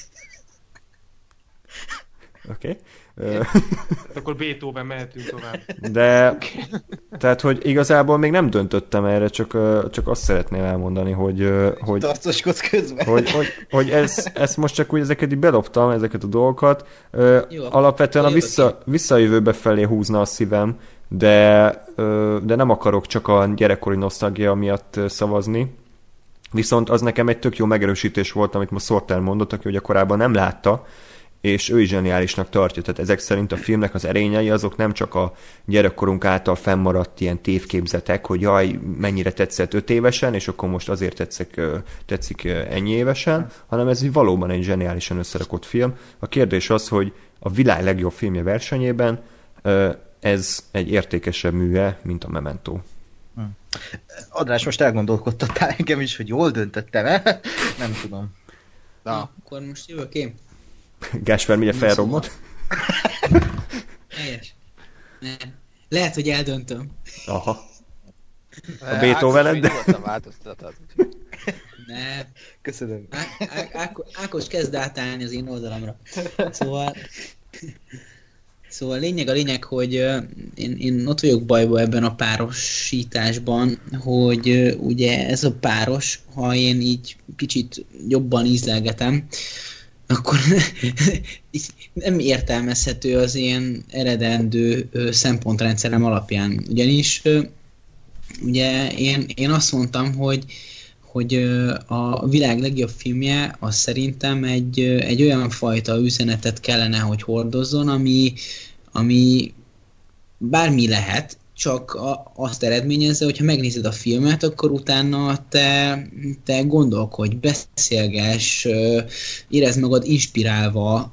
Speaker 2: Oké.
Speaker 4: Akkor Beethoven, mehetünk tovább.
Speaker 2: De, tehát, hogy igazából még nem döntöttem erre, csak, csak azt szeretném elmondani, hogy, hogy,
Speaker 3: tartoskodsz közben.
Speaker 2: hogy, hogy, hogy ez, ezt most csak úgy ezeket így bedobtam, ezeket a dolgokat.
Speaker 6: Jó,
Speaker 2: Alapvetően a vissza, visszajövőbe felé húzna a szívem, de, de nem akarok csak a gyerekkori nosztalgia miatt szavazni. Viszont az nekem egy tök jó megerősítés volt, amit most Sorter mondott, aki ugye korábban nem látta, és ő is zseniálisnak tartja. Tehát ezek szerint a filmnek az erényei azok nem csak a gyerekkorunk által fennmaradt ilyen tévképzetek, hogy jaj, mennyire tetszett öt évesen, és akkor most azért tetszik, tetszik ennyi évesen, hanem ez valóban egy zseniálisan összerakott film. A kérdés az, hogy a világ legjobb filmje versenyében ez egy értékesebb műve, mint a Memento.
Speaker 3: András, most elgondolkodtattál engem is, hogy jól döntöttem-e? Nem tudom.
Speaker 6: Na, akkor most jövök én.
Speaker 2: Gáspár mindjárt felrobbant.
Speaker 6: Helyes. Nem. Lehet, hogy eldöntöm.
Speaker 2: Aha. A Beethoven-et, de...
Speaker 6: Nem.
Speaker 3: Köszönöm.
Speaker 6: Á- Á- Ákos kezd átállni az én oldalamra. Szóval... Szóval a lényeg a lényeg, hogy én, én ott vagyok bajba ebben a párosításban, hogy ugye ez a páros, ha én így kicsit jobban ízlelgetem, akkor nem értelmezhető az én eredendő szempontrendszerem alapján. Ugyanis ugye én, én azt mondtam, hogy hogy a világ legjobb filmje az szerintem egy, egy olyan fajta üzenetet kellene, hogy hordozzon, ami, ami bármi lehet, csak azt eredményezze, hogyha megnézed a filmet, akkor utána te, te gondolkodj, beszélgess, érezd magad inspirálva,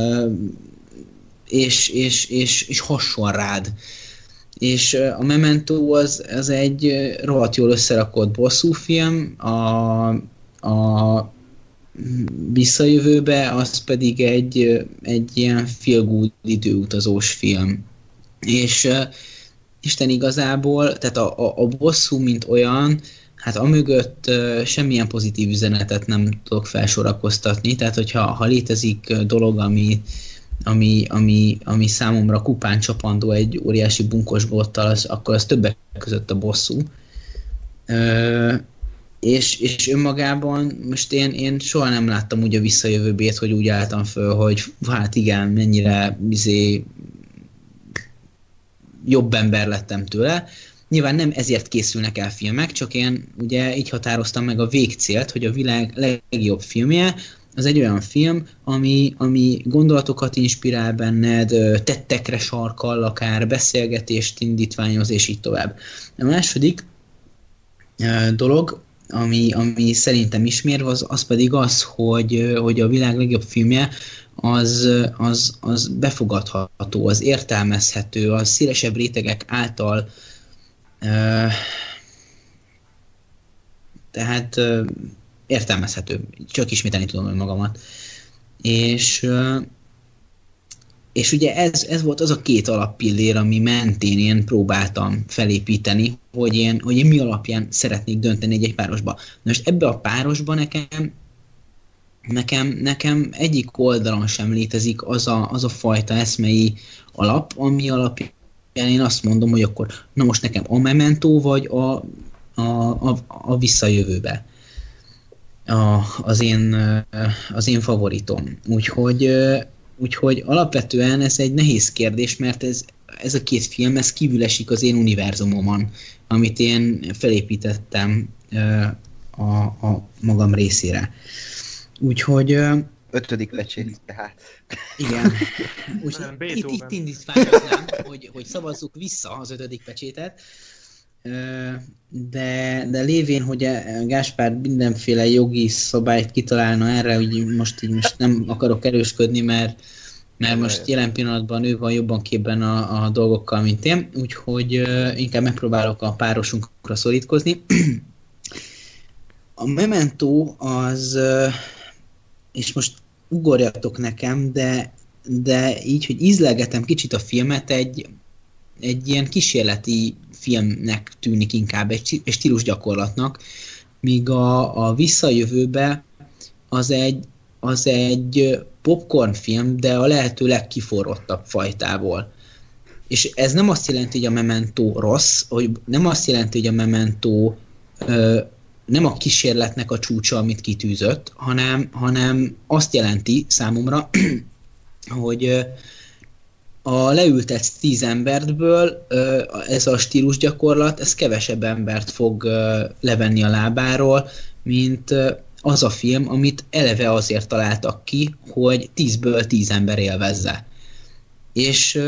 Speaker 6: és, és, és, és hasson rád. És a Memento az, az egy rohadt jól összerakott bosszúfilm, a, a Visszajövőbe az pedig egy, egy ilyen feel good időutazós film. És uh, Isten igazából, tehát a, a, a bosszú, mint olyan, hát amögött uh, semmilyen pozitív üzenetet nem tudok felsorakoztatni, tehát hogyha ha létezik dolog, ami Ami, ami, ami számomra kupán csapandó egy óriási bunkos bottal, az, akkor az többek között a bosszú. Ö, és, és önmagában most én, én soha nem láttam úgy a Visszajövőbét, hogy úgy álltam föl, hogy hát igen, mennyire izé, jobb ember lettem tőle. Nyilván nem ezért készülnek el filmek, csak én ugye így határoztam meg a végcélt, hogy a világ legjobb filmje az egy olyan film, ami, ami gondolatokat inspirál benned, tettekre sarkal, akár beszélgetést indítványoz, és így tovább. A második dolog, ami, ami szerintem ismérve, az, az pedig az, hogy, hogy a világ legjobb filmje az, az, az befogadható, az értelmezhető, az szélesebb rétegek által uh, tehát uh, értelmezhető. Csak ismételni tudom magamat. És, és ugye ez, ez volt az a két alappillér, ami mentén én próbáltam felépíteni, hogy én, hogy én mi alapján szeretnék dönteni egy-egy párosba. Most ebbe a párosba nekem, nekem, nekem egyik oldalon sem létezik az a, az a fajta eszmei alap, ami alapján én azt mondom, hogy akkor na most nekem a Memento vagy a, a, a, a Visszajövőbe. A, az, én, az én favoritom. Úgyhogy, úgyhogy alapvetően ez egy nehéz kérdés, mert ez, ez a két film, ez kívül esik az én univerzumomon, amit én felépítettem a, a magam részére. Úgyhogy...
Speaker 3: Ötödik pecsét, tehát.
Speaker 6: Igen. Úgyhogy itt, itt indítványoznám, hogy, hogy szavazzuk vissza az ötödik pecsétet, de, de lévén, hogy a Gáspár mindenféle jogi szabályt kitalálna erre, hogy most így most nem akarok erősködni, mert, mert most jelen pillanatban ő van jobban képben a, a dolgokkal, mint én, úgyhogy inkább megpróbálok a párosunkra szorítkozni. A Memento az, és most ugorjatok nekem, de, de így, hogy ízlelgetem kicsit a filmet, egy, egy ilyen kísérleti filmnek tűnik inkább, egy stílusgyakorlatnak, míg a, a Visszajövőbe az egy, az egy popcorn film, de a lehető legkiforrottabb fajtából. És ez nem azt jelenti, hogy a Memento rossz, hogy nem azt jelenti, hogy a Memento ö, nem a kísérletnek a csúcsa, amit kitűzött, hanem, hanem azt jelenti számomra, hogy a leültetsz tíz emberből ez a stílusgyakorlat, ez kevesebb embert fog levenni a lábáról, mint az a film, amit eleve azért találtak ki, hogy tízből tíz ember élvezze. És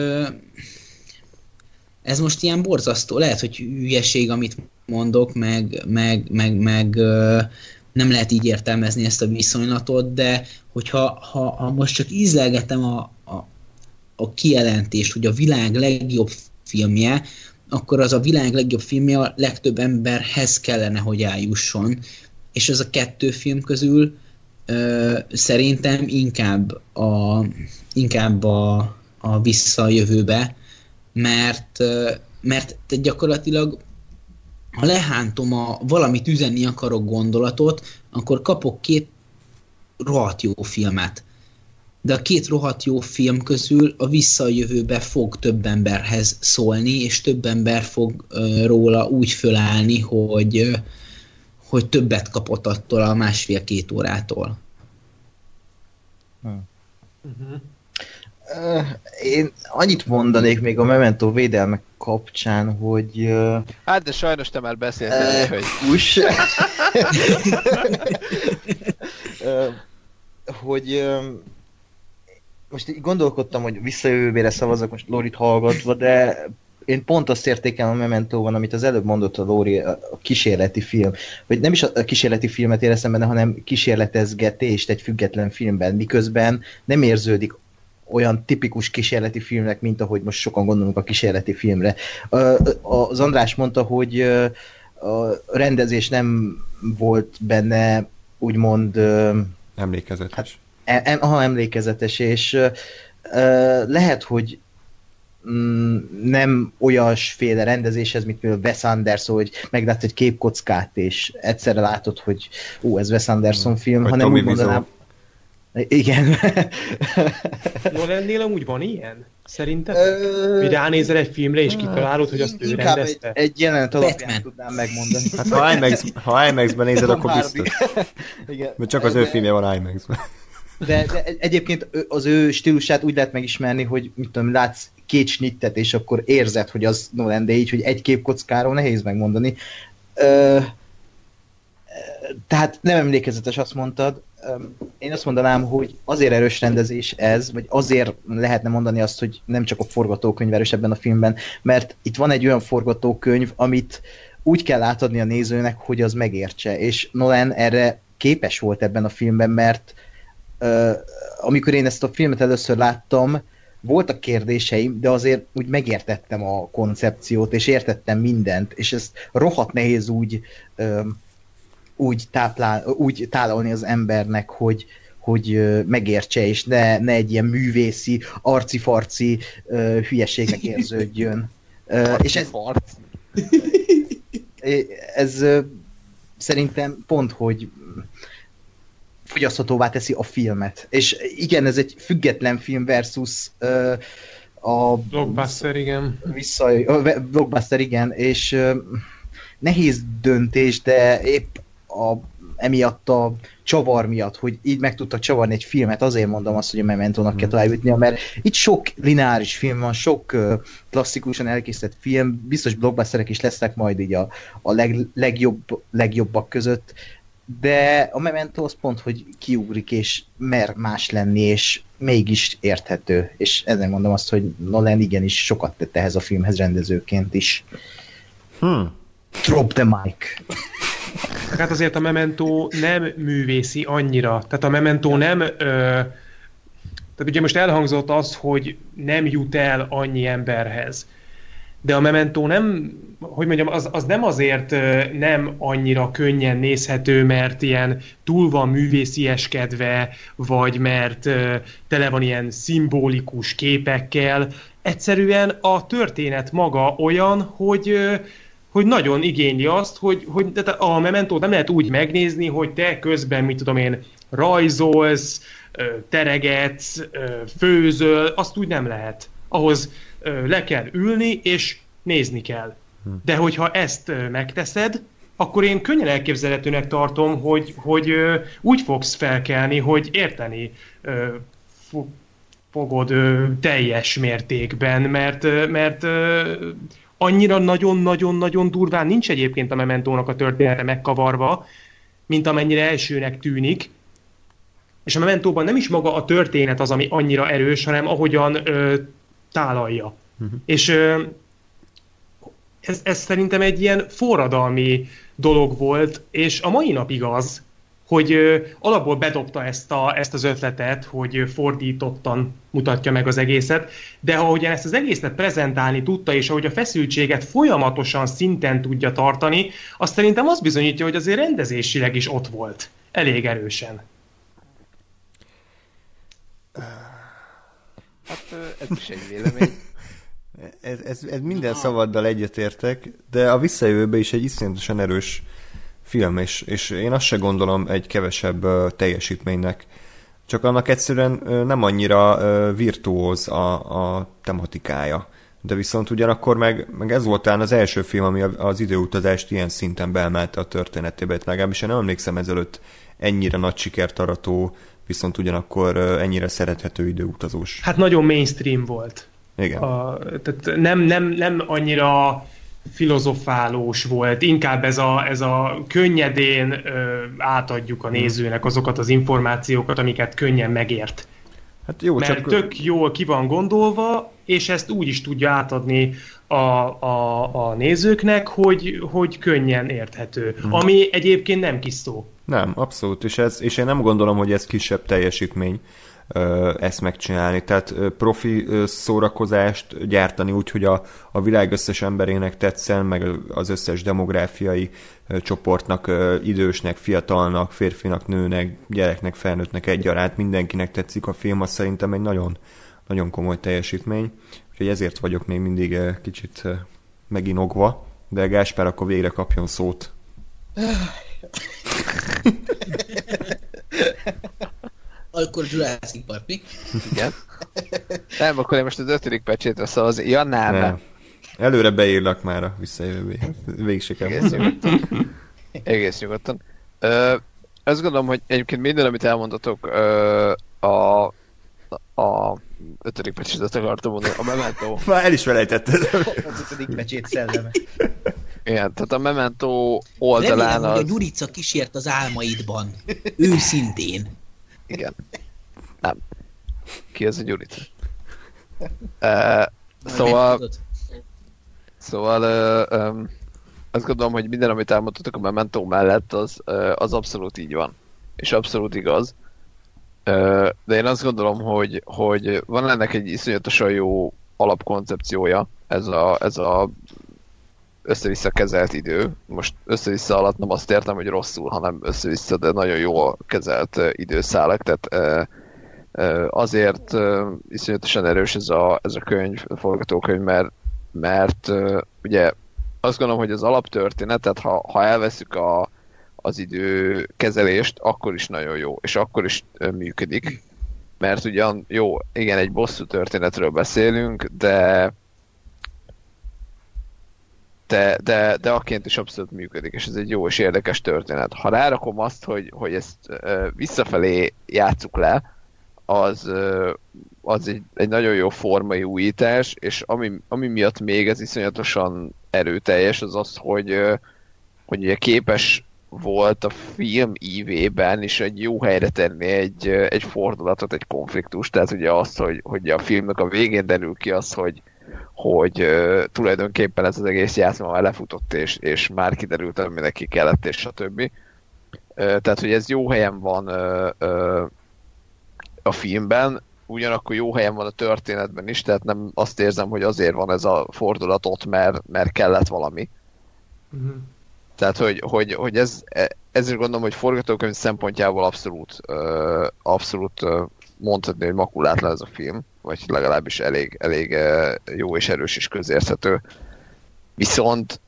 Speaker 6: ez most ilyen borzasztó, lehet, hogy hülyeség, amit mondok, meg, meg, meg, meg nem lehet így értelmezni ezt a viszonylatot, de hogyha ha, ha most csak ízlelgetem a, a a kijelentést, hogy a világ legjobb filmje, akkor az a világ legjobb filmje a legtöbb emberhez kellene, hogy eljusson. És az a kettő film közül ö, szerintem inkább a, inkább a, a Visszajövőbe, mert, ö, mert gyakorlatilag ha lehántom a valamit üzenni akarok gondolatot, akkor kapok két rohadt jó filmet. de a két rohadt jó film közül a Vissza a jövőbe fog több emberhez szólni, és több ember fog uh, róla úgy fölállni, hogy, uh, hogy többet kapott attól a másfél-két órától.
Speaker 3: Hmm. Uh-huh. Uh, én annyit mondanék még a Memento védelme kapcsán, hogy... Uh,
Speaker 5: hát, de sajnos te már beszéltél, uh, hogy...
Speaker 3: Kus. uh, hogy... Uh, most így gondolkodtam, hogy visszajövőbére szavazok most Lorit hallgatva, de én pont azt értékelem a Mementóban, amit az előbb mondott a Lori, a kísérleti film. Vagy nem is a kísérleti filmet éreztem benne, hanem kísérletezgetést egy független filmben, miközben nem érződik olyan tipikus kísérleti filmnek, mint ahogy most sokan gondolunk a kísérleti filmre. Az András mondta, hogy a rendezés nem volt benne úgymond...
Speaker 2: Emlékezetes.
Speaker 3: Hát, em, aha, emlékezetes, és uh, lehet, hogy mm, nem olyasféle rendezéshez, mint például Wes Anderson, hogy meglátsz egy képkockát, és egyszerre látod, hogy ó, ez Wes Anderson film,
Speaker 2: vagy
Speaker 3: hanem
Speaker 2: Tommy
Speaker 3: úgy mondanám...
Speaker 2: Wiseau.
Speaker 3: Igen.
Speaker 4: Nolannél amúgy van ilyen? Szerinted? Hogy ránézel egy filmre, és kitalálod, hogy azt ő
Speaker 3: inkább
Speaker 4: rendezte?
Speaker 3: egy, egy jelenet alapján
Speaker 6: Batman.
Speaker 3: tudnám megmondani.
Speaker 2: Hát ha, IMAX, ha IMAX-ben nézed, akkor
Speaker 3: Hardy.
Speaker 2: biztos.
Speaker 3: Igen.
Speaker 2: Mert csak az ő filmje van IMAX-ben.
Speaker 3: De, de egyébként az ő stílusát úgy lehet megismerni, hogy mit tudom, látsz két snittet, és akkor érzed, hogy az Nolan, de így, hogy egy képkockáról nehéz megmondani. Ö, tehát nem emlékezetes, azt mondtad. Én azt mondanám, hogy azért erős rendezés ez, vagy azért lehetne mondani azt, hogy nem csak a forgatókönyv erős ebben a filmben, mert itt van egy olyan forgatókönyv, amit úgy kell átadni a nézőnek, hogy az megértse, és Nolan erre képes volt ebben a filmben, mert Uh, amikor én ezt a filmet először láttam, voltak kérdéseim, de azért úgy megértettem a koncepciót, és értettem mindent, és ezt rohadt nehéz úgy, uh, úgy, táplál, úgy tálalni az embernek, hogy, hogy uh, megértse, és ne, ne egy ilyen művészi, arci-farci uh, hülyeségnek érződjön. Uh, és ez, ez uh, szerintem pont, hogy fogyaszthatóvá teszi a filmet. És igen, ez egy független film versus uh, a...
Speaker 4: Blockbuster, igen.
Speaker 3: Vissza, a blockbuster, igen, és uh, nehéz döntés, de épp a, emiatt a csavar miatt, hogy így meg tudtak csavarni egy filmet, azért mondom azt, hogy a Mementónak kell továbbjutnia, mert itt sok lineáris film van, sok uh, klasszikusan elkészített film, biztos blockbusterek is lesznek majd így a, a leg, legjobb, legjobbak között, de a Memento az pont, hogy kiugrik, és mer más lenni, és mégis érthető. És ezen mondom azt, hogy Nolan igenis sokat tett ehhez a filmhez rendezőként is.
Speaker 2: Hmm.
Speaker 3: Drop the mic.
Speaker 4: Hát azért a Memento nem művészi annyira. Tehát a Memento nem... Ö, tehát ugye most elhangzott az, hogy nem jut el annyi emberhez. De a Memento nem, hogy mondjam, az, az nem azért nem annyira könnyen nézhető, mert ilyen túl van művészieskedve, vagy mert tele van ilyen szimbolikus képekkel. Egyszerűen a történet maga olyan, hogy, hogy nagyon igényli azt, hogy, hogy a Mementót nem lehet úgy megnézni, hogy te közben, mit tudom én, rajzolsz, teregetsz, főzöl, azt úgy nem lehet. Ahhoz le kell ülni, és nézni kell. De hogyha ezt megteszed, akkor én könnyen elképzelhetőnek tartom, hogy, hogy úgy fogsz felkelni, hogy érteni fogod teljes mértékben, mert, mert annyira nagyon-nagyon-nagyon durván nincs egyébként a Mementónak a története megkavarva, mint amennyire elsőnek tűnik. És a Mementóban nem is maga a történet az, ami annyira erős, hanem ahogyan ö, tálalja. Uh-huh. És ö, ez, ez szerintem egy ilyen forradalmi dolog volt, és a mai napig az, hogy ö, alapból bedobta ezt, a, ezt az ötletet, hogy fordítottan mutatja meg az egészet, de ahogyan ezt az egészet prezentálni tudta, és ahogy a feszültséget folyamatosan szinten tudja tartani, azt szerintem azt bizonyítja, hogy azért rendezésileg is ott volt. Elég erősen.
Speaker 5: Hát ez is egy vélemény.
Speaker 2: Ez, ez, ez minden szavaddal egyetértek, de a Visszajövőbe is egy iszonyatosan erős film, és, és én azt se gondolom egy kevesebb uh, teljesítménynek. csak annak egyszerűen nem annyira virtuóz a, a tematikája. De viszont ugyanakkor meg, meg ez volt talán az első film, ami az időutazást ilyen szinten beemelte a történetébe. Legalábbis én nem emlékszem ezelőtt ennyire nagy sikert arató, viszont ugyanakkor ennyire szerethető időutazós.
Speaker 4: Hát nagyon mainstream volt.
Speaker 2: Igen.
Speaker 4: A, tehát nem, nem, nem annyira filozofálós volt, inkább ez a, ez a könnyedén ö, átadjuk a nézőnek azokat az információkat, amiket könnyen megért.
Speaker 2: Hát jó,
Speaker 4: Mert
Speaker 2: csak...
Speaker 4: tök jól ki van gondolva, és ezt úgy is tudja átadni a, a, a nézőknek, hogy, hogy könnyen érthető. Hmm. Ami egyébként nem kis szó.
Speaker 2: Nem, abszolút, és, ez, és én nem gondolom, hogy ez kisebb teljesítmény ezt megcsinálni. Tehát profi szórakozást gyártani úgy, hogy a, a világ összes emberének tetszen, meg az összes demográfiai csoportnak, idősnek, fiatalnak, férfinak, nőnek, gyereknek, felnőttnek egyaránt, mindenkinek tetszik a film, az szerintem egy nagyon, nagyon komoly teljesítmény. Úgyhogy ezért vagyok még mindig kicsit meginogva, de Gáspár akkor végre kapjon szót.
Speaker 6: Akkor Jurassic Park, mi?
Speaker 5: Igen. Nem, akkor én most az ötödik pecsétre szavazni. Ja, nem. nem.
Speaker 2: Előre beírlak már a visszajövővé. Végig se kell.
Speaker 5: Egész nyugodtan. Egész nyugodtan. Ö, azt gondolom, hogy egyébként minden, amit elmondatok, ö, a, a ötödik pecsétet akartam mondani, a Memento.
Speaker 2: Már el is felejtetted.
Speaker 3: Az ötödik pecsét szelleme.
Speaker 5: Igen, tehát a Memento oldalán
Speaker 6: Remélem,
Speaker 5: az...
Speaker 6: hogy a Gyurica kísért az álmaidban. Őszintén.
Speaker 5: Igen. Nem. Ki az a Gyurica? Uh, szóval... Szóval... Uh, um, azt gondolom, hogy minden, amit elmondtatok a Memento mellett, az, uh, az abszolút így van. És abszolút igaz. Uh, de én azt gondolom, hogy, hogy van ennek egy iszonyatosan jó alapkoncepciója. Ez a, ez a össze-vissza kezelt idő. Most össze-vissza alatt nem azt értem, hogy rosszul, hanem össze-vissza, de nagyon jól kezelt uh, időszálak. Tehát uh, uh, azért uh, iszonyatosan erős ez a, ez a könyv, a forgatókönyv, mert, mert uh, ugye azt gondolom, hogy az alaptörténet, tehát ha, ha elveszük a, az időkezelést, akkor is nagyon jó, és akkor is uh, működik. Mert ugyan jó, igen, egy bosszú történetről beszélünk, de De, de, de akként is abszolút működik, és ez egy jó és érdekes történet. Ha rárakom azt, hogy, hogy ezt uh, visszafelé játsszuk le, az, uh, az egy, egy nagyon jó formai újítás, és ami, ami miatt még ez iszonyatosan erőteljes, az az, hogy, uh, hogy ugye képes volt a film ívében is egy jó helyre tenni egy, egy fordulatot, egy konfliktust, tehát ugye azt, hogy, hogy a filmnek a végén derül ki az, hogy hogy uh, tulajdonképpen ez az egész játszma már lefutott, és, és már kiderült, ami neki kellett, és stb. Uh, tehát, hogy ez jó helyen van uh, uh, a filmben, ugyanakkor jó helyen van a történetben is, tehát nem azt érzem, hogy azért van ez a fordulat ott, mert, mert kellett valami. Uh-huh. Tehát, hogy, hogy, hogy ez, ezért gondolom, hogy forgatókönyv szempontjából abszolút, uh, abszolút uh, mondhatni, hogy makulátlan ez a film, vagy legalábbis elég, elég jó és erős és közérthető. Viszont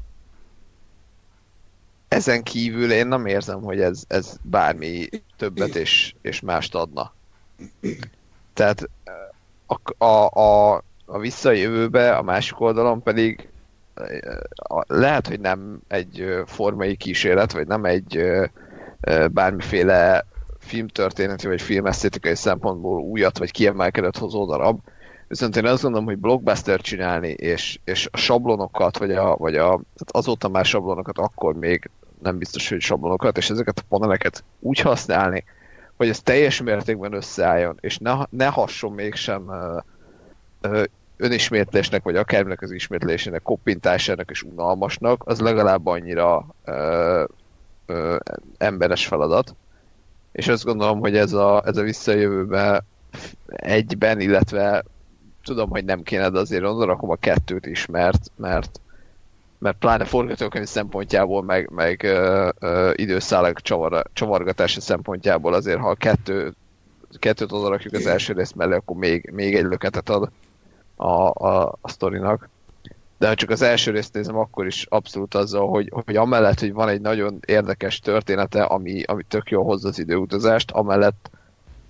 Speaker 5: ezen kívül én nem érzem, hogy ez, ez bármi többet és, és mást adna. Tehát a, a, a, a visszajövőbe, a másik oldalon pedig lehet, hogy nem egy formai kísérlet, vagy nem egy bármiféle filmtörténeti vagy filmesztétikai szempontból újat vagy kiemelkedett hozó darab. Viszont én azt gondolom, hogy blockbuster csinálni, és, és a sablonokat, vagy, a, vagy a, azóta már sablonokat, akkor még nem biztos, hogy sablonokat, és ezeket a paneleket úgy használni, hogy ez teljes mértékben összeálljon, és ne, ne hasson mégsem ö, ö, önismétlésnek, vagy akárminek az ismétlésének, koppintásának és unalmasnak, az legalább annyira ö, ö, emberes feladat. És azt gondolom, hogy ez a, ez a visszajövőben egyben, illetve tudom, hogy nem kéne, de azért onnan rakom a kettőt is, mert, mert, mert pláne forgatókönyv szempontjából, meg, meg ö, ö, időszálak csavar, csavargatása szempontjából azért, ha a kettő, kettőt oda rakjuk az első rész mellé, akkor még, még egy löketet ad a, a, a sztorinak. De ha csak az első részt nézem, akkor is abszolút azzal, hogy, hogy amellett, hogy van egy nagyon érdekes története, ami, ami tök jól hozza az időutazást, amellett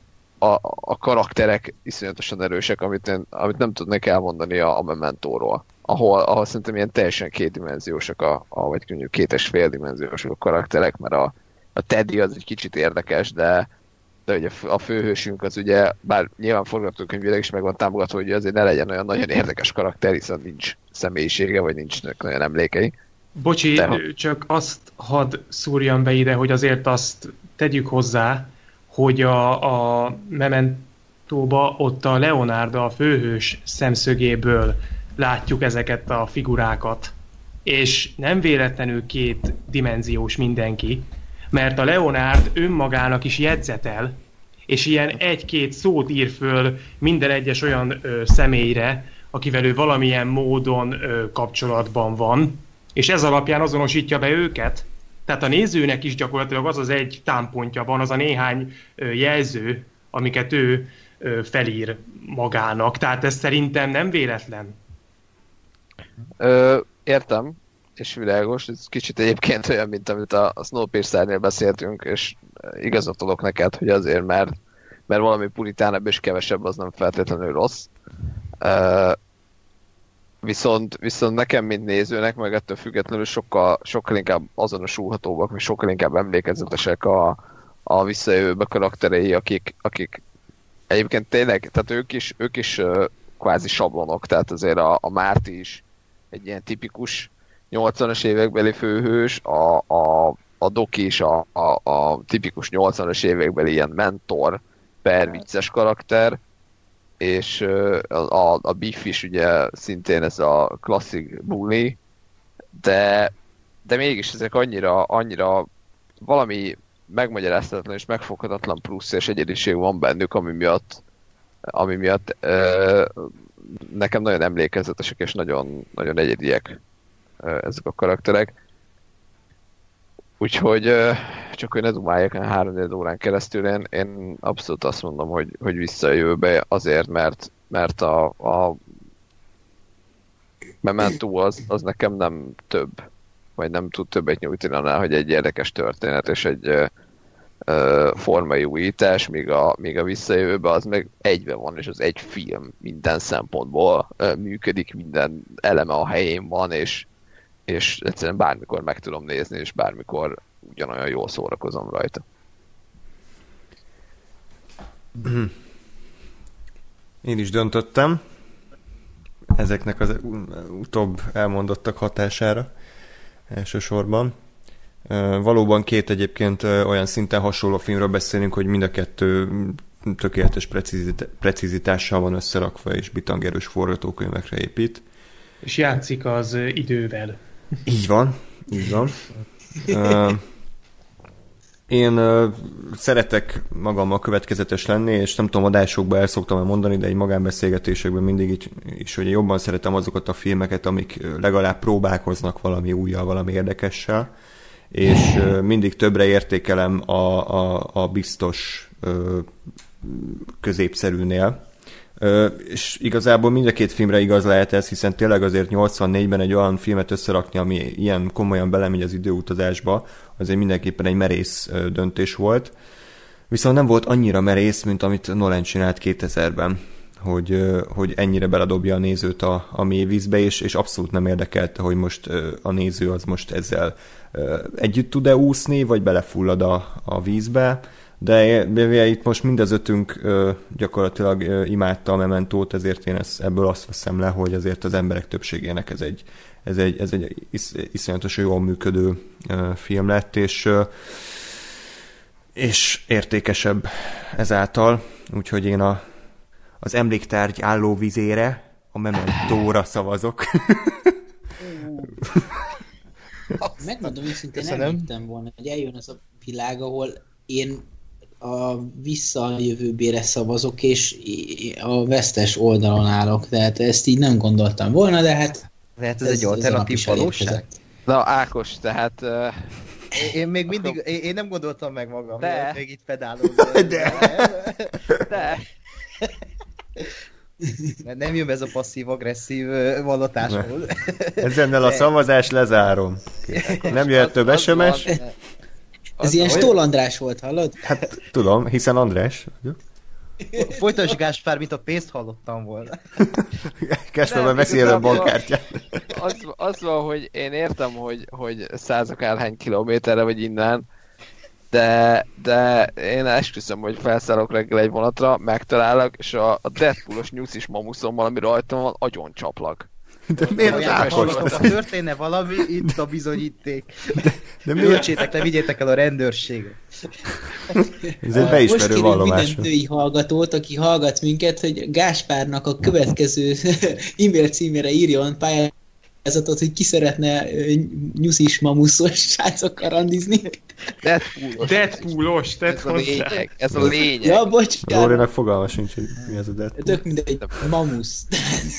Speaker 5: a, a karakterek iszonyatosan erősek, amit, én, amit nem tudnék elmondani a, a Mementóról. Ahol, ahol szerintem ilyen teljesen kétdimenziósak, a, a, vagy mondjuk két és fél dimenziósak a karakterek, mert a, a Teddy az egy kicsit érdekes, de, de ugye a főhősünk az ugye, bár nyilván forgatókönyvileg is meg van támogatva, hogy azért ne legyen olyan nagyon érdekes karakter, hiszen nincs személyisége, vagy nincsnek nagyon emlékei.
Speaker 4: Bocsi,
Speaker 5: de...
Speaker 4: csak azt hadd szúrjam be ide, hogy azért azt tegyük hozzá, hogy a, a Mementóba ott a Leonardo, a főhős szemszögéből látjuk ezeket a figurákat. És nem véletlenül két dimenziós mindenki, mert a Leonard önmagának is jegyzetel, és ilyen egy-két szót ír föl minden egyes olyan ö, személyre, akivel ő valamilyen módon ö, kapcsolatban van, és ez alapján azonosítja be őket. Tehát a nézőnek is gyakorlatilag az az egy támpontja van, az a néhány ö, jelző, amiket ő ö, felír magának. Tehát ez szerintem nem véletlen.
Speaker 5: Ö, értem, és világos. Ez kicsit egyébként olyan, mint amit a, a Snowpiercer-nél beszéltünk, és igazat adok neked, hogy azért, mert, mert valami puritánabb és kevesebb, az nem feltétlenül rossz. Ö, viszont, viszont nekem, mint nézőnek, meg ettől függetlenül sokkal, sokkal inkább azonosulhatóbbak, meg sokkal inkább emlékezetesek a, a visszajövőbe karakterei, akik, akik egyébként tényleg, tehát ők is, ők is uh, kvázi sablonok, tehát azért a, a Márti is egy ilyen tipikus nyolcvanas évekbeli főhős, a, a, a Doki is a, a, a tipikus nyolcvanas évekbeli ilyen mentor per vicces karakter, és a, a, a Biff is ugye szintén ez a klasszik bully, de, de mégis ezek annyira, annyira valami megmagyarázhatatlan és megfoghatatlan plusz és egyediség van bennük, ami miatt, ami miatt ö, nekem nagyon emlékezetesek és nagyon, nagyon egyediek ezek a karakterek. Úgyhogy csak hogy ne dumáljak három-négy órán keresztül, én, én abszolút azt mondom, hogy, hogy visszajövőbe azért, mert, mert a, a Memento az, az nekem nem több, vagy nem tud többet nyújtani annál, hogy egy érdekes történet és egy ö, formai újítás, míg a, míg a visszajövőbe az meg egyben van, és az egy film minden szempontból ö, működik, minden eleme a helyén van, és és egyszerűen bármikor meg tudom nézni, és bármikor ugyanolyan jól szórakozom rajta.
Speaker 2: Én is döntöttem ezeknek az utóbb elmondottak hatására elsősorban. Valóban két egyébként olyan szinten hasonló filmről beszélünk, hogy mind a kettő tökéletes precizitással van összerakva, és bitangerős forgatókönyvekre épít.
Speaker 4: És játszik az idővel.
Speaker 2: Így van, így van. Uh, én uh, szeretek magammal következetes lenni, és nem tudom, adásokban el szoktam mondani, de egy magánbeszélgetésekben mindig így, is, hogy jobban szeretem azokat a filmeket, amik legalább próbálkoznak valami újjal, valami érdekessel, és uh, mindig többre értékelem a, a, a biztos uh, középszerűnél. Ö, és igazából mind a két filmre igaz lehet ez, hiszen tényleg azért nyolcvannégyben egy olyan filmet összerakni, ami ilyen komolyan belemegy az időutazásba, azért mindenképpen egy merész ö, döntés volt. Viszont nem volt annyira merész, mint amit Nolan csinált kétezerben, hogy, ö, hogy ennyire beledobja a nézőt a, a mély vízbe, és, és abszolút nem érdekelte, hogy most ö, a néző az most ezzel ö, együtt tud-e úszni, vagy belefullad a, a vízbe. De, de itt most mind az ötünk ö, gyakorlatilag ö, imádta a Mementót, ezért én ezt, ebből azt veszem le, hogy azért az emberek többségének ez egy, ez egy, ez egy isz, iszonyatosan jól működő ö, film lett, és, ö, és értékesebb ezáltal, úgyhogy én a, az emléktárgy állóvizére, a Mementóra szavazok.
Speaker 6: Megmondom őszintén, nem hittem volna, hogy eljön az a világ, ahol én a visszajövőbére szavazok, és a vesztes oldalon állok. Tehát ezt így nem gondoltam volna, de hát...
Speaker 3: Lehet ez, ez egy alternatív valóság?
Speaker 5: Na, Ákos, tehát... Uh...
Speaker 3: Én még mindig... Én, én nem gondoltam meg magam,
Speaker 5: de...
Speaker 3: még itt pedálózom.
Speaker 5: De... de...
Speaker 3: Nem jön ez a passzív-agresszív vallatásból.
Speaker 2: Ezennel a szavazást lezárom. Nem jöhet több es em es?
Speaker 6: Ez ilyen Stól András volt, hallod?
Speaker 2: Hát tudom, hiszen András vagyok.
Speaker 3: Folytasd Gáspár, mint a pénzt hallottam volna.
Speaker 2: Gáspár veszi elő a bankkártyát.
Speaker 5: Az, az van, hogy én értem, hogy, hogy százakárhány kilométerre vagy innen, de, de én esküszöm, hogy felszállok reggel egy vonatra, megtalálok, és a, a Deadpoolos nyuszis mamuszommal, ami rajtam van, agyon csaplak.
Speaker 2: De miért az Ákos?
Speaker 3: Ha történne valami, itt a bizonyíték.
Speaker 2: De, de miért?
Speaker 3: Öltsétek le, vigyétek el a rendőrségre.
Speaker 2: Ez egy beismerő
Speaker 6: Most
Speaker 2: vallomás.
Speaker 6: minden női hallgatót, aki hallgat minket, hogy Gáspárnak a következő e-mail címére írjon pályázatot, hogy ki szeretne nyuszis mamuszos srácokkal randizni.
Speaker 5: Deadpoolos.
Speaker 4: Deadpoolos, tett
Speaker 5: Ez a
Speaker 4: hozzá.
Speaker 5: lényeg, ez a lényeg.
Speaker 6: Ja, bocsánat.
Speaker 2: Rórinak fogalma sincs, hogy mi ez a Deadpool.
Speaker 6: Tök mindegy, mamusz.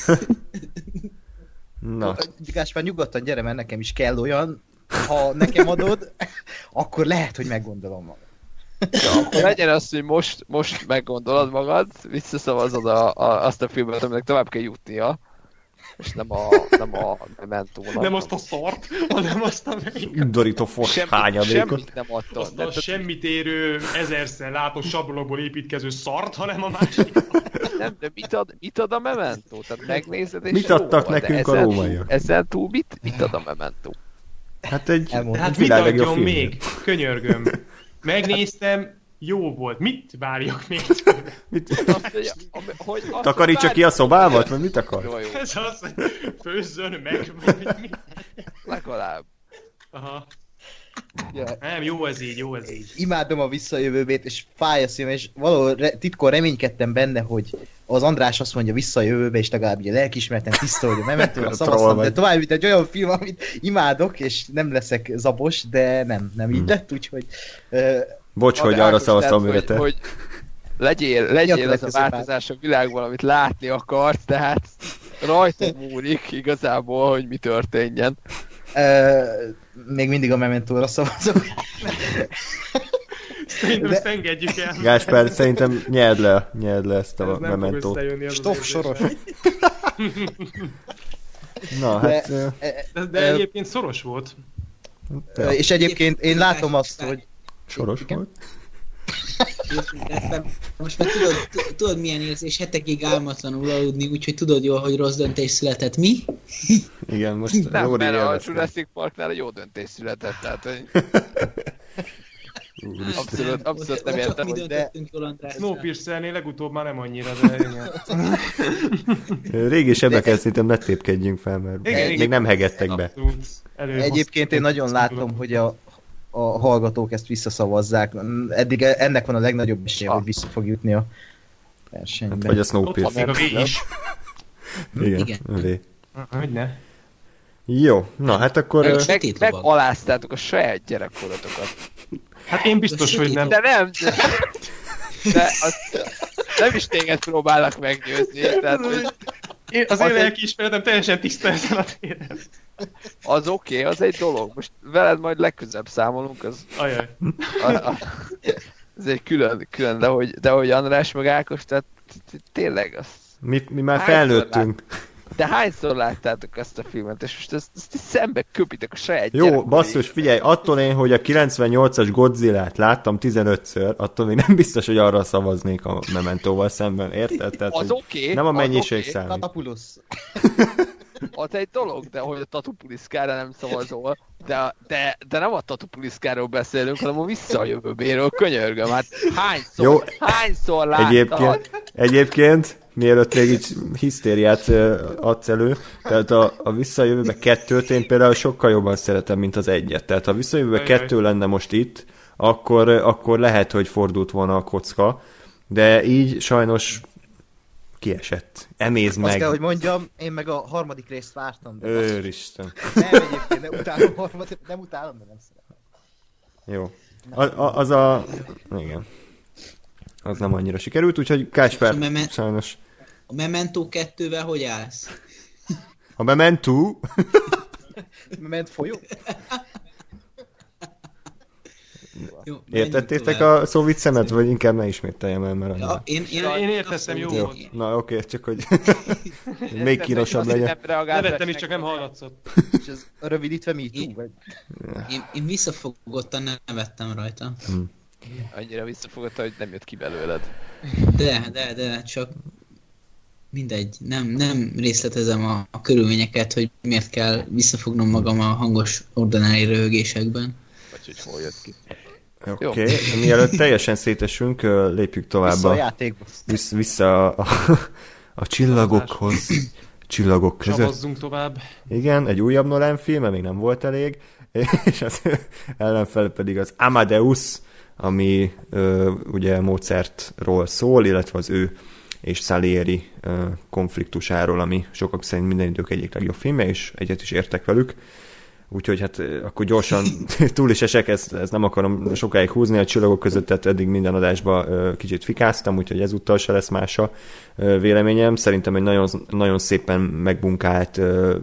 Speaker 2: Na,
Speaker 3: Gáspár, nyugodtan gyere, mert nekem is kell olyan. Ha nekem adod, akkor lehet, hogy meggondolom magam.
Speaker 5: Ja, akkor legyen az, hogy most, most meggondolod magad, visszaszavazod a, a, azt a filmet, aminek tovább kell jutnia, és nem a, nem a Memento-nak.
Speaker 4: Nem azt a szart, hanem azt a melyik.
Speaker 2: undorító fos hányadékot.
Speaker 5: Semmit nem adta.
Speaker 4: Azt
Speaker 5: Nem,
Speaker 4: a
Speaker 5: tehát-
Speaker 4: semmit érő, ezerszer látott sablonokból építkező szart, hanem a másik.
Speaker 5: nem, de mit ad, mit ad a Memento? Tehát megnézed és
Speaker 2: Mit
Speaker 5: jó,
Speaker 2: adtak
Speaker 5: de
Speaker 2: nekünk a
Speaker 5: ezen-
Speaker 2: rómaiak?
Speaker 5: Ezen túl mit, mit ad a Memento?
Speaker 2: Hát egy,
Speaker 3: Elmondom.
Speaker 4: Hát
Speaker 2: egy
Speaker 4: mit
Speaker 2: világ legjobb
Speaker 4: adjon
Speaker 2: film.
Speaker 4: még? Könyörgöm. Megnéztem, jó volt. Mit várjak még?
Speaker 2: Mit?
Speaker 5: Azt, hogy, ami- hogy azt,
Speaker 2: Takarítsa
Speaker 5: hogy
Speaker 2: ki a szobámat, vagy mit akar?
Speaker 5: Jó, jó,
Speaker 4: Ez az, hogy főzzön meg, vagy mi?
Speaker 5: legalább.
Speaker 4: Aha.
Speaker 3: Ja,
Speaker 4: Nem, jó ez így, jó ez így.
Speaker 3: imádom a visszajövőbét, és fáj a szívem, és valahol re- titkon reménykedtem benne, hogy az András azt mondja vissza a jövőbe, és legalább ugye lelkiismerten tiszta, hogy a Mementóra
Speaker 2: Troll
Speaker 3: szavaztam,
Speaker 2: vagy.
Speaker 3: de tovább, mint egy olyan film, amit imádok, és nem leszek zabos, de nem, nem így
Speaker 2: Hmm.
Speaker 3: lett, úgyhogy... Uh,
Speaker 2: Bocs, hogy arra szavaztam, amire te.
Speaker 5: Hogy legyél, legyél ez a
Speaker 3: következő
Speaker 5: változás a világban, amit látni akarsz, tehát rajta múlik igazából, hogy mi történjen.
Speaker 3: uh, még mindig a Mementóra szavazok.
Speaker 4: Szerintem
Speaker 3: De-
Speaker 4: ezt engedjük el.
Speaker 2: Gáspár, szerintem nyerd le, nyerd le ezt a
Speaker 4: Ez nem fog
Speaker 2: Mementót.
Speaker 4: összejönni az az
Speaker 3: Stop
Speaker 4: érzés.
Speaker 3: soros.
Speaker 2: Na,
Speaker 3: De-
Speaker 2: hát... ö,
Speaker 4: De, de egyébként szoros volt.
Speaker 2: ja,
Speaker 3: És egyébként én látom azt, hogy...
Speaker 2: soros
Speaker 3: Igen.
Speaker 2: volt.
Speaker 6: Most már tudod, t- tudod milyen érzés hetekig álmatlanul aludni, úgyhogy tudod jól, hogy rossz döntés született. Mi?
Speaker 2: Igen, most
Speaker 5: Nem,
Speaker 2: Róri
Speaker 5: mert a
Speaker 2: élvezte.
Speaker 5: Jurassic Parknál egy jó döntés született, tehát hogy
Speaker 2: Úristen.
Speaker 5: abszolút, abszolút nem
Speaker 6: Csak
Speaker 5: értem,
Speaker 6: mi
Speaker 5: hogy
Speaker 6: döntöttünk jól, András.
Speaker 4: Snowpiercer-nél legutóbb már nem annyira, de igen.
Speaker 2: Régi sebeket szerintem ne tépkedjünk fel, mert
Speaker 4: Igen,
Speaker 2: még
Speaker 4: igen.
Speaker 2: nem hegettek be.
Speaker 4: Abszolút előhoztuk.
Speaker 3: Egyébként én nagyon látom, hogy a, a hallgatók ezt visszaszavazzák. Eddig ennek van a legnagyobb esélye,
Speaker 5: Ah.
Speaker 3: hogy vissza fog jutni a
Speaker 2: Hát,
Speaker 3: versenyben.
Speaker 2: vagy a
Speaker 4: Ott van
Speaker 2: Snowpiercer.
Speaker 4: még a V is.
Speaker 2: Igen,
Speaker 6: Igen.
Speaker 2: a V.
Speaker 4: Hogyne?
Speaker 2: Jó, na hát akkor...
Speaker 6: Meg-
Speaker 2: ö,
Speaker 5: meg,
Speaker 6: Sötét lovag.
Speaker 5: megaláztátok a saját gyerekkoratokat.
Speaker 4: Hát én biztos, hogy nem.
Speaker 5: De nem, de, de azt, nem is téged próbálnak meggyőzni, tehát hogy
Speaker 4: Én, az,
Speaker 5: Az
Speaker 4: én
Speaker 5: egy-
Speaker 4: lelkiismeretem teljesen tiszta ezen a téren.
Speaker 5: az oké, okay, az egy dolog. Most veled majd legközebb számolunk, az
Speaker 4: Ajaj.
Speaker 5: a, a, ez egy külön, külön, de hogy, de hogy András meg Ákos, tehát t- t- tényleg az.
Speaker 2: mi, mi már
Speaker 5: Hányszor
Speaker 2: felnőttünk.
Speaker 5: De hányszor láttátok ezt a filmet, és most ezt, ezt szembe köpitek a saját
Speaker 2: Jó,
Speaker 5: gyerekkorig.
Speaker 2: basszus, figyelj, attól én, hogy a kilencvennyolcas Godzillát láttam tizenötször, attól még nem biztos, hogy arra szavaznék a Mementóval szemben, érted? Tehát,
Speaker 5: Az
Speaker 2: hogy
Speaker 5: oké,
Speaker 2: nem a
Speaker 5: az
Speaker 2: mennyiség
Speaker 5: oké,
Speaker 2: számít.
Speaker 3: Katapulusz.
Speaker 5: Az egy dolog, de hogy a Tatupuliszkára nem szavazol, de, de, de nem a Tatupuliszkáról beszélünk, hanem a Vissza a jövőbéről, könyörgöm, hát hányszor,
Speaker 2: Jó.
Speaker 5: hányszor láttad?
Speaker 2: Egyébként, egyébként, mielőtt még így hisztériát ö, adsz elő, tehát a, a Visszajövőbe kettőt én például sokkal jobban szeretem, mint az egyet. Tehát ha a Visszajövőbe
Speaker 4: Ajaj.
Speaker 2: kettő lenne most itt, akkor, akkor lehet, hogy fordult volna a kocka, de így sajnos kiesett. Emézd
Speaker 3: Azt
Speaker 2: meg.
Speaker 3: kell, hogy mondjam, én meg a harmadik részt vártam. De
Speaker 2: Őristen.
Speaker 3: nem egyébként, nem utálom a harmadik, nem utálom, de nem szeretem.
Speaker 2: Jó. A, a, az a... Igen. Az nem annyira sikerült, úgyhogy Kásper
Speaker 6: És a Meme-
Speaker 2: sajnos...
Speaker 6: A Memento kettővel hogy állsz?
Speaker 2: A Memento...
Speaker 3: Ment folyó?
Speaker 6: Jó,
Speaker 2: Értettétek
Speaker 6: menjünk tovább.
Speaker 2: a szó viccemet, vagy inkább ne ismételjem el, mert...
Speaker 6: Ja, én, én,
Speaker 4: Én értettem, jó
Speaker 2: Jó.
Speaker 4: volt.
Speaker 2: Na oké, csak hogy még kínosabb legyen.
Speaker 4: Nevettem is, csak nem hallatszott.
Speaker 3: És ez rövidítve mi?
Speaker 6: Én-
Speaker 3: Tú, vagy?
Speaker 6: én, én visszafogottan nevettem rajta.
Speaker 5: Annyira visszafogadta, hogy nem jött ki belőled.
Speaker 6: De, de, de, csak mindegy, nem, nem részletezem a, a körülményeket, hogy miért kell visszafognom magam a hangos ordinári röhögésekben.
Speaker 5: Vagy hogy hol jött ki.
Speaker 2: Oké, okay. Mielőtt teljesen szétesünk, lépjük tovább
Speaker 3: Vissza a
Speaker 2: a,
Speaker 3: játékba.
Speaker 2: Vissza, vissza a, a, a csillagokhoz, csillagok között.
Speaker 4: Csavazzunk tovább.
Speaker 2: Igen, egy újabb Nolan film, még nem volt elég, és az ellenfele pedig az Amadeus, ami ö, ugye Mozartról szól, illetve az ő és Salieri ö, konfliktusáról, ami sokak szerint minden idők egyik legjobb filmje, és egyet is értek velük. Úgyhogy hát akkor gyorsan túl is esek, ezt, ezt nem akarom sokáig húzni, a csillagok között, tehát eddig minden adásba ö, kicsit fikáztam, úgyhogy ezúttal se lesz más a ö, véleményem. Szerintem egy nagyon, nagyon szépen megbunkált, ö,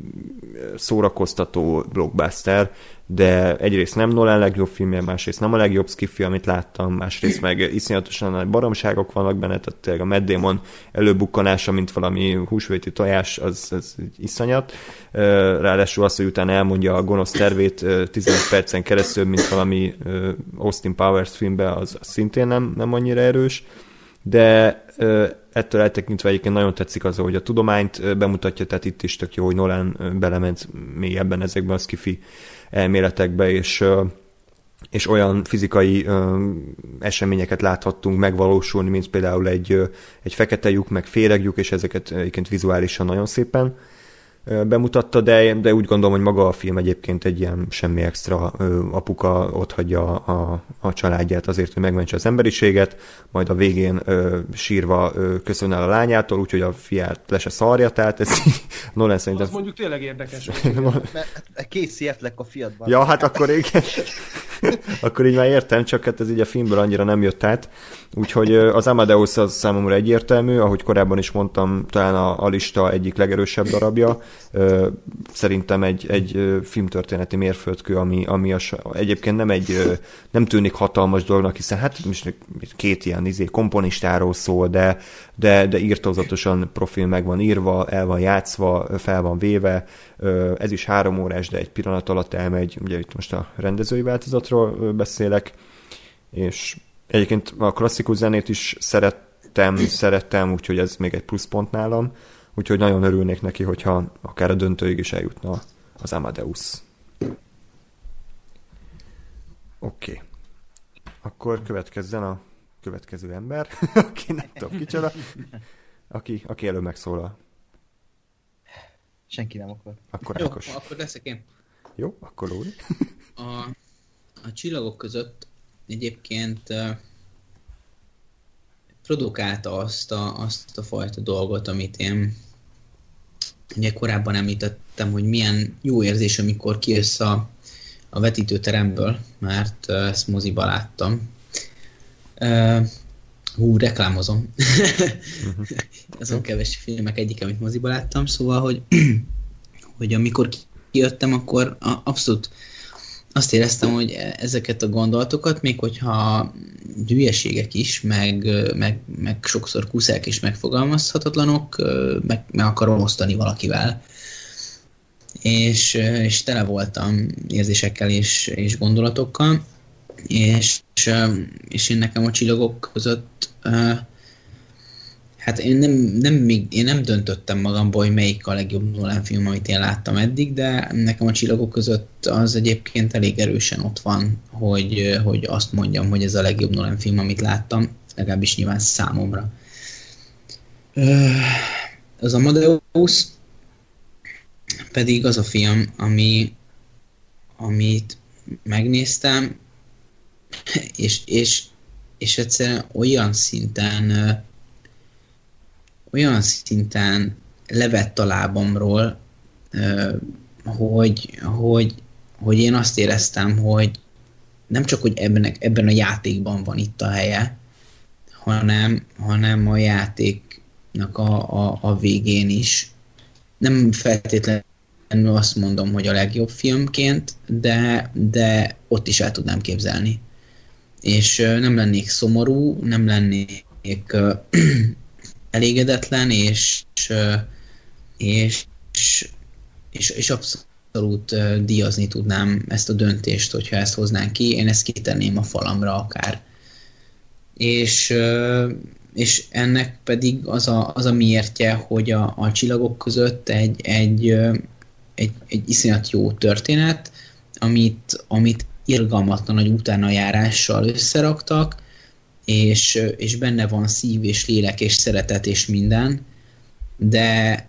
Speaker 2: szórakoztató blockbuster, de egyrészt nem Nolan legjobb filmje, másrészt nem a legjobb skifi, amit láttam, másrészt meg iszonyatosan nagy baromságok vannak benne, tehát tényleg a Matt Damon előbukkanása, mint valami húsvéti tojás, az, az iszonyat. Ráadásul az, hogy utána elmondja a gonosz tervét tizenöt percen keresztül, mint valami Austin Powers filmben, az szintén nem, nem annyira erős. De ettől eltekintve egyébként nagyon tetszik az, hogy a tudományt bemutatja, tehát itt is tök jó, hogy Nolan belement mélyebben ezekben a sci-fi elméletekbe, és, és olyan fizikai eseményeket láthattunk megvalósulni, mint például egy, egy fekete lyuk, meg féreg lyuk, és ezeket egyébként vizuálisan nagyon szépen bemutatta, de, de úgy gondolom, hogy maga a film egyébként egy ilyen semmi extra apuka otthagyja a, a családját azért, hogy megmentse az emberiséget, majd a végén ö, sírva ö, köszön el a lányától, úgyhogy a fiát le se szarja, tehát ez Nolan szerintem...
Speaker 4: Az mondjuk tényleg érdekes.
Speaker 3: Mert Casey Affleck a fiatban.
Speaker 2: Ja, hát akkor igen. Akkor így már értem, csak hát ez így a filmből annyira nem jött át. Úgyhogy az Amadeus az számomra egyértelmű, ahogy korábban is mondtam, talán a, a lista egyik legerősebb darabja. Szerintem egy, egy filmtörténeti mérföldkő, ami, ami a, egyébként nem egy nem tűnik hatalmas dolognak, hiszen hát most két ilyen izé, komponistáról szól, de, de, de írtózatosan profil meg van írva, el van játszva, fel van véve. Ez is három órás, de egy pillanat alatt elmegy. Ugye itt most a rendezői változatról beszélek, és egyébként a klasszikus zenét is szerettem, szerettem, úgyhogy ez még egy pluszpont nálam, úgyhogy nagyon örülnék neki, hogyha akár a döntőig is eljutna az Amadeus. Oké. Okay. Akkor következzen a következő ember, aki nem tudom kicsoda, aki, aki elő megszólal.
Speaker 3: Senki nem akar.
Speaker 2: Akkor
Speaker 6: Jó,
Speaker 2: Ákos.
Speaker 6: akkor leszek én.
Speaker 2: Jó, akkor Lóri.
Speaker 6: A, a csillagok között egyébként uh, produkálta azt a, azt a fajta dolgot, amit én ugye korábban említettem, hogy milyen jó érzés, amikor kijössz a, a vetítőteremből, mert uh, ezt moziba láttam. Uh, hú, reklámozom. Uh-huh. Azon keves filmek egyik, amit moziba láttam, szóval, hogy, hogy amikor kijöttem, akkor abszolút azt éreztem, hogy ezeket a gondolatokat, még hogyha hülyeségek is, meg, meg, meg sokszor kuszák is megfogalmazhatatlanok, meg, meg akarom osztani valakivel. És, és tele voltam érzésekkel és, és gondolatokkal, és, és én nekem a csillagok között hát én nem, nem, még, én nem döntöttem magamból, hogy melyik a legjobb Nolan film, amit én láttam eddig, de nekem a csillagok között az egyébként elég erősen ott van, hogy, hogy azt mondjam, hogy ez a legjobb Nolan film, amit láttam, legalábbis nyilván számomra. Az Amadeus pedig az a film, ami, amit megnéztem, és, és, és egyszerűen olyan szinten olyan szinten levett a lábamról, hogy, hogy, hogy én azt éreztem, hogy nem csak, hogy ebben, ebben a játékban van itt a helye, hanem, hanem a játéknak a, a, a végén is. Nem feltétlenül azt mondom, hogy a legjobb filmként, de, de ott is el tudnám képzelni. És nem lennék szomorú, nem lennék elégedetlen, és, és, és, és abszolút abszolút uh, díjazni tudnám ezt a döntést, hogyha ezt hoznánk ki. Én ezt kitenném a falamra akár. És, uh, és ennek pedig az a, az a miértje, hogy a, a csillagok között egy, egy, uh, egy, egy iszonyat jó történet, amit, amit irgalmatlan nagy utánajárással összeraktak, és, és benne van szív és lélek és szeretet és minden, de,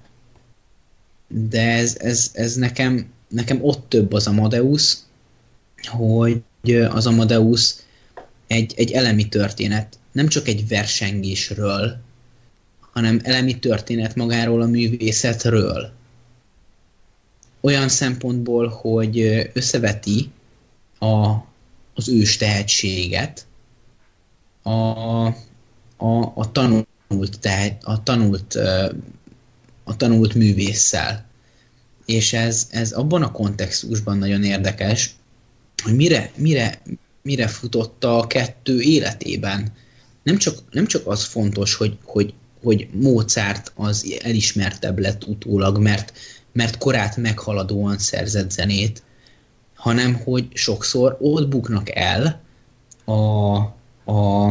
Speaker 6: de ez, ez, ez nekem, nekem ott több az Amadeus, hogy az Amadeus egy, egy elemi történet, nem csak egy versengésről, hanem elemi történet magáról a művészetről. Olyan szempontból, hogy összeveti a, az ős tehetséget a, a, a tanult, tehet, a tanult a tanult művésszel. És ez, ez abban a kontextusban nagyon érdekes, hogy mire, mire, mire futotta a kettő életében. Nem csak, nem csak az fontos, hogy, hogy, hogy Mozart az elismertebb lett utólag, mert, mert korát meghaladóan szerzett zenét, hanem hogy sokszor ott buknak el a, a,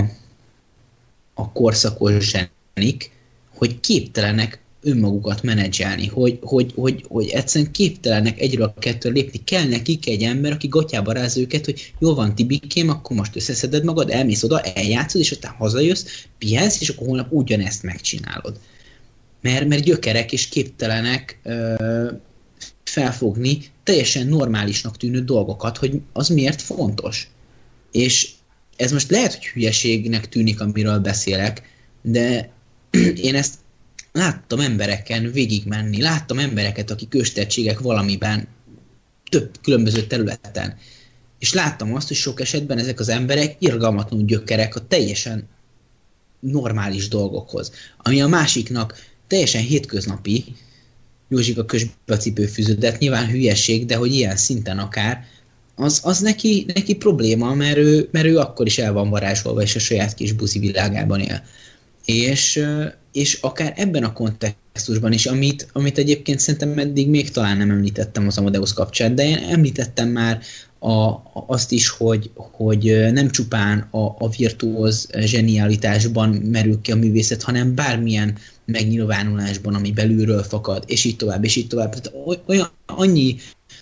Speaker 6: a korszakos zsenik, hogy képtelenek önmagukat menedzselni, hogy, hogy, hogy, hogy egyszerűen képtelenek egyről a kettőre lépni. Kell nekik egy ember, aki gatyába ráz őket, hogy jól van, Tibikém, akkor most összeszeded magad, elmész oda, eljátszod, és aztán hazajössz, pihensz, és akkor holnap ugyanezt megcsinálod. Mert, mert gyökerek és képtelenek ö, felfogni teljesen normálisnak tűnő dolgokat, hogy az miért fontos. És ez most lehet, hogy hülyeségnek tűnik, amiről beszélek, de én ezt láttam embereken végigmenni, láttam embereket, akik őstehetségek valamiben, több különböző területen. És láttam azt, hogy sok esetben ezek az emberek irgalmatlanul gyökerek a teljesen normális dolgokhoz. Ami a másiknak teljesen hétköznapi, Józsika kösbe a cipőfűződet, nyilván hülyeség, de hogy ilyen szinten akár, az, az neki, neki probléma, mert ő, mert ő akkor is el van varázsolva, és a saját kis buzi világában él. És, és akár ebben a kontextusban is, amit, amit egyébként szerintem eddig még talán nem említettem az Amadeus kapcsán, de én említettem már a, azt is, hogy, hogy nem csupán a, a virtuóz zsenialitásban merül ki a művészet, hanem bármilyen megnyilvánulásban, ami belülről fakad, és így tovább, és így tovább. Tehát olyan, annyi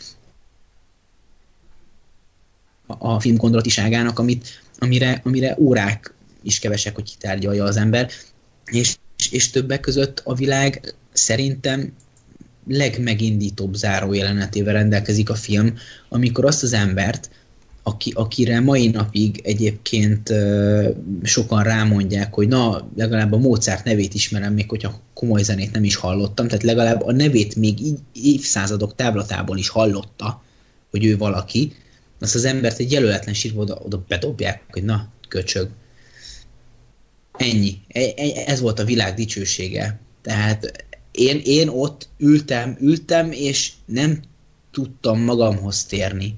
Speaker 6: a film gondolatiságának, amit, amire, amire órák is kevesek, hogy kitárgyalja az ember, és, és többek között a világ szerintem legmegindítóbb zárójelenetével rendelkezik a film, amikor azt az embert, aki, akire mai napig egyébként uh, sokan rámondják, hogy na, legalább a Mozart nevét ismerem, még hogyha komoly zenét nem is hallottam, tehát legalább a nevét még így évszázadok távlatából is hallotta, hogy ő valaki, azt az embert egy jelöletlen sírba oda, oda bedobják, hogy na, köcsög. Ennyi. Ez volt a világ dicsősége. Tehát én, én ott ültem, ültem, és nem tudtam magamhoz térni.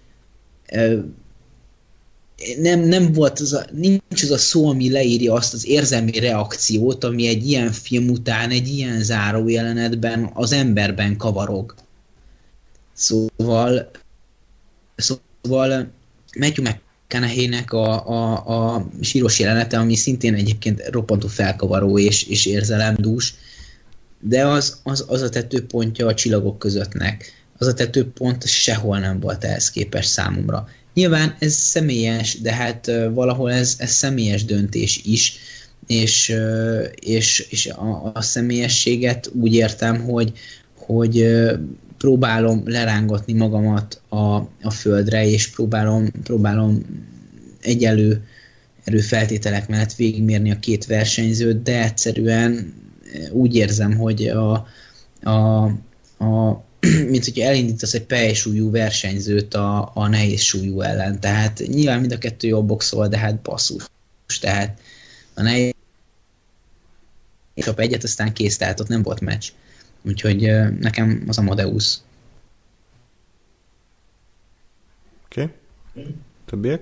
Speaker 6: Nem, nem volt az a, nincs az a szó, ami leírja azt az érzelmi reakciót, ami egy ilyen film után, egy ilyen zárójelenetben az emberben kavarog. Szóval szóval Matthew McConaughey-nek a, a, a síros jelenete, ami szintén egyébként roppantú felkavaró és, és érzelemdús, de az, az, az a tetőpontja a csillagok közöttnek. Az a tetőpont sehol nem volt ehhez képest számomra. Nyilván ez személyes, de hát valahol ez, ez személyes döntés is, és, és, és a, a személyességet úgy értem, hogy, hogy próbálom lerángatni magamat a, a földre, és próbálom, próbálom egyenlő erőfeltételek mellett végigmérni a két versenyzőt, de egyszerűen úgy érzem, hogy a, a, a mint hogyha elindítasz egy pejsúlyú versenyzőt a, a nehéz súlyú ellen. Tehát nyilván mind a kettő jól boxol, de hát basszus. Tehát a nehéz csap egyet, aztán kész, tehát ott nem volt meccs. Úgyhogy nekem az Amadeus.
Speaker 2: Oké. Okay. Többiek?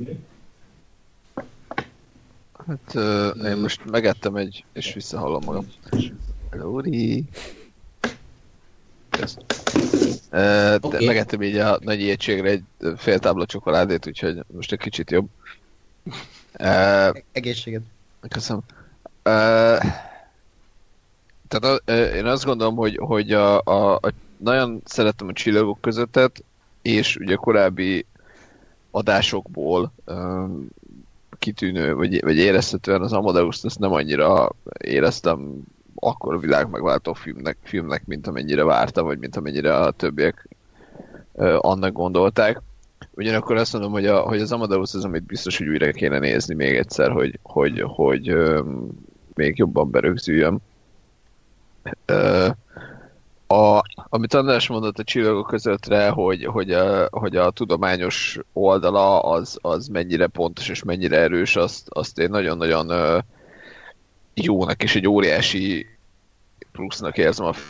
Speaker 5: Hát uh, én most megettem egy, és visszahallom magam. Lóri. Ezt. Uh,
Speaker 6: Okay.
Speaker 5: Megettem így a nagy ijegységre egy fél tábla csokoládét, úgyhogy most egy kicsit jobb. Uh,
Speaker 3: Egészséged.
Speaker 5: Köszönöm. Uh, tehát uh, én azt gondolom, hogy, hogy a, a, a, nagyon szerettem a Csillagok közöttet, és ugye korábbi adásokból uh, kitűnő, vagy, vagy érezhetően az Amadeust azt nem annyira éreztem akkor világ megváltó filmnek, filmnek, mint amennyire vártam, vagy mint amennyire a többiek uh, annak gondolták. Ugyanakkor azt mondom, hogy, a, hogy az Amadeus az, amit biztos, hogy újra kéne nézni még egyszer, hogy, hogy, hogy um, még jobban berögzüljön. Uh, a, amit András mondott a Csillagok közöttre, hogy, hogy, a, hogy a tudományos oldala az, az mennyire pontos és mennyire erős, azt, azt én nagyon-nagyon uh, jónak és egy óriási plusznak érzem a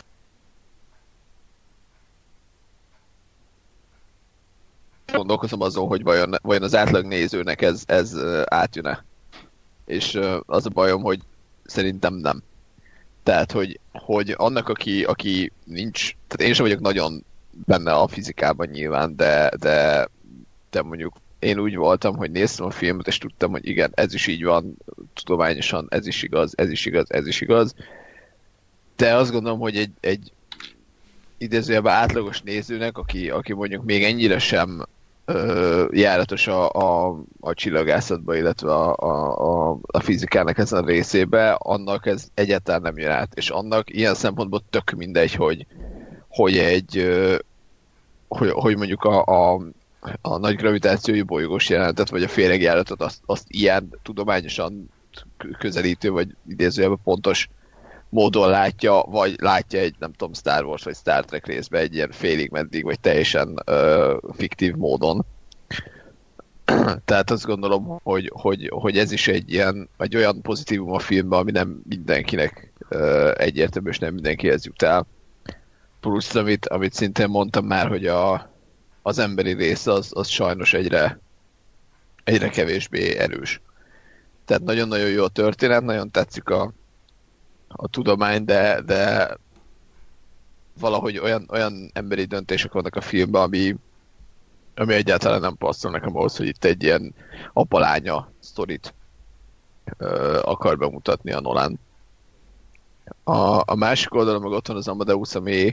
Speaker 5: gondolkozom azon, hogy vajon, vajon az átlag nézőnek ez, ez átjön-e. És az a bajom, hogy szerintem nem. Tehát, hogy, hogy annak, aki, aki nincs, tehát én sem vagyok nagyon benne a fizikában nyilván, de, de, de mondjuk én úgy voltam, hogy néztem a filmet, és tudtam, hogy igen, ez is így van, tudományosan ez is igaz, ez is igaz, ez is igaz. De azt gondolom, hogy egy, egy idézőjelben átlagos nézőnek, aki, aki mondjuk még ennyire sem ö, járatos a, a, a csillagászatba, illetve a, a, a, a fizikának ezen a részébe, annak ez egyáltalán nem jön át. És annak ilyen szempontból tök mindegy, hogy, hogy egy ö, hogy, hogy mondjuk a, a, a nagy gravitációi bolygós jelenetet, vagy a féregjáratot azt, azt ilyen tudományosan közelítő, vagy idézőjelben pontos módon látja, vagy látja egy, nem tudom, Star Wars vagy Star Trek részben egy ilyen félig meddig, vagy teljesen uh, fiktív módon. Tehát azt gondolom, hogy, hogy, hogy ez is egy ilyen, egy olyan pozitívum a filmben, ami nem mindenkinek uh, egyértelmű, és nem mindenkihez jut el. Plusz, amit, amit szintén mondtam már, hogy a, az emberi rész az, az sajnos egyre, egyre kevésbé erős. Tehát nagyon-nagyon jó a történet, nagyon tetszik a a tudomány, de, de valahogy olyan, olyan emberi döntések vannak a filmben, ami, ami egyáltalán nem passzol nekem ahhoz, hogy itt egy ilyen apa-lánya sztorit ö, akar bemutatni a Nolan. A, a másik oldalon meg ott van az Amadeus, ami,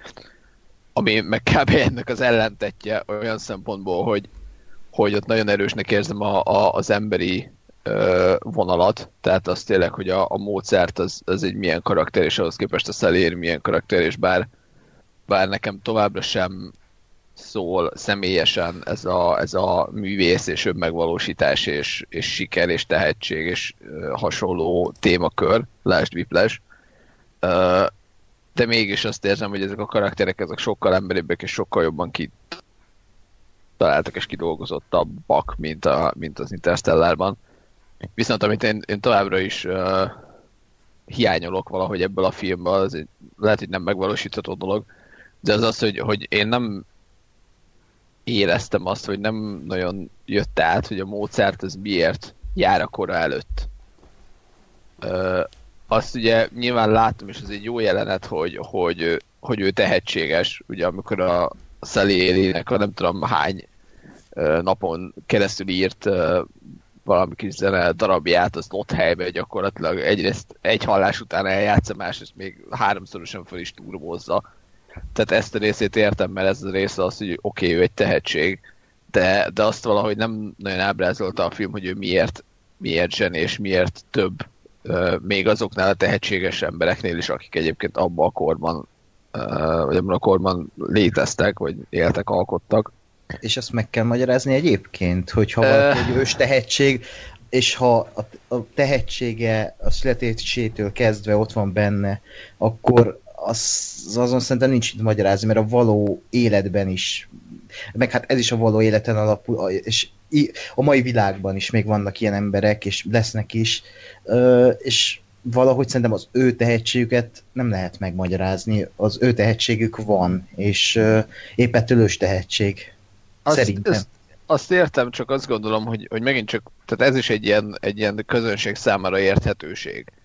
Speaker 5: ami meg kb. Ennek az ellentetje olyan szempontból, hogy, hogy ott nagyon erősnek érzem a, a, az emberi vonalat, tehát az tényleg, hogy a, a Mozart az, az egy milyen karakter, és ahhoz képest a Salieri milyen karakter, és bár, bár nekem továbbra sem szól személyesen ez a, ez a művész és önmegvalósítás, és, és siker, és tehetség, és uh, hasonló témakör, lásd Whiplash, uh, de mégis azt érzem, hogy ezek a karakterek ezek sokkal emberibbek, és sokkal jobban kitaláltak és kidolgozottabbak, mint, a, mint az Interstellárban. Viszont amit én, én továbbra is uh, hiányolok valahogy ebből a filmből, az egy, lehet, hogy nem megvalósítható dolog, de az az, hogy, hogy én nem éreztem azt, hogy nem nagyon jött át, hogy a Mozart az miért jár a kora előtt. Uh, azt ugye nyilván láttam, és ez egy jó jelenet, hogy, hogy, hogy ő tehetséges, ugye amikor a Salierinek a nem tudom hány uh, napon keresztül írt uh, valami kis zene darabját, az ott helyben gyakorlatilag egyrészt egy hallás után eljátsza, másrészt még háromszorosan fel is turbózza. Tehát ezt a részét értem, mert ez a része az, hogy oké, okay, ő egy tehetség, de, de azt valahogy nem nagyon ábrázolta a film, hogy ő miért, miért zseni, és miért több, euh, még azoknál a tehetséges embereknél is, akik egyébként abban a korban, euh, vagy abban a korban léteztek, vagy éltek, alkottak.
Speaker 3: És ezt meg kell magyarázni egyébként, hogyha valaki egy ős tehetség, és ha a, a tehetsége a születésétől kezdve ott van benne, akkor az, azon szerintem nincs itt magyarázni, mert a való életben is, meg hát ez is a való életen alapul, és a mai világban is még vannak ilyen emberek, és lesznek is, és valahogy szerintem az ő tehetségüket nem lehet megmagyarázni, az ő tehetségük van, és épp ettől ős tehetség.
Speaker 5: Azt,
Speaker 3: Szerintem.
Speaker 5: Ezt, azt értem, csak azt gondolom, hogy, hogy megint csak, tehát ez is egy ilyen, egy ilyen közönség számára érthetőség.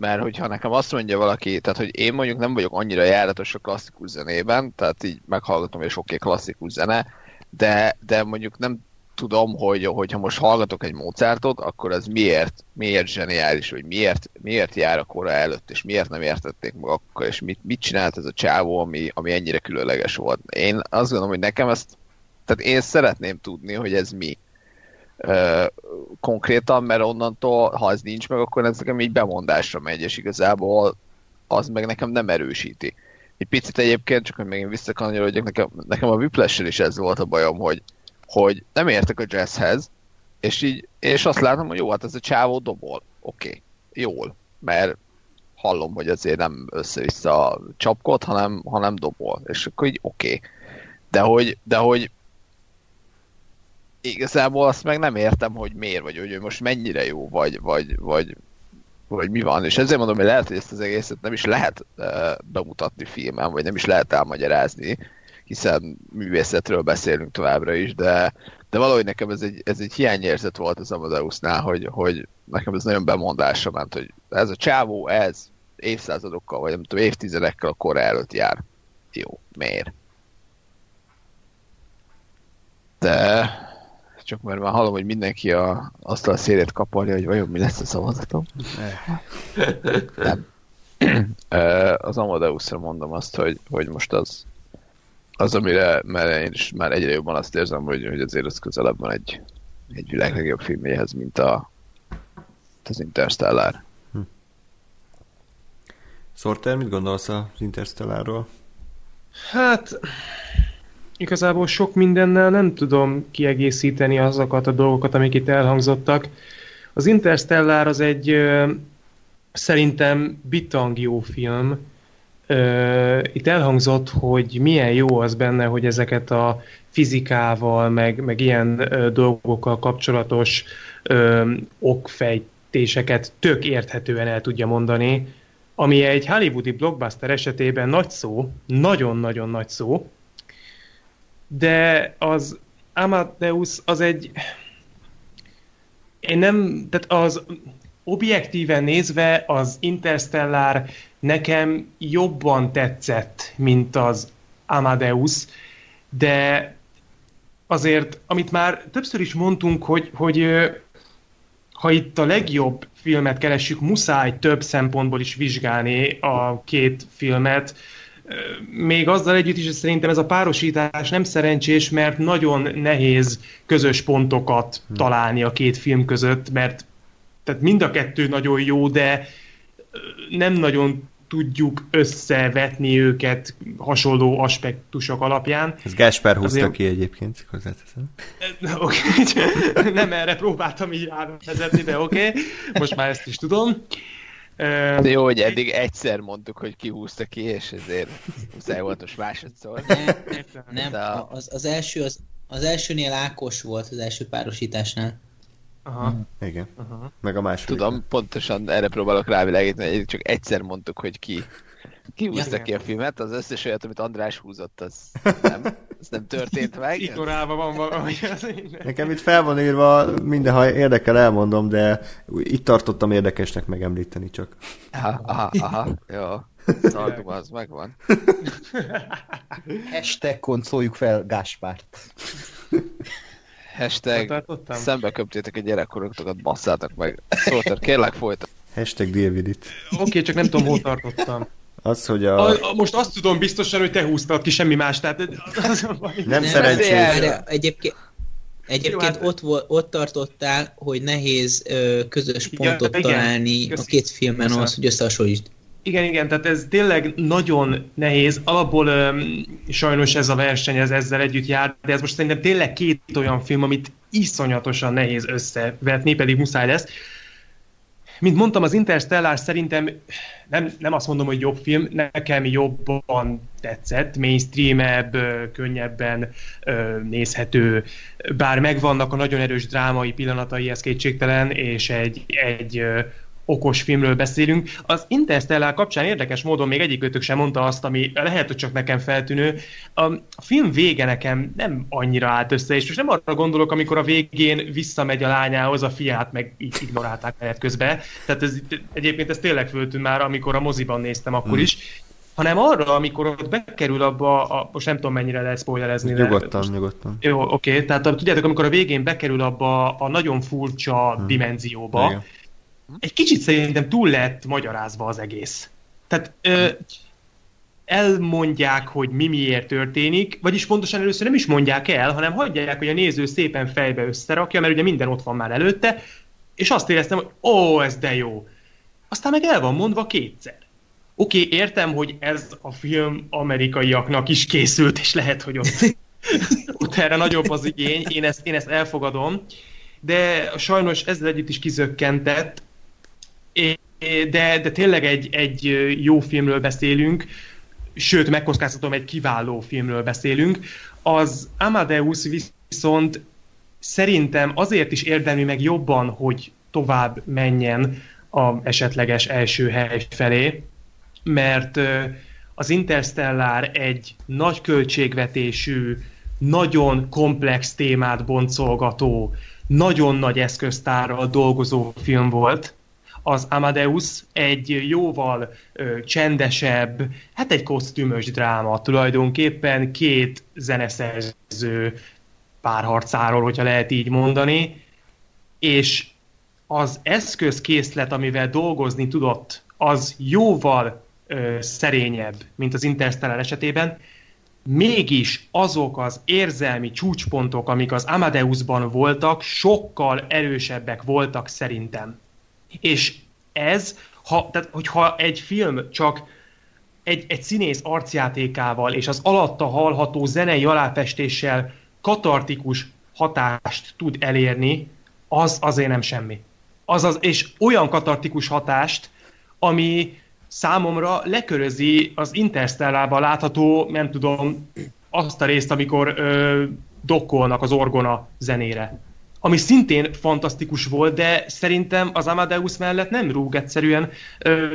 Speaker 5: mert hogyha nekem azt mondja valaki, tehát hogy én mondjuk nem vagyok annyira járatos a klasszikus zenében, tehát így meghallgatom, és oké, okay, klasszikus zene, de, de mondjuk nem tudom, hogy hogyha most hallgatok egy Mozartot, akkor az miért, miért zseniális, vagy miért, miért jár a kora előtt, és miért nem értették meg akkor, és mit, mit csinált ez a csávó, ami, ami ennyire különleges volt. Én azt gondolom, hogy nekem ezt, tehát én szeretném tudni, hogy ez mi. Uh, konkrétan, mert onnantól, ha ez nincs meg, akkor ez nekem így bemondásra megy, és igazából az meg nekem nem erősíti. Egy picit egyébként, csak hogy megint visszakanyarodjak, nekem, nekem a Whiplash-sel is ez volt a bajom, hogy, hogy nem értek a jazzhez, és így, és azt látom, hogy jó, hát ez a csávó dobol. Oké, okay, jól, mert hallom, hogy azért nem össze-vissza csapkod, hanem, hanem dobol, és akkor így oké. Okay. De hogy, de hogy igazából azt meg nem értem, hogy miért, vagy hogy most mennyire jó, vagy, vagy, vagy, vagy mi van. És ezért mondom, hogy lehet, hogy ezt az egészet nem is lehet uh, bemutatni filmen, vagy nem is lehet elmagyarázni, hiszen művészetről beszélünk továbbra is, de, de valahogy nekem ez egy, ez egy hiányérzet volt az Amadeusnál, hogy, hogy nekem ez nagyon bemondásra ment, hogy ez a csávó, ez évszázadokkal, vagy nem tudom, évtizedekkel a kor előtt jár. Jó, miért? De csak mert már hallom, hogy mindenki a, azt a szélét kaparja, hogy vajon mi lesz a szavazatom. Nem. Az Amadeusra mondom azt, hogy, hogy most az, az amire mert én is már egyre jobban azt érzem, hogy, hogy azért az közelebb van egy, egy világ legjobb filmjéhez, mint a, az Interstellar. Hm.
Speaker 2: Sorter, mit gondolsz az Interstellarról?
Speaker 4: Hát... Igazából sok mindennel nem tudom kiegészíteni azokat a dolgokat, amik itt elhangzottak. Az Interstellar az egy ö, szerintem bitang jó film. Ö, itt elhangzott, hogy milyen jó az benne, hogy ezeket a fizikával, meg, meg ilyen ö, dolgokkal kapcsolatos ö, okfejtéseket tök érthetően el tudja mondani, ami egy hollywoodi blockbuster esetében nagy szó, nagyon-nagyon nagy szó, de az Amadeus az egy... Én nem... Tehát az objektíven nézve az Interstellar nekem jobban tetszett, mint az Amadeus, de azért, amit már többször is mondtunk, hogy, hogy ha itt a legjobb filmet keressük, muszáj több szempontból is vizsgálni a két filmet. Még azzal együtt is, hogy szerintem ez a párosítás nem szerencsés, mert nagyon nehéz közös pontokat találni a két film között, mert tehát mind a kettő nagyon jó, de nem nagyon tudjuk összevetni őket hasonló aspektusok alapján.
Speaker 2: Ez Gáspár húzta Azért... ki egyébként, hozzáteszem.
Speaker 4: Oké, okay. Nem erre próbáltam így rávezetni, de oké, okay. Most már ezt is tudom.
Speaker 5: De jó, hogy eddig egyszer mondtuk, hogy ki húzta ki, és ezért muszáj volt most másodszor.
Speaker 6: Nem, nem. De... Az, az, első, az, az elsőnél Ákos volt, az első párosításnál.
Speaker 4: Aha.
Speaker 2: Igen. Aha. Meg a második.
Speaker 5: Tudom, pontosan erre próbálok rávilágítani, hogy csak egyszer mondtuk, hogy ki, ki húzta ja. ki a filmet, az összes olyat, amit András húzott, az nem, az nem történt meg.
Speaker 4: Ignorálva van valami.
Speaker 2: Nekem itt fel van írva, minden, ha érdekel, elmondom, de itt tartottam érdekesnek megemlíteni csak.
Speaker 5: Aha, aha, aha, jó. Szargom, az megvan.
Speaker 3: Hashtag koncoljuk fel Gáspárt.
Speaker 5: Hashtag szembe köptétek a gyerekkorotokat, basszátok meg. Szóval kérlek folytat.
Speaker 2: Hashtag Davidit.
Speaker 4: Oké, okay, csak nem tudom, hol tartottam.
Speaker 2: Az, hogy a...
Speaker 4: a... Most azt tudom biztosan, hogy te húztad ki, semmi más. Tehát...
Speaker 2: nem, nem szerencsés.
Speaker 6: Egyébként, egyébként ott, ott tartottál, hogy nehéz ö, közös pontot ja, találni igen, a két filmen ahhoz, hogy összehasonlítsd.
Speaker 4: Igen, igen, tehát ez tényleg nagyon nehéz. Alapból öm, sajnos ez a verseny ez ezzel együtt jár, de ez most szerintem tényleg két olyan film, amit iszonyatosan nehéz összevetni, pedig muszáj lesz. Mint mondtam, az Interstellar szerintem nem, nem azt mondom, hogy jobb film, nekem jobban tetszett, mainstreamebb, könnyebben nézhető, bár megvannak a nagyon erős drámai pillanatai, ez kétségtelen, és egy, egy okos filmről beszélünk. Az Interstellar kapcsán érdekes módon még egyikőtök sem mondta azt, ami lehet, hogy csak nekem feltűnő. A film vége nekem nem annyira állt össze, és most nem arra gondolok, amikor a végén visszamegy a lányához, a fiát meg így ignorálták menet közben. Tehát ez, egyébként ez tényleg föltűnt már, amikor a moziban néztem akkor is. Hmm. Hanem arra, amikor ott bekerül abba, a, most nem tudom mennyire lehet spoilerezni.
Speaker 2: Nyugodtan,
Speaker 4: most,
Speaker 2: nyugodtan.
Speaker 4: Jó, oké, okay. Tehát tudjátok, amikor a végén bekerül abba a nagyon furcsa hmm. dimenzióba, igen. Egy kicsit szerintem túl lett magyarázva az egész. Tehát ö, elmondják, hogy mi miért történik, vagyis pontosan először nem is mondják el, hanem hagyják, hogy a néző szépen fejbe összerakja, mert ugye minden ott van már előtte, és azt éreztem, hogy ó, ez de jó. Aztán meg el van mondva kétszer. Oké, okay, értem, hogy ez a film amerikaiaknak is készült, és lehet, hogy ott, ott erre nagyobb az igény, én ezt, én ezt elfogadom, de sajnos ezzel együtt is kizökkentett, de, de tényleg egy, egy jó filmről beszélünk, sőt, megkockáztatom, egy kiváló filmről beszélünk. Az Amadeus viszont szerintem azért is érdemli meg jobban, hogy tovább menjen a esetleges első hely felé, mert az Interstellar egy nagy költségvetésű, nagyon komplex témát boncolgató, nagyon nagy eszköztárral dolgozó film volt. Az Amadeus egy jóval ö, csendesebb, hát egy kosztümös dráma tulajdonképpen, két zeneszerző párharcáról, hogyha lehet így mondani, és az eszközkészlet, amivel dolgozni tudott, az jóval ö, szerényebb, mint az Interstellar esetében, mégis azok az érzelmi csúcspontok, amik az Amadeusban voltak, sokkal erősebbek voltak szerintem. És ez, ha, tehát, hogyha egy film csak egy, egy színész arcjátékával és az alatta hallható zenei aláfestéssel katartikus hatást tud elérni, az azért nem semmi. Azaz, és olyan katartikus hatást, ami számomra lekörözi az Interstellárban látható, nem tudom, azt a részt, amikor ö, dokkolnak az orgona zenére. Ami szintén fantasztikus volt, de szerintem az Amadeus mellett nem rúg egyszerűen ö,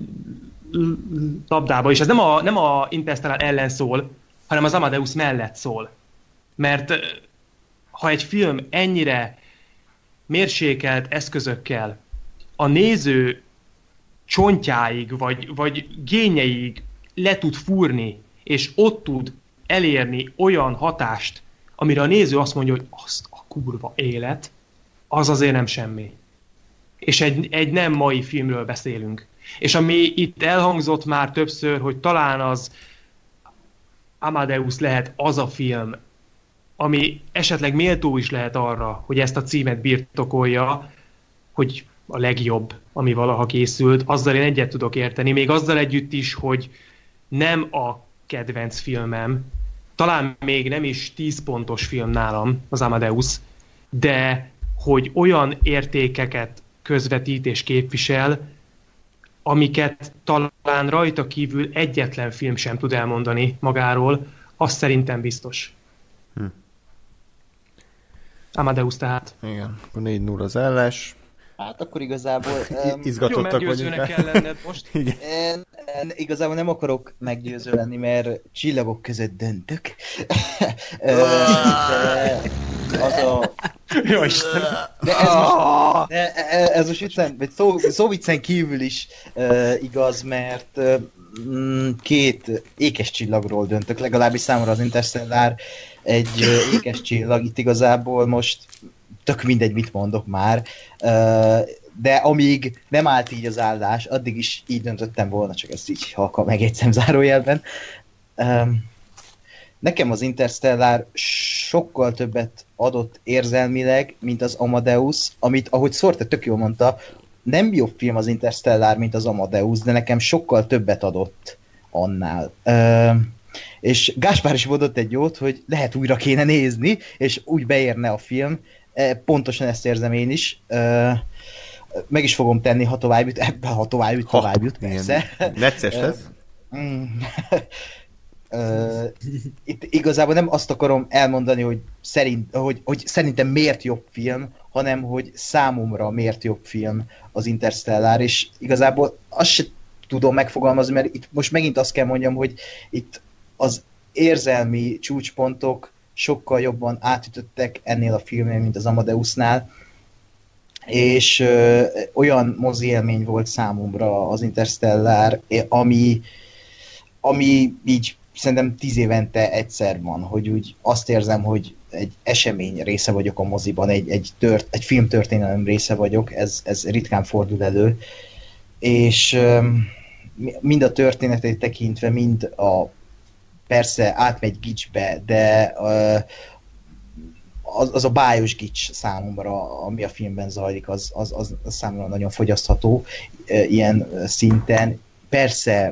Speaker 4: labdába. És ez nem a, nem a Interstellar ellen szól, hanem az Amadeus mellett szól. Mert ha egy film ennyire mérsékelt eszközökkel a néző csontjáig, vagy, vagy génjeig le tud fúrni, és ott tud elérni olyan hatást, amire a néző azt mondja, hogy azt a kurva élet, az azért nem semmi. És egy, egy nem mai filmről beszélünk. És ami itt elhangzott már többször, hogy talán az Amadeus lehet az a film, ami esetleg méltó is lehet arra, hogy ezt a címet birtokolja, hogy a legjobb, ami valaha készült, azzal én egyet tudok érteni, még azzal együtt is, hogy nem a kedvenc filmem, talán még nem is tíz pontos film nálam, az Amadeus, de hogy olyan értékeket közvetít és képvisel, amiket talán rajta kívül egyetlen film sem tud elmondani magáról, az szerintem biztos. Hm. Amadeus tehát.
Speaker 2: Igen, akkor négy null az állás.
Speaker 3: Hát akkor igazából... Um,
Speaker 2: izgatottak vagyunk.
Speaker 4: Jó, kell lenned most.
Speaker 3: Igen. Én, én igazából nem akarok meggyőző lenni, mert csillagok között döntök. De az a...
Speaker 4: Jó Isten!
Speaker 3: De ez most, de ez most viccen, vagy szó, szó viccen kívül is uh, igaz, mert uh, két ékes csillagról döntök, legalábbis számomra az Interstellar egy uh, ékes csillag, itt igazából most tök mindegy, mit mondok már, de amíg nem állt így az állás, addig is így döntöttem volna, csak ezt így halkan megjegyzem zárójelben. Nekem az Interstellar sokkal többet adott érzelmileg, mint az Amadeus, amit, ahogy Szorte tök jól mondta, nem jobb film az Interstellar, mint az Amadeus, de nekem sokkal többet adott annál. És Gáspár is mondott egy jót, hogy lehet újra kéne nézni, és úgy beérne a film. Pontosan ezt érzem én is. Meg is fogom tenni, ha tovább jut. Ebben, ha tovább jut, tovább jut, persze.
Speaker 2: Necces lesz.
Speaker 3: Uh, itt igazából nem azt akarom elmondani, hogy, szerint, hogy, hogy szerintem miért jobb film, hanem hogy számomra miért jobb film az Interstellar, és igazából azt se tudom megfogalmazni, mert itt most megint azt kell mondjam, hogy itt az érzelmi csúcspontok sokkal jobban átütöttek ennél a filmnél, mint az Amadeusnál, és ö, olyan mozi élmény volt számomra az Interstellar, ami, ami így szerintem tíz évente egyszer van, hogy úgy azt érzem, hogy egy esemény része vagyok a moziban, egy, egy, tört, egy filmtörténelem része vagyok, ez, ez ritkán fordul elő, és ö, mind a történetét tekintve, mind a persze átmegy gicsbe, de ö, az, az a bájos gics számomra, ami a filmben zajlik, az, az, az, az számomra nagyon fogyasztható ilyen szinten. Persze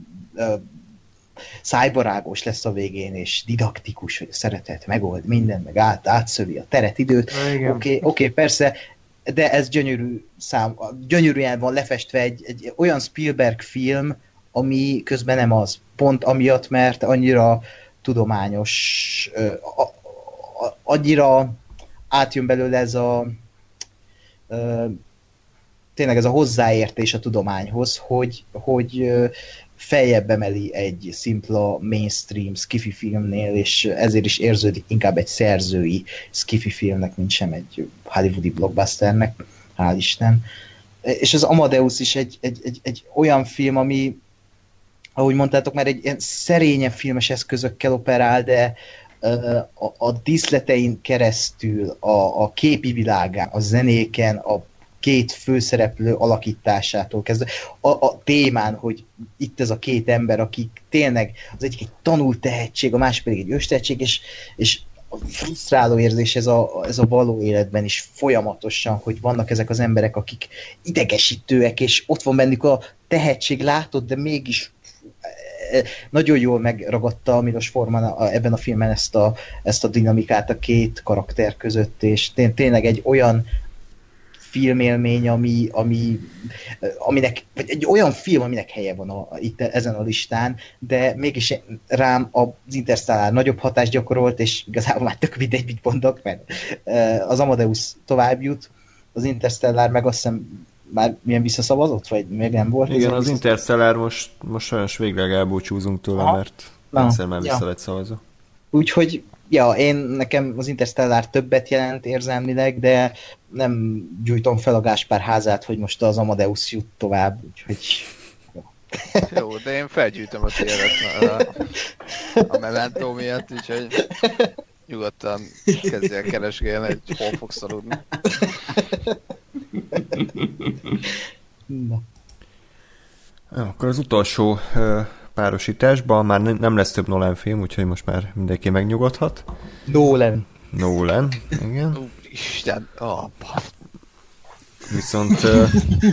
Speaker 3: szájbarágos lesz a végén, és didaktikus, hogy a szeretet megold mindent, meg át, átszövi a teret, időt. Oké, okay, okay, persze, de ez gyönyörű szám, gyönyörűen van lefestve egy, egy olyan Spielberg film, ami közben nem az. Pont amiatt, mert annyira tudományos, annyira átjön belőle ez a tényleg ez a hozzáértés a tudományhoz, hogy, hogy feljebb emeli egy szimpla mainstream sci-fi filmnél, és ezért is érződik inkább egy szerzői sci-fi filmnek, mint sem egy hollywoodi blockbusternek, hál' Isten. És az Amadeus is egy, egy, egy, egy olyan film, ami, ahogy mondtátok, már egy ilyen szerényebb filmes eszközökkel operál, de a, a díszletein keresztül, a, a képi világán, a zenéken, a két főszereplő alakításától kezdve, a, a témán, hogy itt ez a két ember, akik tényleg az egyik egy tanult tehetség, a másik pedig egy őstehetség, és, és a frusztráló érzés ez a, ez a való életben is folyamatosan, hogy vannak ezek az emberek, akik idegesítőek, és ott van bennük a tehetség, látod, de mégis nagyon jól megragadta Milos Forman ebben a filmben ezt a, ezt a dinamikát a két karakter között, és tényleg egy olyan filmélmény, ami, ami, aminek, vagy egy olyan film, aminek helye van a, itt ezen a listán, de mégis rám az Interstellar nagyobb hatást gyakorolt, és igazából már tök mindegy, mit mondok, mert az Amadeus tovább jut, az Interstellar meg azt hiszem már milyen visszaszavazott, vagy még nem volt?
Speaker 2: Igen, az Interstellar most, most sajnos végleg elbúcsúzunk tőle, ha? Mert egyszer már vissza ja. lett szavazó.
Speaker 3: Úgyhogy ja, én nekem az Interstellar többet jelent érzelmileg, de nem gyújtom fel a Gáspár házát, hogy most az Amadeus jut tovább, úgyhogy...
Speaker 5: Jó, de én felgyűjtöm a téret a, a Memento miatt, úgyhogy nyugodtan kezdjél keresgélni, hogy hol fogsz aludni.
Speaker 3: Na.
Speaker 2: Akkor az utolsó párosításban már nem lesz több Nolan film, úgyhogy most már mindenki megnyugodhat.
Speaker 3: Nolan.
Speaker 2: Nolan, igen.
Speaker 5: Úristen, oh,
Speaker 2: Viszont... Uh...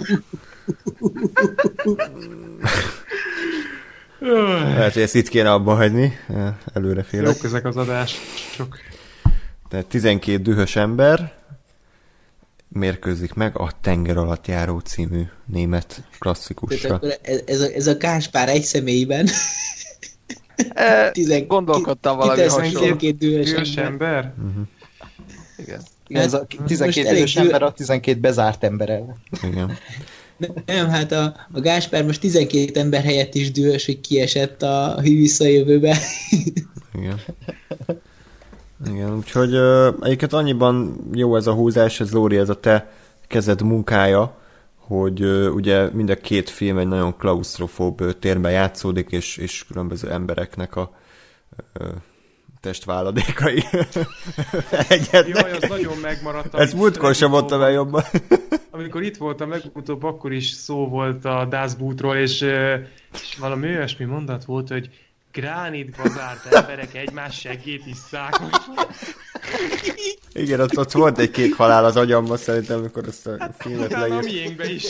Speaker 2: lehet, hogy ezt itt kéne abba hagyni. Előre félek.
Speaker 4: Jók ezek az adások.
Speaker 2: Tehát tizenkét dühös ember mérkőzik meg a Tenger alatt járó című német klasszikusra.
Speaker 6: Ez, ez, a, ez a Gáspár egy személyben.
Speaker 5: E, Tizen... Gondolkodtam valami hasonló.
Speaker 6: tizenkét dühös,
Speaker 4: dühös ember. ember.
Speaker 2: Uh-huh.
Speaker 5: Igen.
Speaker 3: Igen, ez a tizenkét dühös ember a tizenkét bezárt emberrel.
Speaker 2: Igen.
Speaker 6: Nem, hát a, a Gáspár most tizenkét ember helyett is dühös, hogy kiesett a hű visszajövőbe.
Speaker 2: Igen. Igen, úgyhogy uh, egyébként annyiban jó ez a húzás, ez Lóri, ez a te kezed munkája, hogy uh, ugye mind a két film egy nagyon klausztrofób uh, térben játszódik, és, és különböző embereknek a uh, testváladékai egyetnek.
Speaker 4: Jaj, az nagyon megmaradt.
Speaker 2: Ezt múltkor sem mondtam el jobban.
Speaker 4: Amikor itt voltam legutóbb, akkor is szó volt a Das Bootról, és, és valami olyasmi mondat volt, hogy gránitba zárt emberek egymás seggét isszák.
Speaker 2: Igen, ott, ott volt egy kék halál az agyamban szerintem, amikor ezt a hát, filmet leírt.
Speaker 4: A miénkbe is.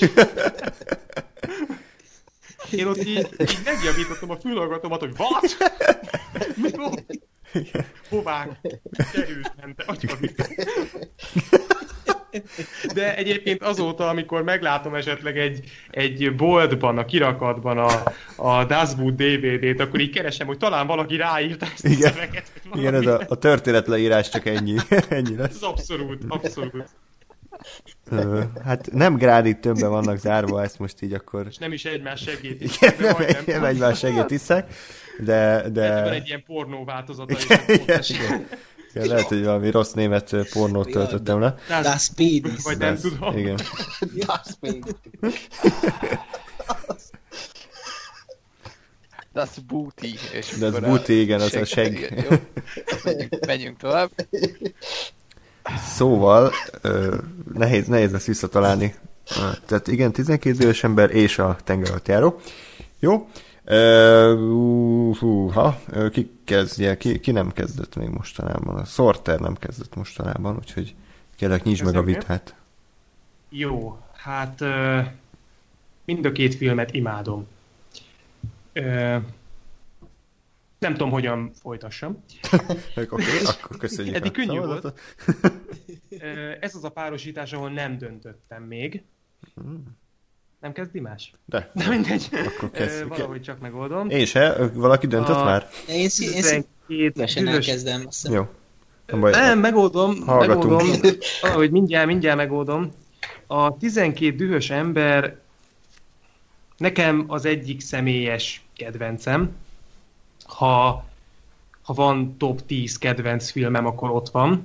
Speaker 4: Én ott így, így megjavítottam a fülhallgatomat, hogy what? Mi volt? Hová került mente? De egyébként azóta, amikor meglátom esetleg egy, egy boltban, a kirakatban a, a Das Boot dé vé dét, akkor így keresem, hogy talán valaki ráírta ezt
Speaker 2: Igen.
Speaker 4: a szöveget.
Speaker 2: Igen, ez a, a történetleírás csak ennyi, ennyi lesz.
Speaker 4: Ez abszolút, abszolút.
Speaker 2: Ö, hát nem grádig többen vannak zárva, ezt most így akkor...
Speaker 4: És nem is egymás segít.
Speaker 2: Igen, nem, nem egymás segít hiszek, de... de...
Speaker 4: Van egy ilyen pornó változata.
Speaker 2: Igen, igen, igen. Igen, lehet, hogy valami rossz német pornót töltöttem le.
Speaker 6: Das Pédis.
Speaker 4: Vagy nem
Speaker 2: Das,
Speaker 4: tudom.
Speaker 2: Igen.
Speaker 7: Das Pédis.
Speaker 5: Das booty. És
Speaker 2: Das
Speaker 5: akkor
Speaker 2: booty, igen, az a
Speaker 5: segg.
Speaker 2: segg.
Speaker 5: Igen, jó. Menjünk, menjünk tovább.
Speaker 2: Szóval ö, nehéz, nehéz lesz visszatalálni. Tehát igen, tizenkét éves ember és a tengeralattjáró. Jó. Uh, húha, ki kezdje, ki, ki nem kezdett még mostanában? A Sorter nem kezdett mostanában, úgyhogy kérlek nyisd meg a vitát.
Speaker 4: Jó, hát uh, mind a két filmet imádom. Uh, nem tudom, hogyan folytassam.
Speaker 2: Akkor, akkor köszönjük.
Speaker 4: Eddig könnyű
Speaker 2: szavazatot.
Speaker 4: volt. Uh, ez az a párosítás, ahol nem döntöttem még. Nem kezd Dimás?
Speaker 2: De.
Speaker 4: De mindegy.
Speaker 2: Akkor kezdjük.
Speaker 4: Valahogy csak megoldom.
Speaker 2: Én se? Valaki döntött
Speaker 4: A-
Speaker 2: már?
Speaker 6: Én, szí- én szívesen
Speaker 4: dühös-
Speaker 6: elkezdem. Azt hiszem.
Speaker 2: Jó. Nem baj.
Speaker 4: Nem, megoldom,
Speaker 2: Hallgatunk.
Speaker 4: megoldom. Valahogy mindjárt, mindjárt megoldom. A tizenkét dühös ember nekem az egyik személyes kedvencem. Ha, ha van top tíz kedvenc filmem, akkor ott van.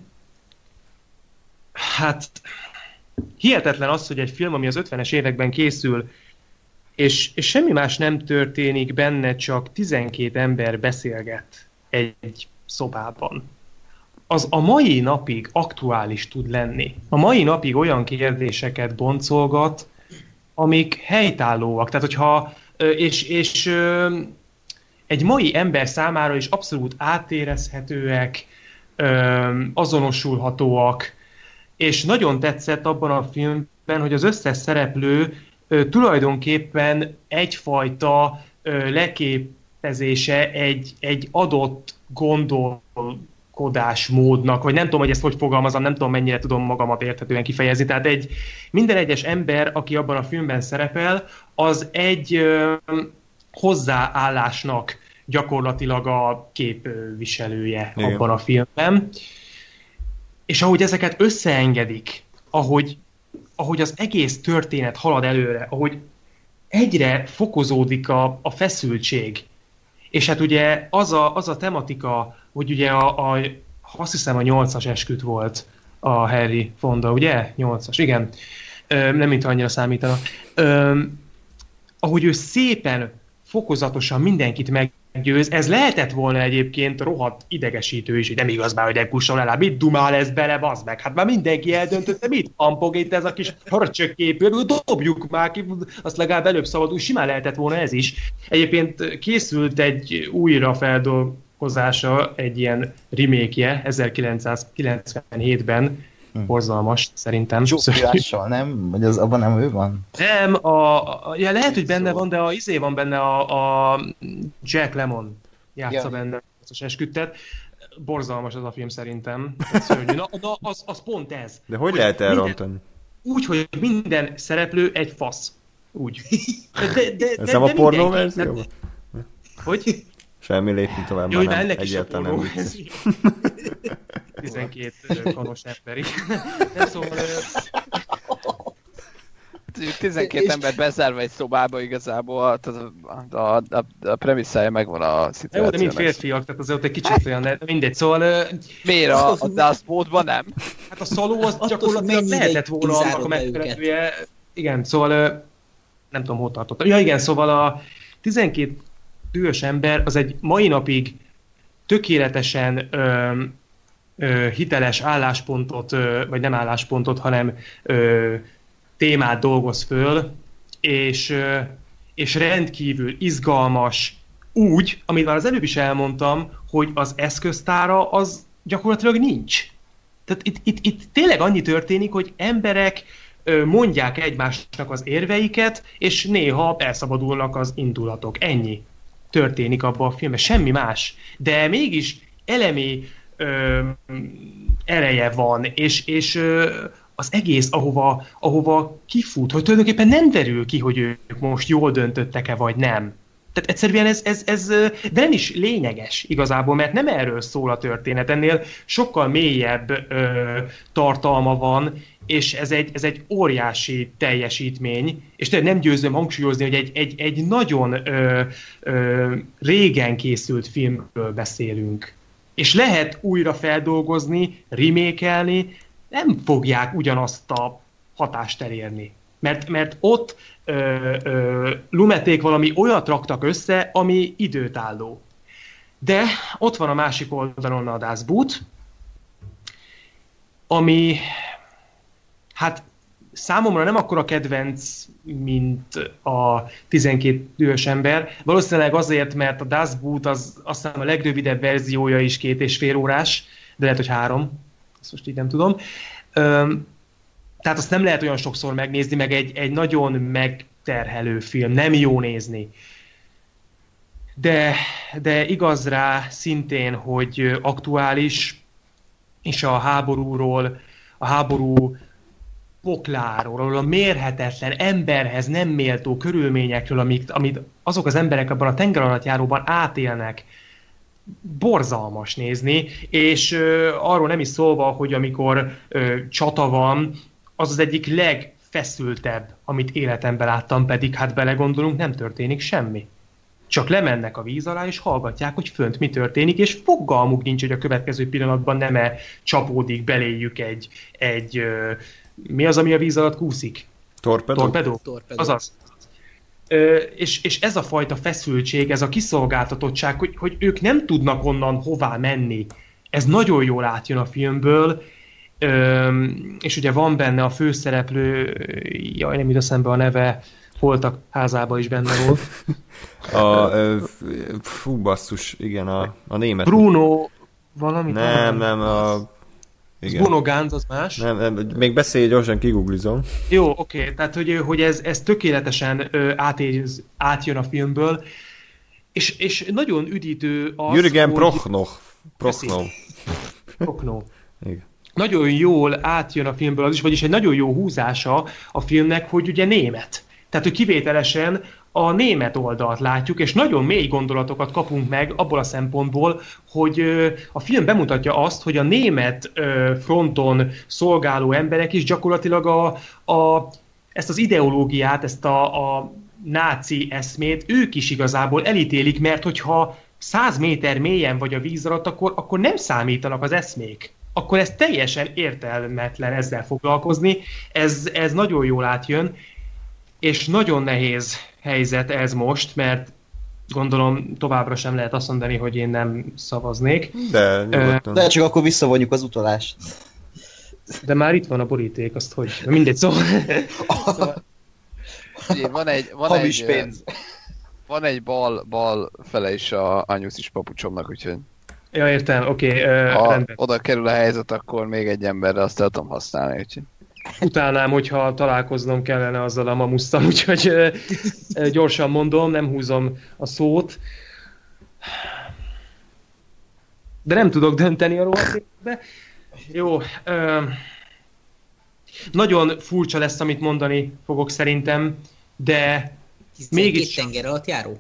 Speaker 4: Hát hihetetlen az, hogy egy film, ami az ötvenes években készül, és, és semmi más nem történik benne, csak tizenkét ember beszélget egy szobában. Az a mai napig aktuális tud lenni. A mai napig olyan kérdéseket boncolgat, amik helytállóak. Tehát, hogyha, ö, és, és ö, egy mai ember számára is abszolút átérezhetőek, ö, azonosulhatóak, és nagyon tetszett abban a filmben, hogy az összes szereplő ö, tulajdonképpen egyfajta ö, leképezése egy, egy adott gondolkodásmódnak, vagy nem tudom, hogy ezt hogy fogalmazom, nem tudom, mennyire tudom magamat érthetően kifejezni. Tehát egy minden egyes ember, aki abban a filmben szerepel, az egy ö, hozzáállásnak gyakorlatilag a képviselője
Speaker 2: Igen.
Speaker 4: abban a filmben. És ahogy ezeket összeengedik, ahogy, ahogy az egész történet halad előre, ahogy egyre fokozódik a, a feszültség, és hát ugye az a, az a tematika, hogy ugye a, a, azt hiszem a nyolcas esküt volt a Henry Fonda, ugye? nyolcas, igen. Ö, nem mintha annyira számítana. Ö, ahogy ő szépen, fokozatosan mindenkit meggyőz, ez lehetett volna egyébként rohadt idegesítő is, hogy nem igaz már, hogy egy kusson el, mit dumál ez bele, bazd meg, hát már mindenki eldöntötte, mit pampog itt ez a kis harcsökképő, dobjuk már ki, azt legalább előbb szabad, úgy simán lehetett volna ez is. Egyébként készült egy újrafeldolgozása, egy ilyen remake-je ezerkilencszázkilencvenhétben, borzalmas, szerintem.
Speaker 3: Zsófiással, nem? Vagy az, abban nem ő van?
Speaker 4: Nem, a, a, ja, lehet, hogy benne van, de a izé van benne, a, a Jack Lemmon játsza
Speaker 3: Ja.
Speaker 4: benne az esküdtet. Borzalmas az a film szerintem. Szörnyű. Na, na az, az pont ez.
Speaker 2: De hogy lehet elrontani?
Speaker 4: Úgy, hogy minden szereplő egy fasz. Úgy. De, de, de,
Speaker 2: Ez
Speaker 4: de,
Speaker 2: nem a
Speaker 4: de
Speaker 2: pornó
Speaker 4: mindenki.
Speaker 2: verzió?
Speaker 4: Nem- Hogy?
Speaker 2: Semmi, lépjünk tovább,
Speaker 4: Jó,
Speaker 2: már
Speaker 4: hogy
Speaker 2: nem,
Speaker 4: ennek is a
Speaker 2: egyáltalán
Speaker 4: pornó
Speaker 2: nem vicces.
Speaker 4: verzió. tizenkét kanos emberi. Nem szóval... ö,
Speaker 5: tizenkét
Speaker 6: És-
Speaker 5: ember bezárva egy szobába igazából, tehát a, a, a, a premisszája megvan a
Speaker 4: Jó,
Speaker 5: szituációnak.
Speaker 4: de mind férfiak, tehát azért ott egy kicsit olyan, de mindegy. Szóval ö,
Speaker 5: Miért a, a Dust Boatban nem?
Speaker 4: hát a szaló az
Speaker 6: Attól
Speaker 4: gyakorlatilag
Speaker 6: függ,
Speaker 4: lehetett
Speaker 6: mennyire
Speaker 4: volna annak a
Speaker 6: kizárod be
Speaker 4: megfelelője. Igen, szóval ö, nem tudom, hol tartottam. Ja igen, szóval a tizenkét dühös ember az egy mai napig tökéletesen ö, ö, hiteles álláspontot, ö, vagy nem álláspontot, hanem ö, témát dolgoz föl, és, ö, és rendkívül izgalmas úgy, amit már az előbb is elmondtam, hogy az eszköztára az gyakorlatilag nincs. Tehát itt, itt, itt tényleg annyi történik, hogy emberek ö, mondják egymásnak az érveiket, és néha elszabadulnak az indulatok. Ennyi történik abban a filmben, semmi más. De mégis elemi ö, ereje van, és, és ö, az egész, ahova, ahova kifut, hogy tulajdonképpen nem derül ki, hogy ők most jól döntöttek-e, vagy nem. Tehát egyszerűen ez, ez, ez de nem is lényeges igazából, mert nem erről szól a történet, ennél sokkal mélyebb ö, tartalma van, és ez egy, ez egy óriási teljesítmény, és tényleg nem győzöm hangsúlyozni, hogy egy, egy, egy nagyon ö, ö, régen készült filmről beszélünk. És lehet újra feldolgozni, remékelni, nem fogják ugyanazt a hatást elérni. Mert, mert ott ö, ö, Lumeték valami olyat raktak össze, ami időtálló. De ott van a másik oldalon a Das Boot, ami hát számomra nem akkora kedvenc, mint a tizenkét dühös ember. Valószínűleg azért, mert a Das Boot az azt hiszem a legrövidebb verziója is két és fél órás, de lehet, hogy három. Ezt most így nem tudom. Üm, tehát azt nem lehet olyan sokszor megnézni, meg egy, egy nagyon megterhelő film, nem jó nézni. De, de igaz rá szintén, hogy aktuális, és a háborúról, a háború pokláról, a mérhetetlen, emberhez nem méltó körülményekről, amit, amit azok az emberek abban a tengeralattjáróban átélnek, borzalmas nézni, és ö, arról nem is szólva, hogy amikor ö, csata van, az az egyik legfeszültebb, amit életemben láttam, pedig hát belegondolunk, nem történik semmi. Csak lemennek a víz alá, és hallgatják, hogy fönt mi történik, és fogalmuk nincs, hogy a következő pillanatban nem-e csapódik beléjük egy, egy ö, mi az, ami a víz alatt kúszik?
Speaker 2: Torpedó?
Speaker 4: Torpedó?
Speaker 6: Torpedó.
Speaker 4: Azaz. Ö, és, és ez a fajta feszültség, ez a kiszolgáltatottság, hogy, hogy ők nem tudnak onnan hová menni, ez nagyon jól átjön a filmből, ö, és ugye van benne a főszereplő, jaj, nem jut eszembe a neve, Holtak házában is benne volt.
Speaker 2: A, ö, fú, basszus, igen, a, a német.
Speaker 4: Bruno valamit?
Speaker 2: Nem, nem, a...
Speaker 4: Igen. Bruno Ganz, az más.
Speaker 2: Nem, nem, még beszélj, gyorsan kigooglizom.
Speaker 4: Jó, oké, okay. Tehát hogy, hogy ez, ez tökéletesen ö, átéz, átjön a filmből, és, és nagyon üdítő az,
Speaker 2: Jürgen
Speaker 4: hogy...
Speaker 2: Prochnow. Prochnow.
Speaker 4: Prochnow.
Speaker 2: Igen.
Speaker 4: Nagyon jól átjön a filmből az is, vagyis egy nagyon jó húzása a filmnek, hogy ugye német. Tehát, hogy kivételesen a német oldalt látjuk, és nagyon mély gondolatokat kapunk meg abból a szempontból, hogy a film bemutatja azt, hogy a német fronton szolgáló emberek is gyakorlatilag a, a, ezt az ideológiát, ezt a, a náci eszmét ők is igazából elítélik, mert hogyha száz méter mélyen vagy a víz alatt, akkor, akkor nem számítanak az eszmék. Akkor ez teljesen értelmetlen ezzel foglalkozni, ez, ez nagyon jól átjön, és nagyon nehéz helyzet ez most, mert gondolom továbbra sem lehet azt mondani, hogy én nem szavaznék.
Speaker 2: De nyugodtan.
Speaker 7: De csak akkor visszavonjuk az utalást.
Speaker 4: De már itt van a boríték, azt hogy? Mindegy, szóval...
Speaker 5: szóval van egy, van
Speaker 7: hamis
Speaker 5: egy,
Speaker 7: pénz.
Speaker 5: Van egy bal, bal fele is a anyuszis papucsomnak, úgyhogy...
Speaker 4: Ja, értem, oké, okay, uh,
Speaker 5: ha
Speaker 4: rendben.
Speaker 5: oda kerül a helyzet, akkor még egy emberre azt el tudom használni, úgyhogy...
Speaker 4: Utálnám, hogyha találkoznom kellene azzal a mamusztal, úgyhogy uh, gyorsan mondom, nem húzom a szót. De nem tudok dönteni a rohadtbe. Jó. Uh, nagyon furcsa lesz, amit mondani fogok szerintem, de mégis...
Speaker 6: Két tenger alatt járó?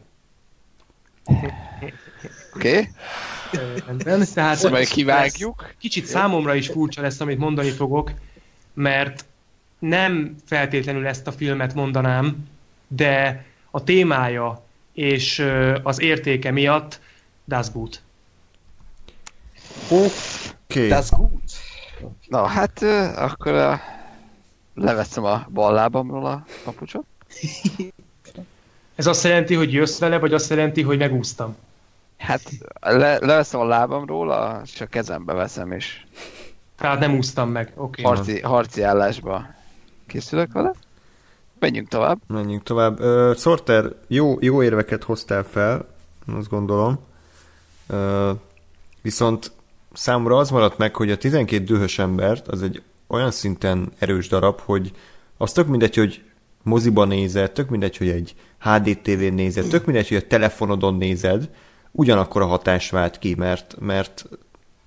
Speaker 5: Oké.
Speaker 4: Okay. Tehát
Speaker 5: szóval kivágjuk.
Speaker 4: Kicsit számomra is furcsa lesz, amit mondani fogok, mert nem feltétlenül ezt a filmet mondanám, de a témája és az értéke miatt Das Boot.
Speaker 2: Oké. Okay.
Speaker 7: Das Boot.
Speaker 5: Na, hát akkor uh, leveszem a bal lábamról a papucsot.
Speaker 4: Ez azt jelenti, hogy jössz vele, vagy azt jelenti, hogy megúsztam?
Speaker 5: Hát le, leveszem a lábamról, a, és a kezembe veszem, és...
Speaker 4: Tehát nem úsztam meg, oké.
Speaker 5: Okay. Harci, harci állásba készülök vele. Menjünk tovább.
Speaker 2: Menjünk tovább. Uh, Sorter, jó, jó érveket hoztál fel, azt gondolom. Uh, viszont számomra az maradt meg, hogy a tizenkét dühös embert az egy olyan szinten erős darab, hogy az tök mindegy, hogy moziban nézed, tök mindegy, hogy egy há dé tévén nézed, tök mindegy, hogy a telefonodon nézed, ugyanakkor a hatás vált ki, mert, mert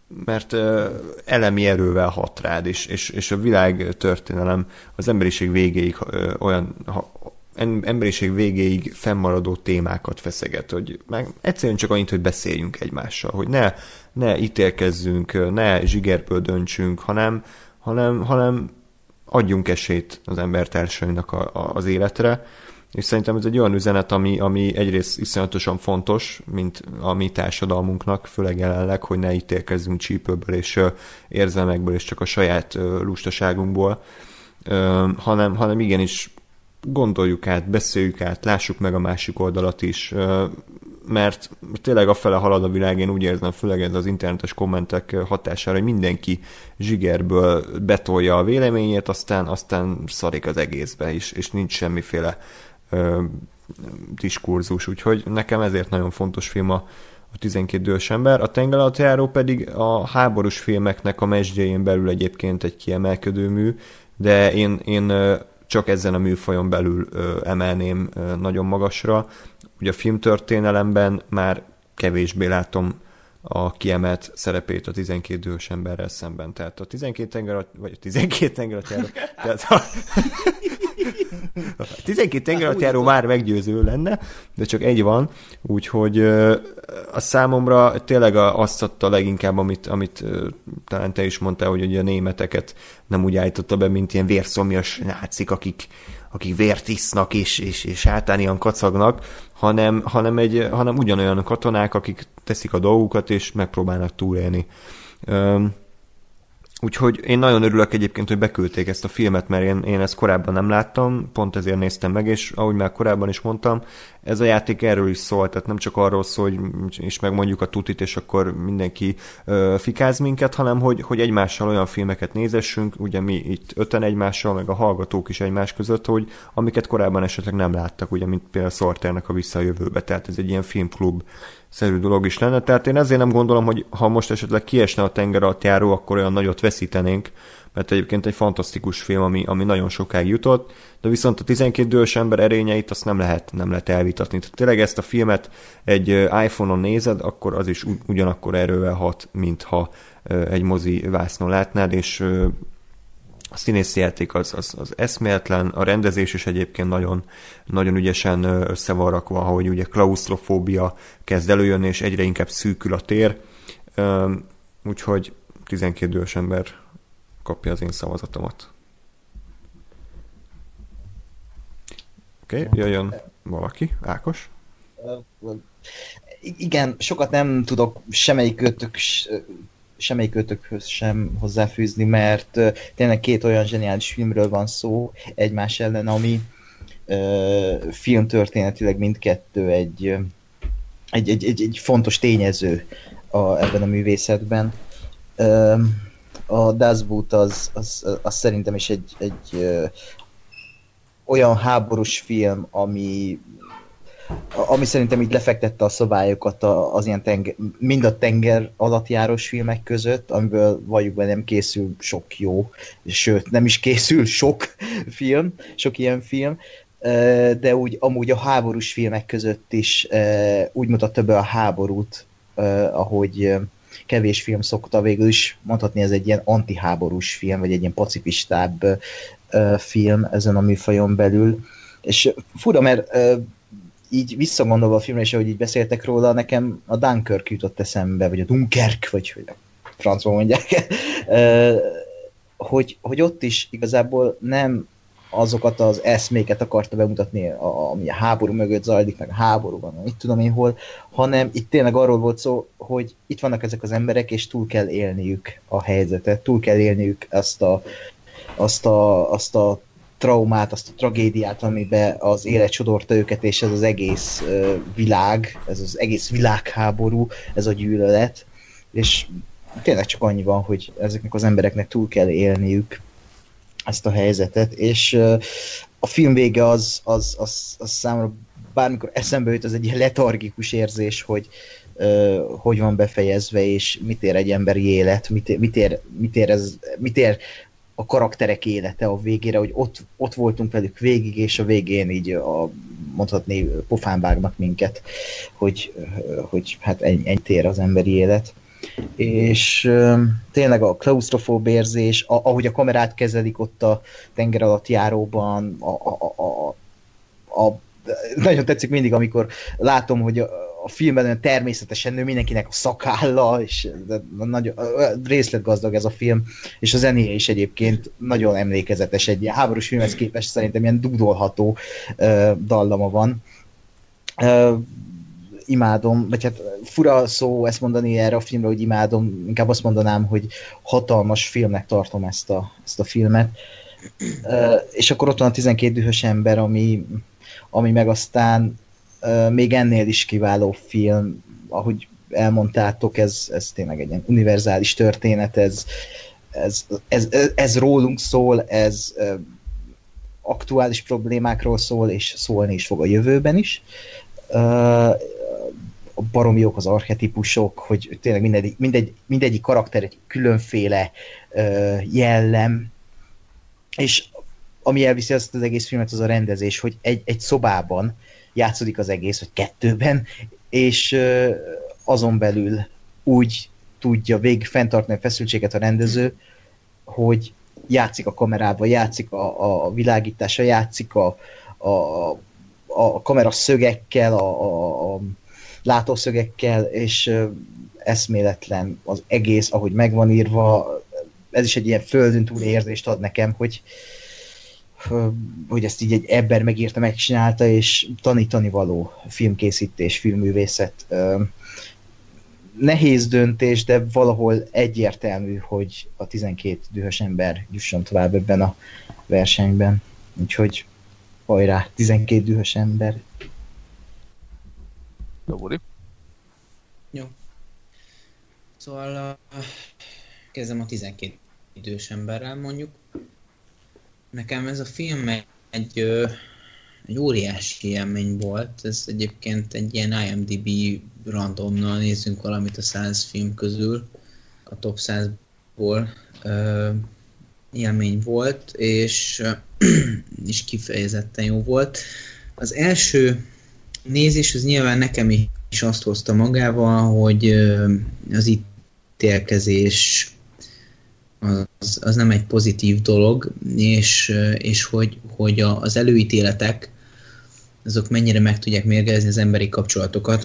Speaker 2: mert elemi erővel hat rád, és, és, és a világ történelem az emberiség végéig olyan, ha, emberiség végéig fennmaradó témákat feszeget, hogy meg egyszerűen csak annyit, hogy beszéljünk egymással, hogy ne, ne ítélkezzünk, ne zsigerből döntsünk, hanem, hanem, hanem adjunk esélyt az embertársainak a, a, az életre, és szerintem ez egy olyan üzenet, ami, ami egyrészt iszonyatosan fontos, mint a mi társadalmunknak, főleg jelenleg, hogy ne ítélkezzünk csípőből és érzelmekből, és csak a saját lustaságunkból, hanem, hanem igenis gondoljuk át, beszéljük át, lássuk meg a másik oldalat is, mert tényleg afele halad a világ, én úgy érzem, főleg ez az internetes kommentek hatására, hogy mindenki zsigerből betolja a véleményét, aztán, aztán szarik az egészbe is, és nincs semmiféle ö, diskurzus, úgyhogy nekem ezért nagyon fontos film a, a tizenkét dühös ember. A tengeralattjáró pedig a háborús filmeknek a mesdjéjén belül egyébként egy kiemelkedő mű, de én, én csak ezen a műfajon belül ö, emelném ö, nagyon magasra. Ugye a filmtörténelemben már kevésbé látom a kiemelt szerepét a tizenkét dühös emberrel szemben. Tehát a tizenkét tenger, vagy a tizenkét tengeralattjáró, tehát a, a tizenkét tengeralattjáró már meggyőző lenne, de csak egy van, úgyhogy a számomra tényleg azt adta leginkább, amit, amit talán te is mondtál, hogy ugye a németeket nem úgy állította be, mint ilyen vérszomjas nácik, akik, akik vért isznak és, és, és hátán ilyen kacagnak, hanem, hanem, egy, hanem ugyanolyan katonák, akik teszik a dolgukat és megpróbálnak túlélni. Üm, úgyhogy én nagyon örülök egyébként, hogy beküldték ezt a filmet, mert én, én ezt korábban nem láttam, pont ezért néztem meg, és ahogy már korábban is mondtam, ez a játék erről is szól, tehát nem csak arról szól, hogy is megmondjuk a tutit, és akkor mindenki ö, fikáz minket, hanem hogy, hogy egymással olyan filmeket nézessünk, ugye mi itt öten egymással, meg a hallgatók is egymás között, hogy amiket korábban esetleg nem láttak, ugye, mint például Sorternek a Vissza a jövőbe, tehát ez egy ilyen filmklub szerű dolog is lenne, tehát én ezért nem gondolom, hogy ha most esetleg kiesne a tengeralattjáró, akkor olyan nagyot veszítenénk, mert egyébként egy fantasztikus film, ami, ami nagyon sokáig jutott, de viszont a tizenkét dühös ember erényeit azt nem lehet, nem lehet elvitatni. Tehát tényleg ezt a filmet egy iPhone-on nézed, akkor az is ugyanakkor erővel hat, mintha egy mozi vásznon látnád, és a színészi játék az, az, az eszméletlen, a rendezés is egyébként nagyon, nagyon ügyesen össze van rakva, ahogy ugye klausztrofóbia kezd előjönni, és egyre inkább szűkül a tér, úgyhogy tizenkét dühös ember kapja az én szavazatomat. Oké, okay, jöjjön valaki. Ákos?
Speaker 3: Igen, sokat nem tudok semmelyikőtök, semmelyikőtökhöz sem hozzáfűzni, mert tényleg két olyan zseniális filmről van szó egymás ellen, ami uh, filmtörténetileg mindkettő egy, egy, egy, egy, egy fontos tényező a, ebben a művészetben. Uh, A Das Boot az, az, az szerintem is egy, egy ö, olyan háborús film, ami, ami szerintem így lefektette a szabályokat az ilyen tenger, mind a tenger alattjárós filmek között, amiből valljuk be nem készül sok jó, sőt nem is készül sok film, sok ilyen film, de úgy amúgy a háborús filmek között is úgy mutatta be a háborút, ahogy kevés film szokta, végül is mondhatni, ez egy ilyen antiháborús film, vagy egy ilyen pacifistább uh, film ezen a műfajon belül. És fura, mert uh, így visszagondolva a filmre, és ahogy így beszéltek róla, nekem a Dunkirk jutott eszembe, vagy a Dunkerk, vagy hogy a francból mondják, uh, hogy, hogy ott is igazából nem azokat az eszméket akarta bemutatni, ami a háború mögött zajlik, meg a háborúban, mit tudom én hol, hanem itt tényleg arról volt szó, hogy itt vannak ezek az emberek, és túl kell élniük a helyzetet, túl kell élniük azt a, azt a, azt a traumát, azt a tragédiát, amiben az élet sodorta őket, és ez az egész uh, világ, ez az egész világháború, ez a gyűlölet, és tényleg csak annyi van, hogy ezeknek az embereknek túl kell élniük ezt a helyzetet, és uh, a film vége az, az, az, az számomra bármikor eszembe jut, az egy ilyen letargikus érzés, hogy uh, hogy van befejezve, és mit ér egy emberi élet, mit ér, mit ér, mit ér, ez, mit ér a karakterek élete a végére, hogy ott, ott voltunk velük végig, és a végén így a, mondhatni pofán vágnak minket, hogy, hogy hát ennyit ér az emberi élet. és ö, tényleg a klausztrofób érzés, a, ahogy a kamerát kezelik ott a tenger alatt járóban, a, a, a, a, a, nagyon tetszik mindig, amikor látom, hogy a, a filmben olyan természetesen nő mindenkinek a szakálla, és nagyon részletgazdag ez a film, és a zenéje is egyébként nagyon emlékezetes, egy ilyen háborús filmhez képest szerintem ilyen dudolható uh, dallama van. Uh, imádom, vagy hát fura szó ezt mondani erre a filmre, hogy imádom, inkább azt mondanám, hogy hatalmas filmnek tartom ezt a, ezt a filmet. Uh, és akkor ott van a tizenkét dühös ember, ami, ami meg aztán uh, még ennél is kiváló film, ahogy elmondtátok, ez, ez tényleg egy ilyen univerzális történet, ez, ez, ez, ez, ez rólunk szól, ez uh, aktuális problémákról szól, és szólni is fog a jövőben is. Uh, a baromi jók az archetipusok, hogy tényleg mindegy, mindegy, mindegyik karakter egy különféle uh, jellem, és ami elviszi azt az egész filmet, az a rendezés, hogy egy, egy szobában játszódik az egész, vagy kettőben, és uh, azon belül úgy tudja végig fenntartani a feszültséget a rendező, hogy játszik a kamerával, játszik a, a világítása, játszik a, a, a kameraszögekkel, a, a, a látószögekkel, és uh, eszméletlen az egész, ahogy megvan írva. Ez is egy ilyen földön túli érzést ad nekem, hogy, hogy ezt így egy ember megírta, megcsinálta, és tanítani való filmkészítés, filmművészet. Nehéz döntés, de valahol egyértelmű, hogy a tizenkét dühös ember jusson tovább ebben a versenyben. Úgyhogy hajrá, tizenkét dühös ember.
Speaker 5: Dobori.
Speaker 6: Jó. Szóval uh, kezdem a tizenkét idős emberrel mondjuk. Nekem ez a film egy, egy, egy óriási élmény volt. Ez egyébként egy ilyen IMDb randomnal nézzünk valamit a száz film közül, a top százból uh, élmény volt, és, és kifejezetten jó volt. Az első nézés az nyilván nekem is azt hozta magával, hogy az ítélkezés az, az nem egy pozitív dolog, és, és hogy, hogy az előítéletek azok mennyire meg tudják mérgezni az emberi kapcsolatokat.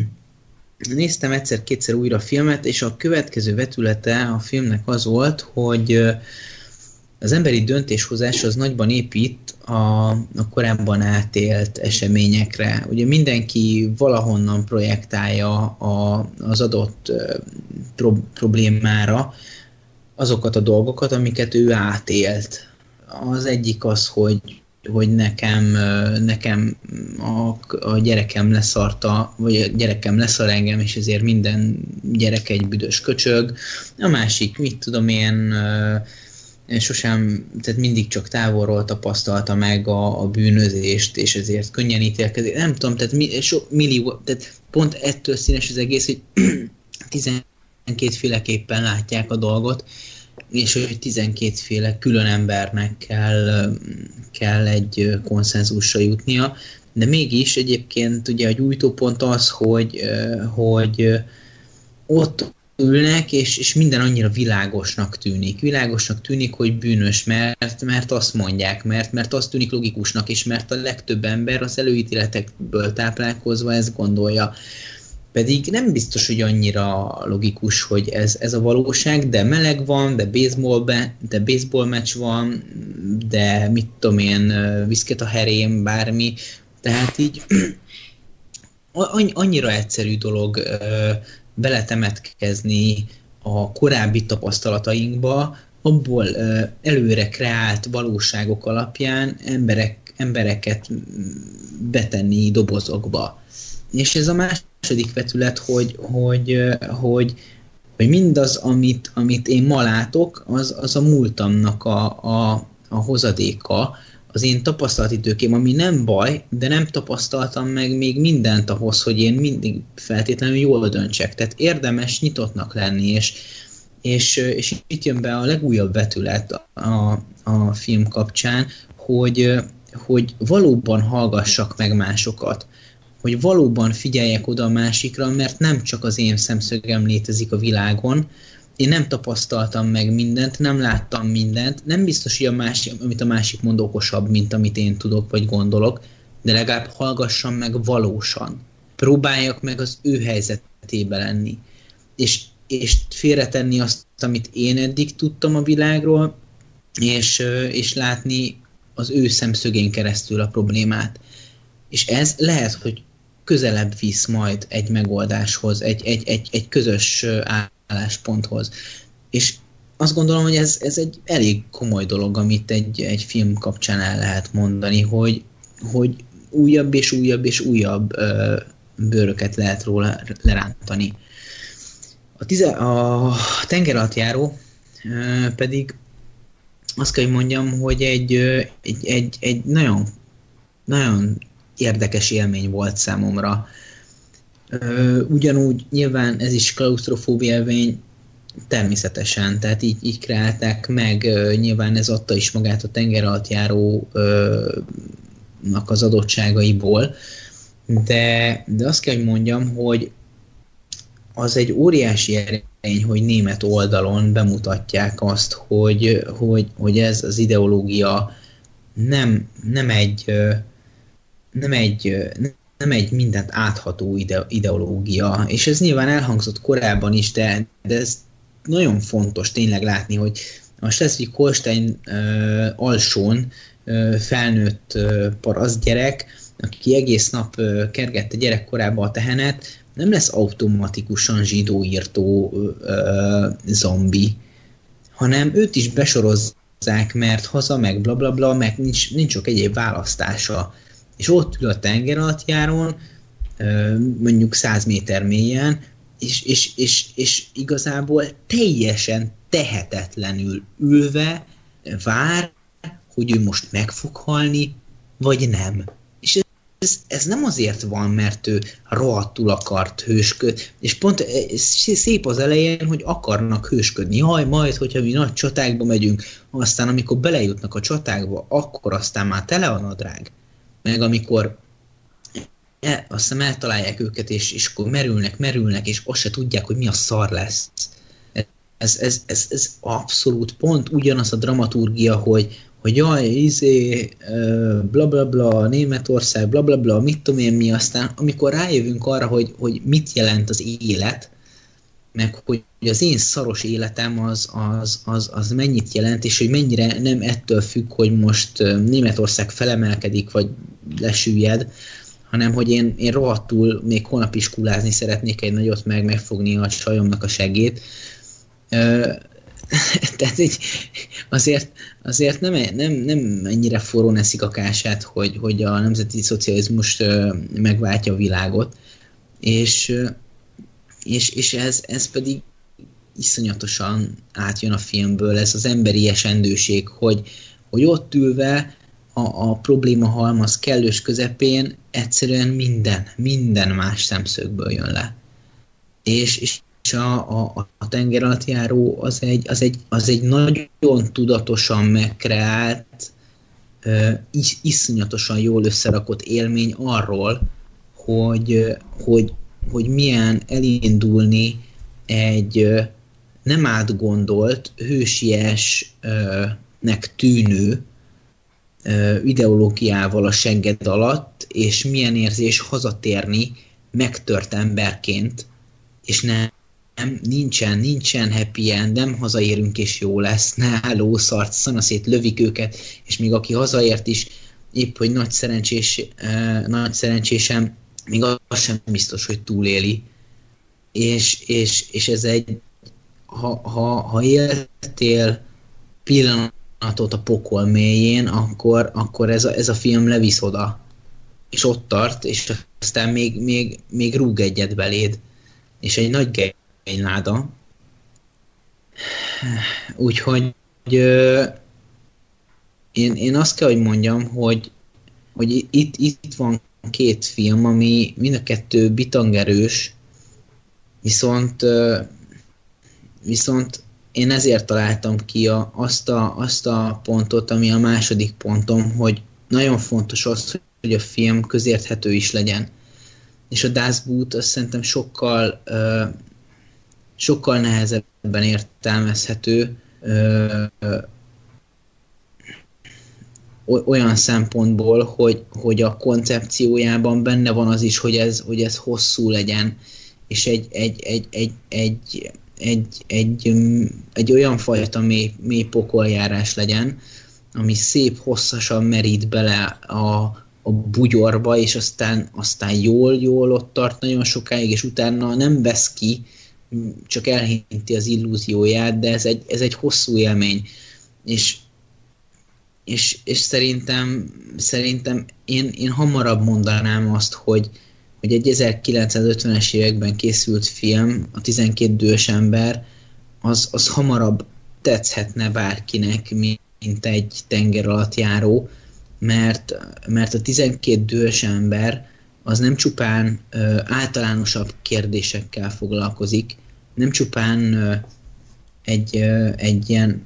Speaker 6: Néztem egyszer-kétszer újra a filmet, és a következő vetülete a filmnek az volt, hogy az emberi döntéshozás az nagyban épít a, a korábban átélt eseményekre. Ugye mindenki valahonnan projektálja a, az adott pro, problémára azokat a dolgokat, amiket ő átélt. Az egyik az, hogy, hogy nekem, nekem a, a gyerekem leszarta, vagy a gyerekem leszar engem, és ezért minden gyerek egy büdös köcsög. A másik, mit tudom én, sosem, tehát mindig csak távolról tapasztalta meg a, a bűnözést, és ezért könnyen ítélkezik. Nem tudom, tehát, mi, so, millió, tehát pont ettől színes az egész, hogy tizenkétféleképpen látják a dolgot, és hogy tizenkétféle külön embernek kell, kell egy konszenzusra jutnia, de mégis egyébként ugye a gyújtópont az, hogy, hogy ott ülnek, és, és minden annyira világosnak tűnik. Világosnak tűnik, hogy bűnös, mert, mert azt mondják, mert, mert azt tűnik logikusnak, és mert a legtöbb ember az előítéletekből táplálkozva ezt gondolja. Pedig nem biztos, hogy annyira logikus, hogy ez, ez a valóság, de meleg van, de baseball, be, de baseball meccs van, de mit tudom én, viszket a herém, bármi. Tehát így annyira egyszerű dolog beletemetkezni a korábbi tapasztalatainkba, abból előre kreált valóságok alapján emberek, embereket betenni dobozokba. És ez a második vetület, hogy, hogy, hogy, hogy mindaz, amit, amit én ma látok, az, az a múltamnak a, a, a hozadéka, az én tapasztalatidőkém, ami nem baj, de nem tapasztaltam meg még mindent ahhoz, hogy én mindig feltétlenül jól döntsek. Tehát érdemes nyitottnak lenni, és, és, és itt jön be a legújabb vetület a, a film kapcsán, hogy, hogy valóban hallgassak meg másokat. hogy valóban figyeljek oda a másikra, mert nem csak az én szemszögem létezik a világon, én nem tapasztaltam meg mindent, nem láttam mindent, nem biztos, hogy a másik, amit a másik mond okosabb, mint amit én tudok vagy gondolok, de legalább hallgassam meg valósan. Próbáljak meg az ő helyzetébe lenni. És, és félretenni azt, amit én eddig tudtam a világról, és, és látni az ő szemszögén keresztül a problémát. És ez lehet, hogy közelebb visz majd egy megoldáshoz, egy, egy, egy, egy közös állásponthoz. És azt gondolom, hogy ez, ez egy elég komoly dolog, amit egy, egy film kapcsán el lehet mondani, hogy, hogy újabb és újabb és újabb ö, bőröket lehet róla lerántani. A, tize, a tengeralattjáró ö, pedig azt kell, hogy mondjam, hogy egy, egy, egy, egy nagyon, nagyon érdekes élmény volt számomra. Ugyanúgy nyilván ez is klausztrofóbia élmény, természetesen, tehát így, így kreálták meg, nyilván ez adta is magát a tengeralattjárónak az adottságaiból, de, de azt kell, hogy mondjam, hogy az egy óriási erény, hogy német oldalon bemutatják azt, hogy, hogy, hogy ez az ideológia nem, nem egy nem egy, nem egy mindent átható ide, ideológia, és ez nyilván elhangzott korábban is, de, de ez nagyon fontos tényleg látni, hogy a Schleswig-Holstein uh, alsón uh, felnőtt uh, paraszt gyerek, aki egész uh, nap kergette gyerekkorában a tehenet, nem lesz automatikusan zsidóírtó uh, zombi, hanem őt is besorozzák, mert haza, meg blablabla, bla, bla, meg nincs, nincs sok egyéb választása. És ott ül a tengeralattjárón, uh, mondjuk száz méter mélyen, és, és, és, és igazából teljesen tehetetlenül ülve vár, hogy ő most meg fog halni, vagy nem. És ez, ez nem azért van, mert ő rohadtul akart hősködni, és pont szép az elején, hogy akarnak hősködni. Jaj, majd, hogyha mi nagy csatákba megyünk, aztán amikor belejutnak a csatákba, akkor aztán már tele a nadrág. Meg amikor el, aztán eltalálják őket, és, és akkor merülnek, merülnek, és azt se tudják, hogy mi a szar lesz. Ez, ez, ez, ez abszolút pont ugyanaz a dramaturgia, hogy, hogy jaj, izé, bla bla bla, Németország, bla bla bla, mit tudom én mi, aztán amikor rájövünk arra, hogy, hogy mit jelent az élet, meg hogy az én szaros életem az, az, az, az mennyit jelent, és hogy mennyire nem ettől függ, hogy most Németország felemelkedik, vagy lesüllyed, hanem hogy én, én rohadtul még holnap iskolázni szeretnék egy nagyot, meg megfogni a csajomnak a segét. Tehát így azért, azért nem, nem, nem ennyire forró eszik a kását, hogy, hogy a nemzeti szocializmus megváltja a világot, és És, és ez, ez pedig iszonyatosan átjön a filmből, ez az emberi esendőség, hogy, hogy ott ülve a, a probléma halmaz kellős közepén egyszerűen minden, minden más szemszögből jön le. És, és a, a, a tengeralattjáró az egy, az, egy, az egy nagyon tudatosan megkreált, uh, is, iszonyatosan jól összerakott élmény arról, hogy, hogy hogy milyen elindulni egy nem átgondolt, hősiesnek tűnő ideológiával a segged alatt, és milyen érzés hazatérni megtört emberként, és nem, nem nincsen, nincsen happy end, nem hazaérünk és jó lesz, ne lószart, szanaszét lövik őket, és még aki hazaért is, épp hogy nagy, szerencsés, nagy szerencsésem, még az sem biztos, hogy túléli. És, és, és ez egy, ha, ha, ha éltél pillanatot a pokol mélyén, akkor, akkor ez, a, ez a film levisz oda. És ott tart, és aztán még, még, még rúg egyet beléd. És egy nagy gényláda. Úgyhogy ö, én, én azt kell, hogy mondjam, hogy, hogy itt, itt van két film, ami mind a kettő bitangerős, viszont viszont én ezért találtam ki a, azt, a, azt a pontot, ami a második pontom, hogy nagyon fontos az, hogy a film közérthető is legyen. és a Das Boot azt szerintem sokkal, ö, sokkal nehezebben értelmezhető ö, ö, olyan szempontból, hogy, hogy a koncepciójában benne van az is, hogy ez, hogy ez hosszú legyen, és egy, egy, egy, egy, egy, egy, egy, egy olyan fajta mély, mély pokoljárás legyen, ami szép hosszasan merít bele a, a bugyorba, és aztán, aztán jól, jól ott tart nagyon sokáig, és utána nem vesz ki, csak elhinti az illúzióját, de ez egy, ez egy hosszú élmény. És És, és szerintem, szerintem én, én hamarabb mondanám azt, hogy, hogy egy ezerkilencszázötvenes években készült film, a tizenkét dühös ember, az, az hamarabb tetszhetne bárkinek, mint egy tengeralattjáró, mert, mert a tizenkét dühös ember az nem csupán ö, általánosabb kérdésekkel foglalkozik, nem csupán ö, egy, ö, egy ilyen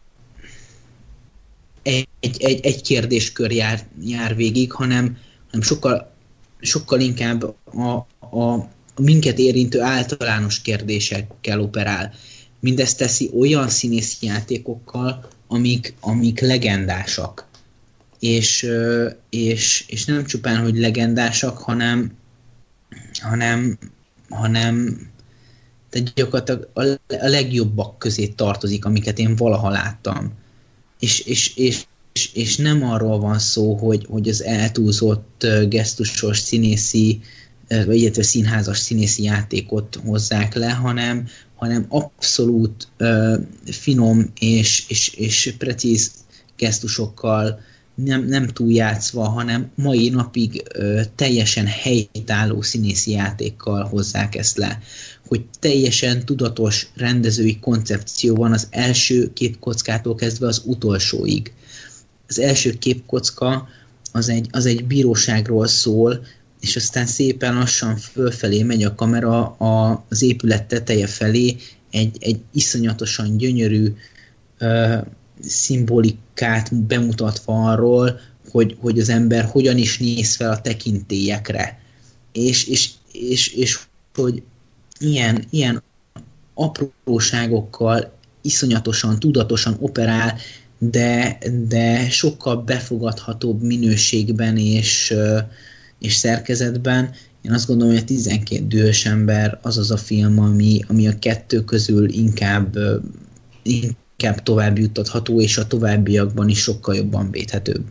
Speaker 6: Egy, egy, egy kérdéskör jár, jár végig, hanem, hanem sokkal, sokkal inkább a, a, a minket érintő általános kérdésekkel operál. Mindezt teszi olyan színészi játékokkal, amik, amik legendásak. És, és, és nem csupán, hogy legendásak, hanem, hanem, hanem tehát gyakorlatilag a, a legjobbak közé tartozik, amiket én valaha láttam. És, és, és, és nem arról van szó, hogy, hogy az eltúlzott gesztusos színészi, vagy illetve színházas színészi játékot hozzák le, hanem, hanem abszolút uh, finom és, és, és precíz gesztusokkal, nem, nem túljátszva, hanem mai napig uh, teljesen helytálló színészi játékkal hozzák ezt le. Hogy teljesen tudatos rendezői koncepció van az első képkockától kezdve az utolsóig. Az első képkocka az egy, az egy bíróságról szól, és aztán szépen lassan fölfelé megy a kamera a, az épület teteje felé, egy, egy iszonyatosan gyönyörű ö, szimbolikát bemutatva arról, hogy, hogy az ember hogyan is néz fel a tekintélyekre. És, és, és, és hogy ilyen, ilyen apróságokkal iszonyatosan, tudatosan operál, de, de sokkal befogadhatóbb minőségben és, és szerkezetben. Én azt gondolom, hogy a tizenkét dühös ember az az a film, ami, ami a kettő közül inkább, inkább tovább juttatható, és a továbbiakban is sokkal jobban védhetőbb.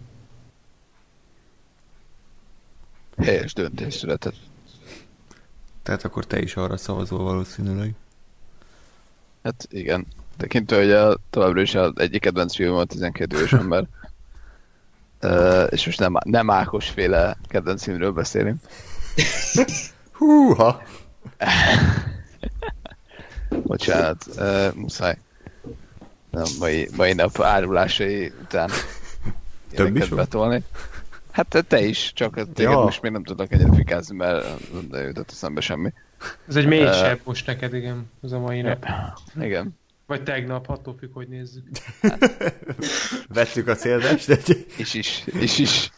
Speaker 5: Helyes döntés született.
Speaker 2: Tehát akkor te is arra szavazol valószínűleg.
Speaker 5: Hát igen. Tekintve, hogy a, továbbra is az egyik kedvenc film a tizenkét dühös ember. uh, és most nem, nem Ákos féle kedvenc filmről beszélünk.
Speaker 2: Húha!
Speaker 5: Bocsánat, uh, muszáj. Nem, mai, mai nap árulásai után
Speaker 2: Több is
Speaker 5: betolni. Hát te is, csak téged ja. Most még nem tudok ennyire fikázni, mert nem jutott eszembe semmi.
Speaker 4: Ez egy mély uh, most neked, igen, az a mai nap.
Speaker 5: Igen.
Speaker 4: Vagy tegnap, attól függ, hogy nézzük.
Speaker 5: Hát.
Speaker 2: Vettük a célzást, de...
Speaker 5: Is is, is is.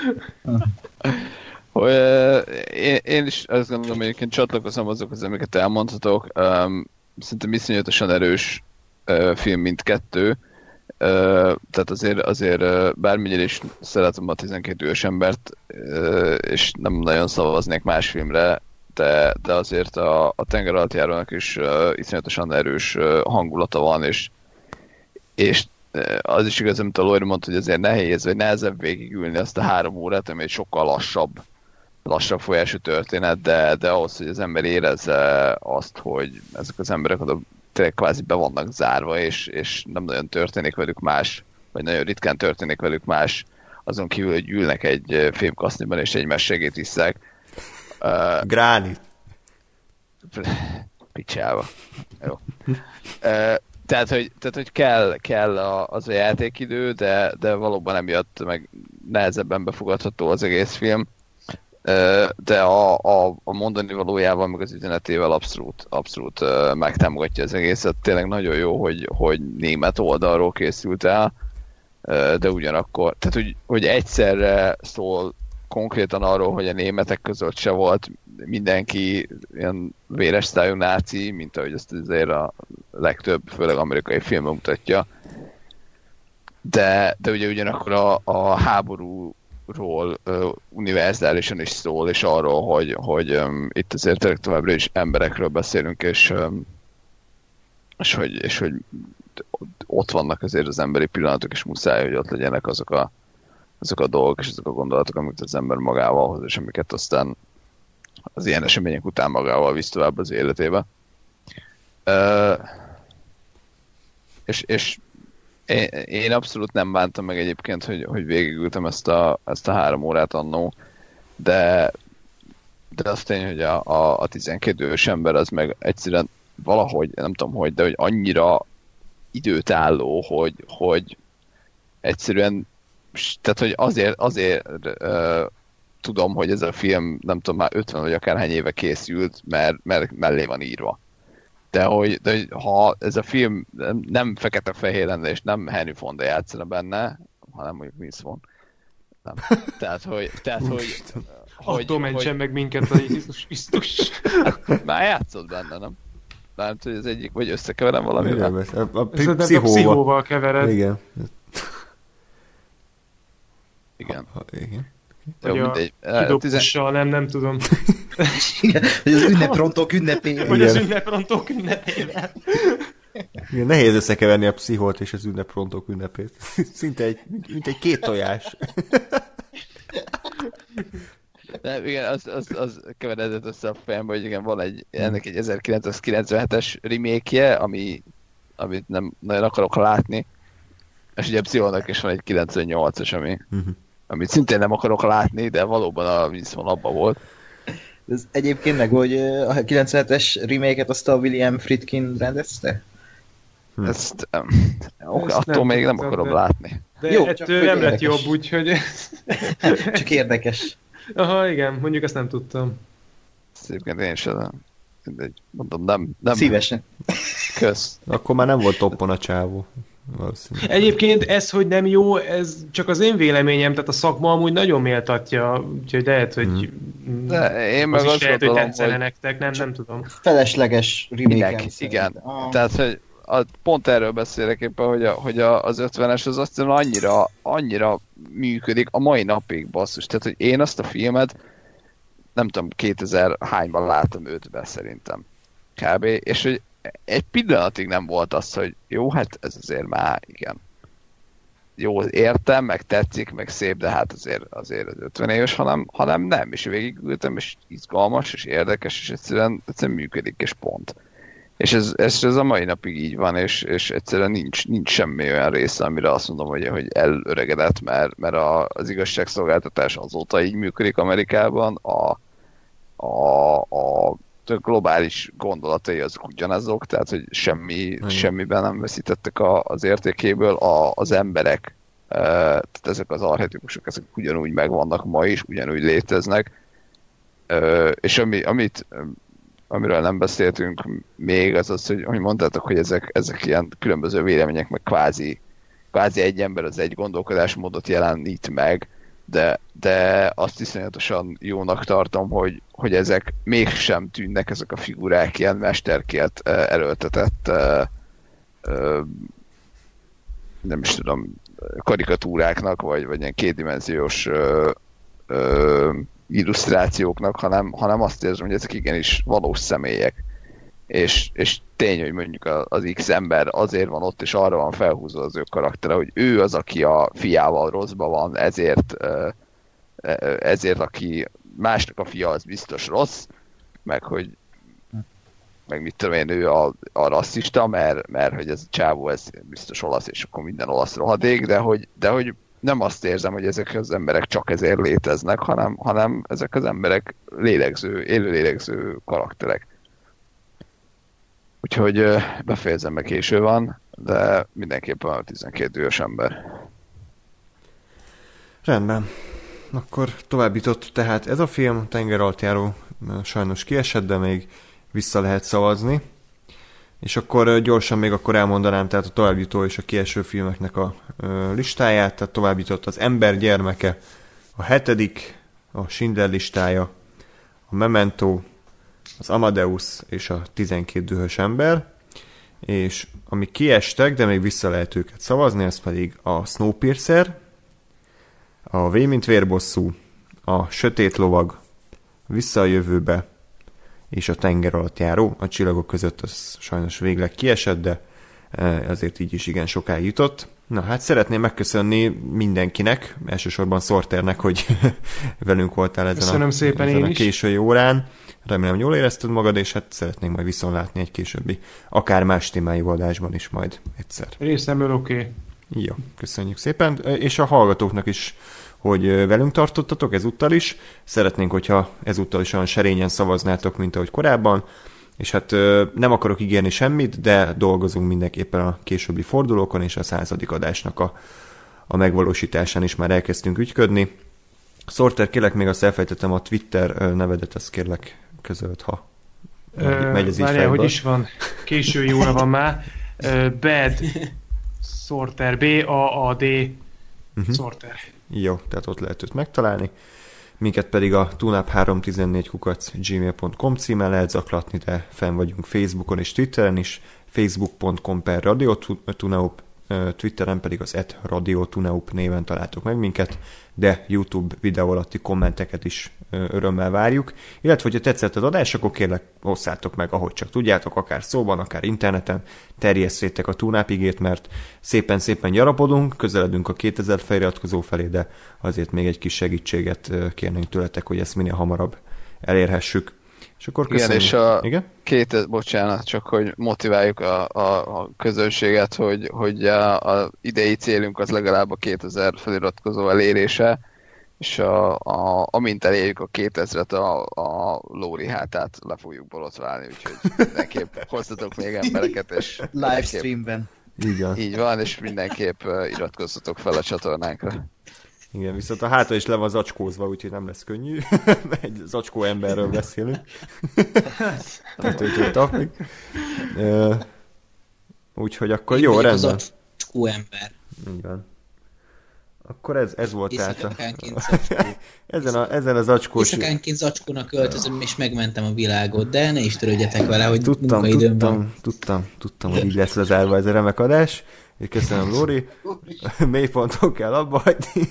Speaker 5: hogy, uh, én, én is azt gondolom, hogy egyébként csatlakozom azokhoz, amiket elmondhatok. Um, szerintem iszonyatosan erős uh, film mindkettő. Uh, tehát azért, azért uh, bármennyire is szeretem a tizenkét dühös embert, uh, és nem nagyon szavaznék más filmre, de, de azért a, a tengeralattjárónak is uh, iszonyatosan erős uh, hangulata van, és, és uh, az is igaz, amit a Lóri mondta, hogy azért nehéz, vagy nehezebb végigülni azt a három órát, ami egy sokkal lassabb, lassabb folyású történet, de, de ahhoz, hogy az ember érezze azt, hogy ezek az emberek oda tényleg kvázi be vannak zárva, és, és nem nagyon történik velük más, vagy nagyon ritkán történik velük más, azon kívül, hogy ülnek egy fémkaszniban, és egymás segít isszák. Uh,
Speaker 2: Gránit.
Speaker 5: Picsába. Jó. Uh, tehát, hogy, tehát, hogy kell, kell a, az a játékidő, de, de valóban emiatt meg nehezebben befogadható az egész film. De a, a, a mondani valójával, meg az üzenetével abszolút, abszolút uh, megtámogatja az egészet. Tényleg nagyon jó, hogy, hogy német oldalról készült el, uh, de ugyanakkor, tehát hogy, hogy egyszerre szól konkrétan arról, hogy a németek között se volt mindenki ilyen véres szájú náci, mint ahogy ezt azért a legtöbb, főleg amerikai film mutatja. De, de ugye ugyanakkor a, a háborúról uh, univerzálisan is szól, és arról, hogy, hogy um, itt azért továbbra is emberekről beszélünk, és, um, és, hogy, és hogy ott vannak azért az emberi pillanatok, és muszáj, hogy ott legyenek azok a, azok a dolgok, és azok a gondolatok, amiket az ember magával hoz, és amiket aztán az ilyen események után magával visz tovább az életébe. Uh, és, és én, én abszolút nem bántam meg egyébként, hogy, hogy végigültem ezt a, ezt a három órát annó, de, de az tény, hogy a, a, a tizenkét ős ember az meg egyszerűen valahogy, nem tudom hogy, de hogy annyira időtálló, hogy, hogy egyszerűen, tehát hogy azért, azért uh, tudom, hogy ez a film, nem tudom, már ötven vagy akárhány éve készült, mert, mert mellé van írva. De hogy, de hogy ha ez a film nem fekete-fehér lenne, és nem Henry Fonda játszana benne, hanem mondjuk Vince Vaughn. Nem. Tehát, hogy... Tehát, hogy, hogy
Speaker 4: attól mentsen meg minket a Jézus Krisztus.
Speaker 5: Már játszott benne, nem? Nem tudom, hogy az egyik, vagy összekeverem valamivel.
Speaker 2: A, a, a
Speaker 4: pszichóval. pszichóval kevered.
Speaker 2: Igen.
Speaker 5: Igen.
Speaker 2: Ha, igen.
Speaker 5: Jó, mindegy.
Speaker 4: Kidobással, nem, nem tudom.
Speaker 3: Igen, hogy az ünneprontók ünnepével.
Speaker 4: Hogy az ünneprontók ünnepével.
Speaker 2: Igen, nehéz összekeverni a pszichót és az ünneprontók ünnepét. Szinte egy, mint egy két tojás.
Speaker 5: De igen, az, az, az keveredett össze a fejembe, hogy igen, van egy, ennek egy ezerkilencszázkilencvenhetes remake-je, ami, amit nem nagyon akarok látni. És ugye a Pszichónak is van egy kilencvennyolcas, ami, uh-huh. amit szintén nem akarok látni, de valóban a Vince Vaughn abban volt.
Speaker 3: Ez egyébként meg, hogy a kilencvenhetes remake-et azt a William Friedkin rendezte?
Speaker 5: Hm. Ezt, um, Ezt attól nem még nem akarom de... látni.
Speaker 4: De jó, ettől nem lett jobb, úgyhogy...
Speaker 3: Csak érdekes.
Speaker 4: Aha, igen, mondjuk ezt nem tudtam.
Speaker 5: Egyébként én sem, mondom, nem... nem...
Speaker 3: Szívesen.
Speaker 5: Kösz.
Speaker 2: Akkor már nem volt toppon a csávó.
Speaker 4: Egyébként ez, hogy nem jó, ez csak az én véleményem, tehát a szakma amúgy nagyon méltatja, úgyhogy lehet, hogy
Speaker 5: hmm. De én meg
Speaker 4: az
Speaker 5: azt
Speaker 4: is lehet, hogy tetszene
Speaker 5: hogy
Speaker 4: nektek, nem, nem tudom.
Speaker 3: Felesleges remake.
Speaker 5: Igen, ah. Tehát, hogy a, pont erről beszélek éppen, hogy, a, hogy a, az ötvenes az azt mondom, annyira, annyira működik a mai napig, basszus. Tehát, hogy én azt a filmet nem tudom, kétezer hányban láttam ötben szerintem. Kb. És hogy egy pillanatig nem volt az, hogy jó, hát ez azért már igen. Jó, értem, meg tetszik, meg szép, de hát azért, azért az ötven éves, hanem, hanem nem. És végigültem, és izgalmas, és érdekes, és egyszerűen, egyszerűen működik, és pont. És ez, ez, ez a mai napig így van, és, és egyszerűen nincs, nincs semmi olyan része, amire azt mondom, hogy, hogy elöregedett, mert, mert a, az igazságszolgáltatás azóta így működik Amerikában, a, a, a globális gondolatai azok ugyanazok, tehát hogy semmi, semmiben nem veszítettek a, az értékéből, a, az emberek, e, tehát ezek az archetipusok, ezek ugyanúgy megvannak ma is, ugyanúgy léteznek, e, és ami, amit, amiről nem beszéltünk még, az az, hogy, hogy mondtátok, hogy ezek, ezek ilyen különböző vélemények, meg kvázi, kvázi egy ember az egy gondolkodásmódot jelenít meg, de, de azt iszonyatosan jónak tartom, hogy, hogy ezek mégsem tűnnek, ezek a figurák ilyen mesterkélt erőltetett nem is tudom, karikatúráknak, vagy, vagy ilyen kétdimenziós ö, ö, illusztrációknak, hanem, hanem azt érzem, hogy ezek igenis valós személyek. És, és tény, hogy mondjuk az X ember azért van ott, és arra van felhúzva az ő karaktere, hogy ő az, aki a fiával rosszban van, ezért, ezért aki másnak a fia az biztos rossz, meg hogy meg mit tudom én, ő a, a rasszista, mert, mert hogy ez a csávó, ez biztos olasz, és akkor minden olasz rohadék, de hogy, de hogy nem azt érzem, hogy ezek az emberek csak ezért léteznek, hanem, hanem ezek az emberek lélegző, élő lélegző karakterek. Úgyhogy befejezem, meg késő van, de mindenképpen a tizenkét éves ember.
Speaker 2: Rendben. Akkor továbbított tehát ez a film, Tengeralattjáró sajnos kiesett, de még vissza lehet szavazni. És akkor gyorsan még akkor elmondanám tehát a továbbjutó és a kieső filmeknek a listáját. Tehát továbbjutott az Ember gyermeke, a hetedik, a Schindler listája, a Memento, az Amadeus és a tizenkét dühös ember, és ami kiestek, de még vissza lehet őket szavazni, ez pedig a Snowpiercer, a V mint vérbosszú, a Sötét lovag, Vissza a jövőbe, és a Tenger alatt járó. A csillagok között az sajnos végleg kiesett, de azért így is igen sokáig jutott. Na hát szeretném megköszönni mindenkinek, elsősorban Sorternek, hogy velünk voltál ezen
Speaker 4: Köszönöm
Speaker 2: a,
Speaker 4: szépen
Speaker 2: ezen
Speaker 4: én
Speaker 2: a
Speaker 4: is.
Speaker 2: késői órán. Remélem jól érezted magad, és hát szeretnénk majd viszont látni egy későbbi, akár más témájú adásban is majd egyszer.
Speaker 4: Részemről oké. Okay.
Speaker 2: Jó, köszönjük szépen, és a hallgatóknak is, hogy velünk tartottatok ezúttal is. Szeretnénk, hogyha ezúttal is olyan serényen szavaznátok, mint ahogy korábban, és hát nem akarok ígérni semmit, de dolgozunk mindenképpen a későbbi fordulókon, és a századik adásnak a, a megvalósításán is már elkezdtünk ügyködni. Sorter, kérlek, még azt elfejtettem a Twitter nevedet, azt kérlek közöld, ha
Speaker 4: Ö,
Speaker 2: megy ez így
Speaker 4: várjál,
Speaker 2: fejből.
Speaker 4: hogy is van, késői óra van már. Ö, Bad Sorter, B A A D uh-huh. Sorter.
Speaker 2: Jó, tehát ott lehet őt megtalálni. Minket pedig a tunap három tizennégy kukac gmail pont com címen lehet zaklatni, de fenn vagyunk Facebookon és Twitteren is, facebook pont com per radiotunaup, Twitteren pedig az et radiotunaup néven találtok meg minket, de YouTube videó alatti kommenteket is örömmel várjuk. Illetve, hogyha tetszett az adás, akkor kérlek, osszátok meg, ahogy csak tudjátok, akár szóban, akár interneten, terjesszétek a Tunap igét, mert szépen-szépen gyarapodunk, közeledünk a kétezer feliratkozó felé, de azért még egy kis segítséget kérnénk tőletek, hogy ezt minél hamarabb elérhessük. És akkor
Speaker 5: igen,
Speaker 2: köszönjük.
Speaker 5: és a
Speaker 2: Igen?
Speaker 5: két, bocsánat, csak hogy motiváljuk a, a, a közönséget, hogy, hogy a, a idei célunk az legalább a kétezer feliratkozó elérése, és a, a, amint elérjük a kétezret, a, a Lóri hátát le fogjuk borotválni, úgyhogy mindenképp hozzatok még embereket, és
Speaker 3: livestreamben.
Speaker 2: Így van.
Speaker 5: Így van, és mindenképp iratkozzatok fel a csatornánkra.
Speaker 2: Igen, viszont a háta is le van zacskózva, úgyhogy nem lesz könnyű. Egy zacskó emberről beszélünk. Tetőtől tapig. Uh, úgyhogy akkor
Speaker 6: Én
Speaker 2: jó,
Speaker 6: vagyok
Speaker 2: rendben.
Speaker 6: az zacskó ember.
Speaker 2: Így van. Akkor ez, ez volt tehát.
Speaker 6: Éjszakánként zacskó.
Speaker 2: ezen, a, ezen a zacskós...
Speaker 6: Éjszakánként zacskónak öltözöm, és megmentem a világot, de ne is törődjetek vele, hogy
Speaker 2: tudtam,
Speaker 6: munkaidőm
Speaker 2: tudtam,
Speaker 6: van.
Speaker 2: tudtam, tudtam, hogy így lesz lezárva ez a remek adás. És köszönöm, Lóri. Mélyponton kell abba hagyni.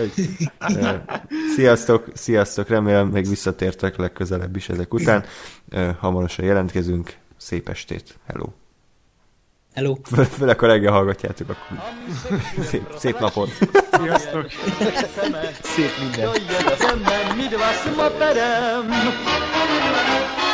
Speaker 2: Sziasztok, sziasztok, remélem még visszatértek legközelebb is ezek után. Hamarosan jelentkezünk. Szép estét. Hello.
Speaker 6: Hello.
Speaker 2: Főleg a reggel hallgatjátok, akkor szép, szép napot.
Speaker 4: Sziasztok.
Speaker 3: Szép minden.
Speaker 1: Jöjjön szemben, mit vasz ma perem?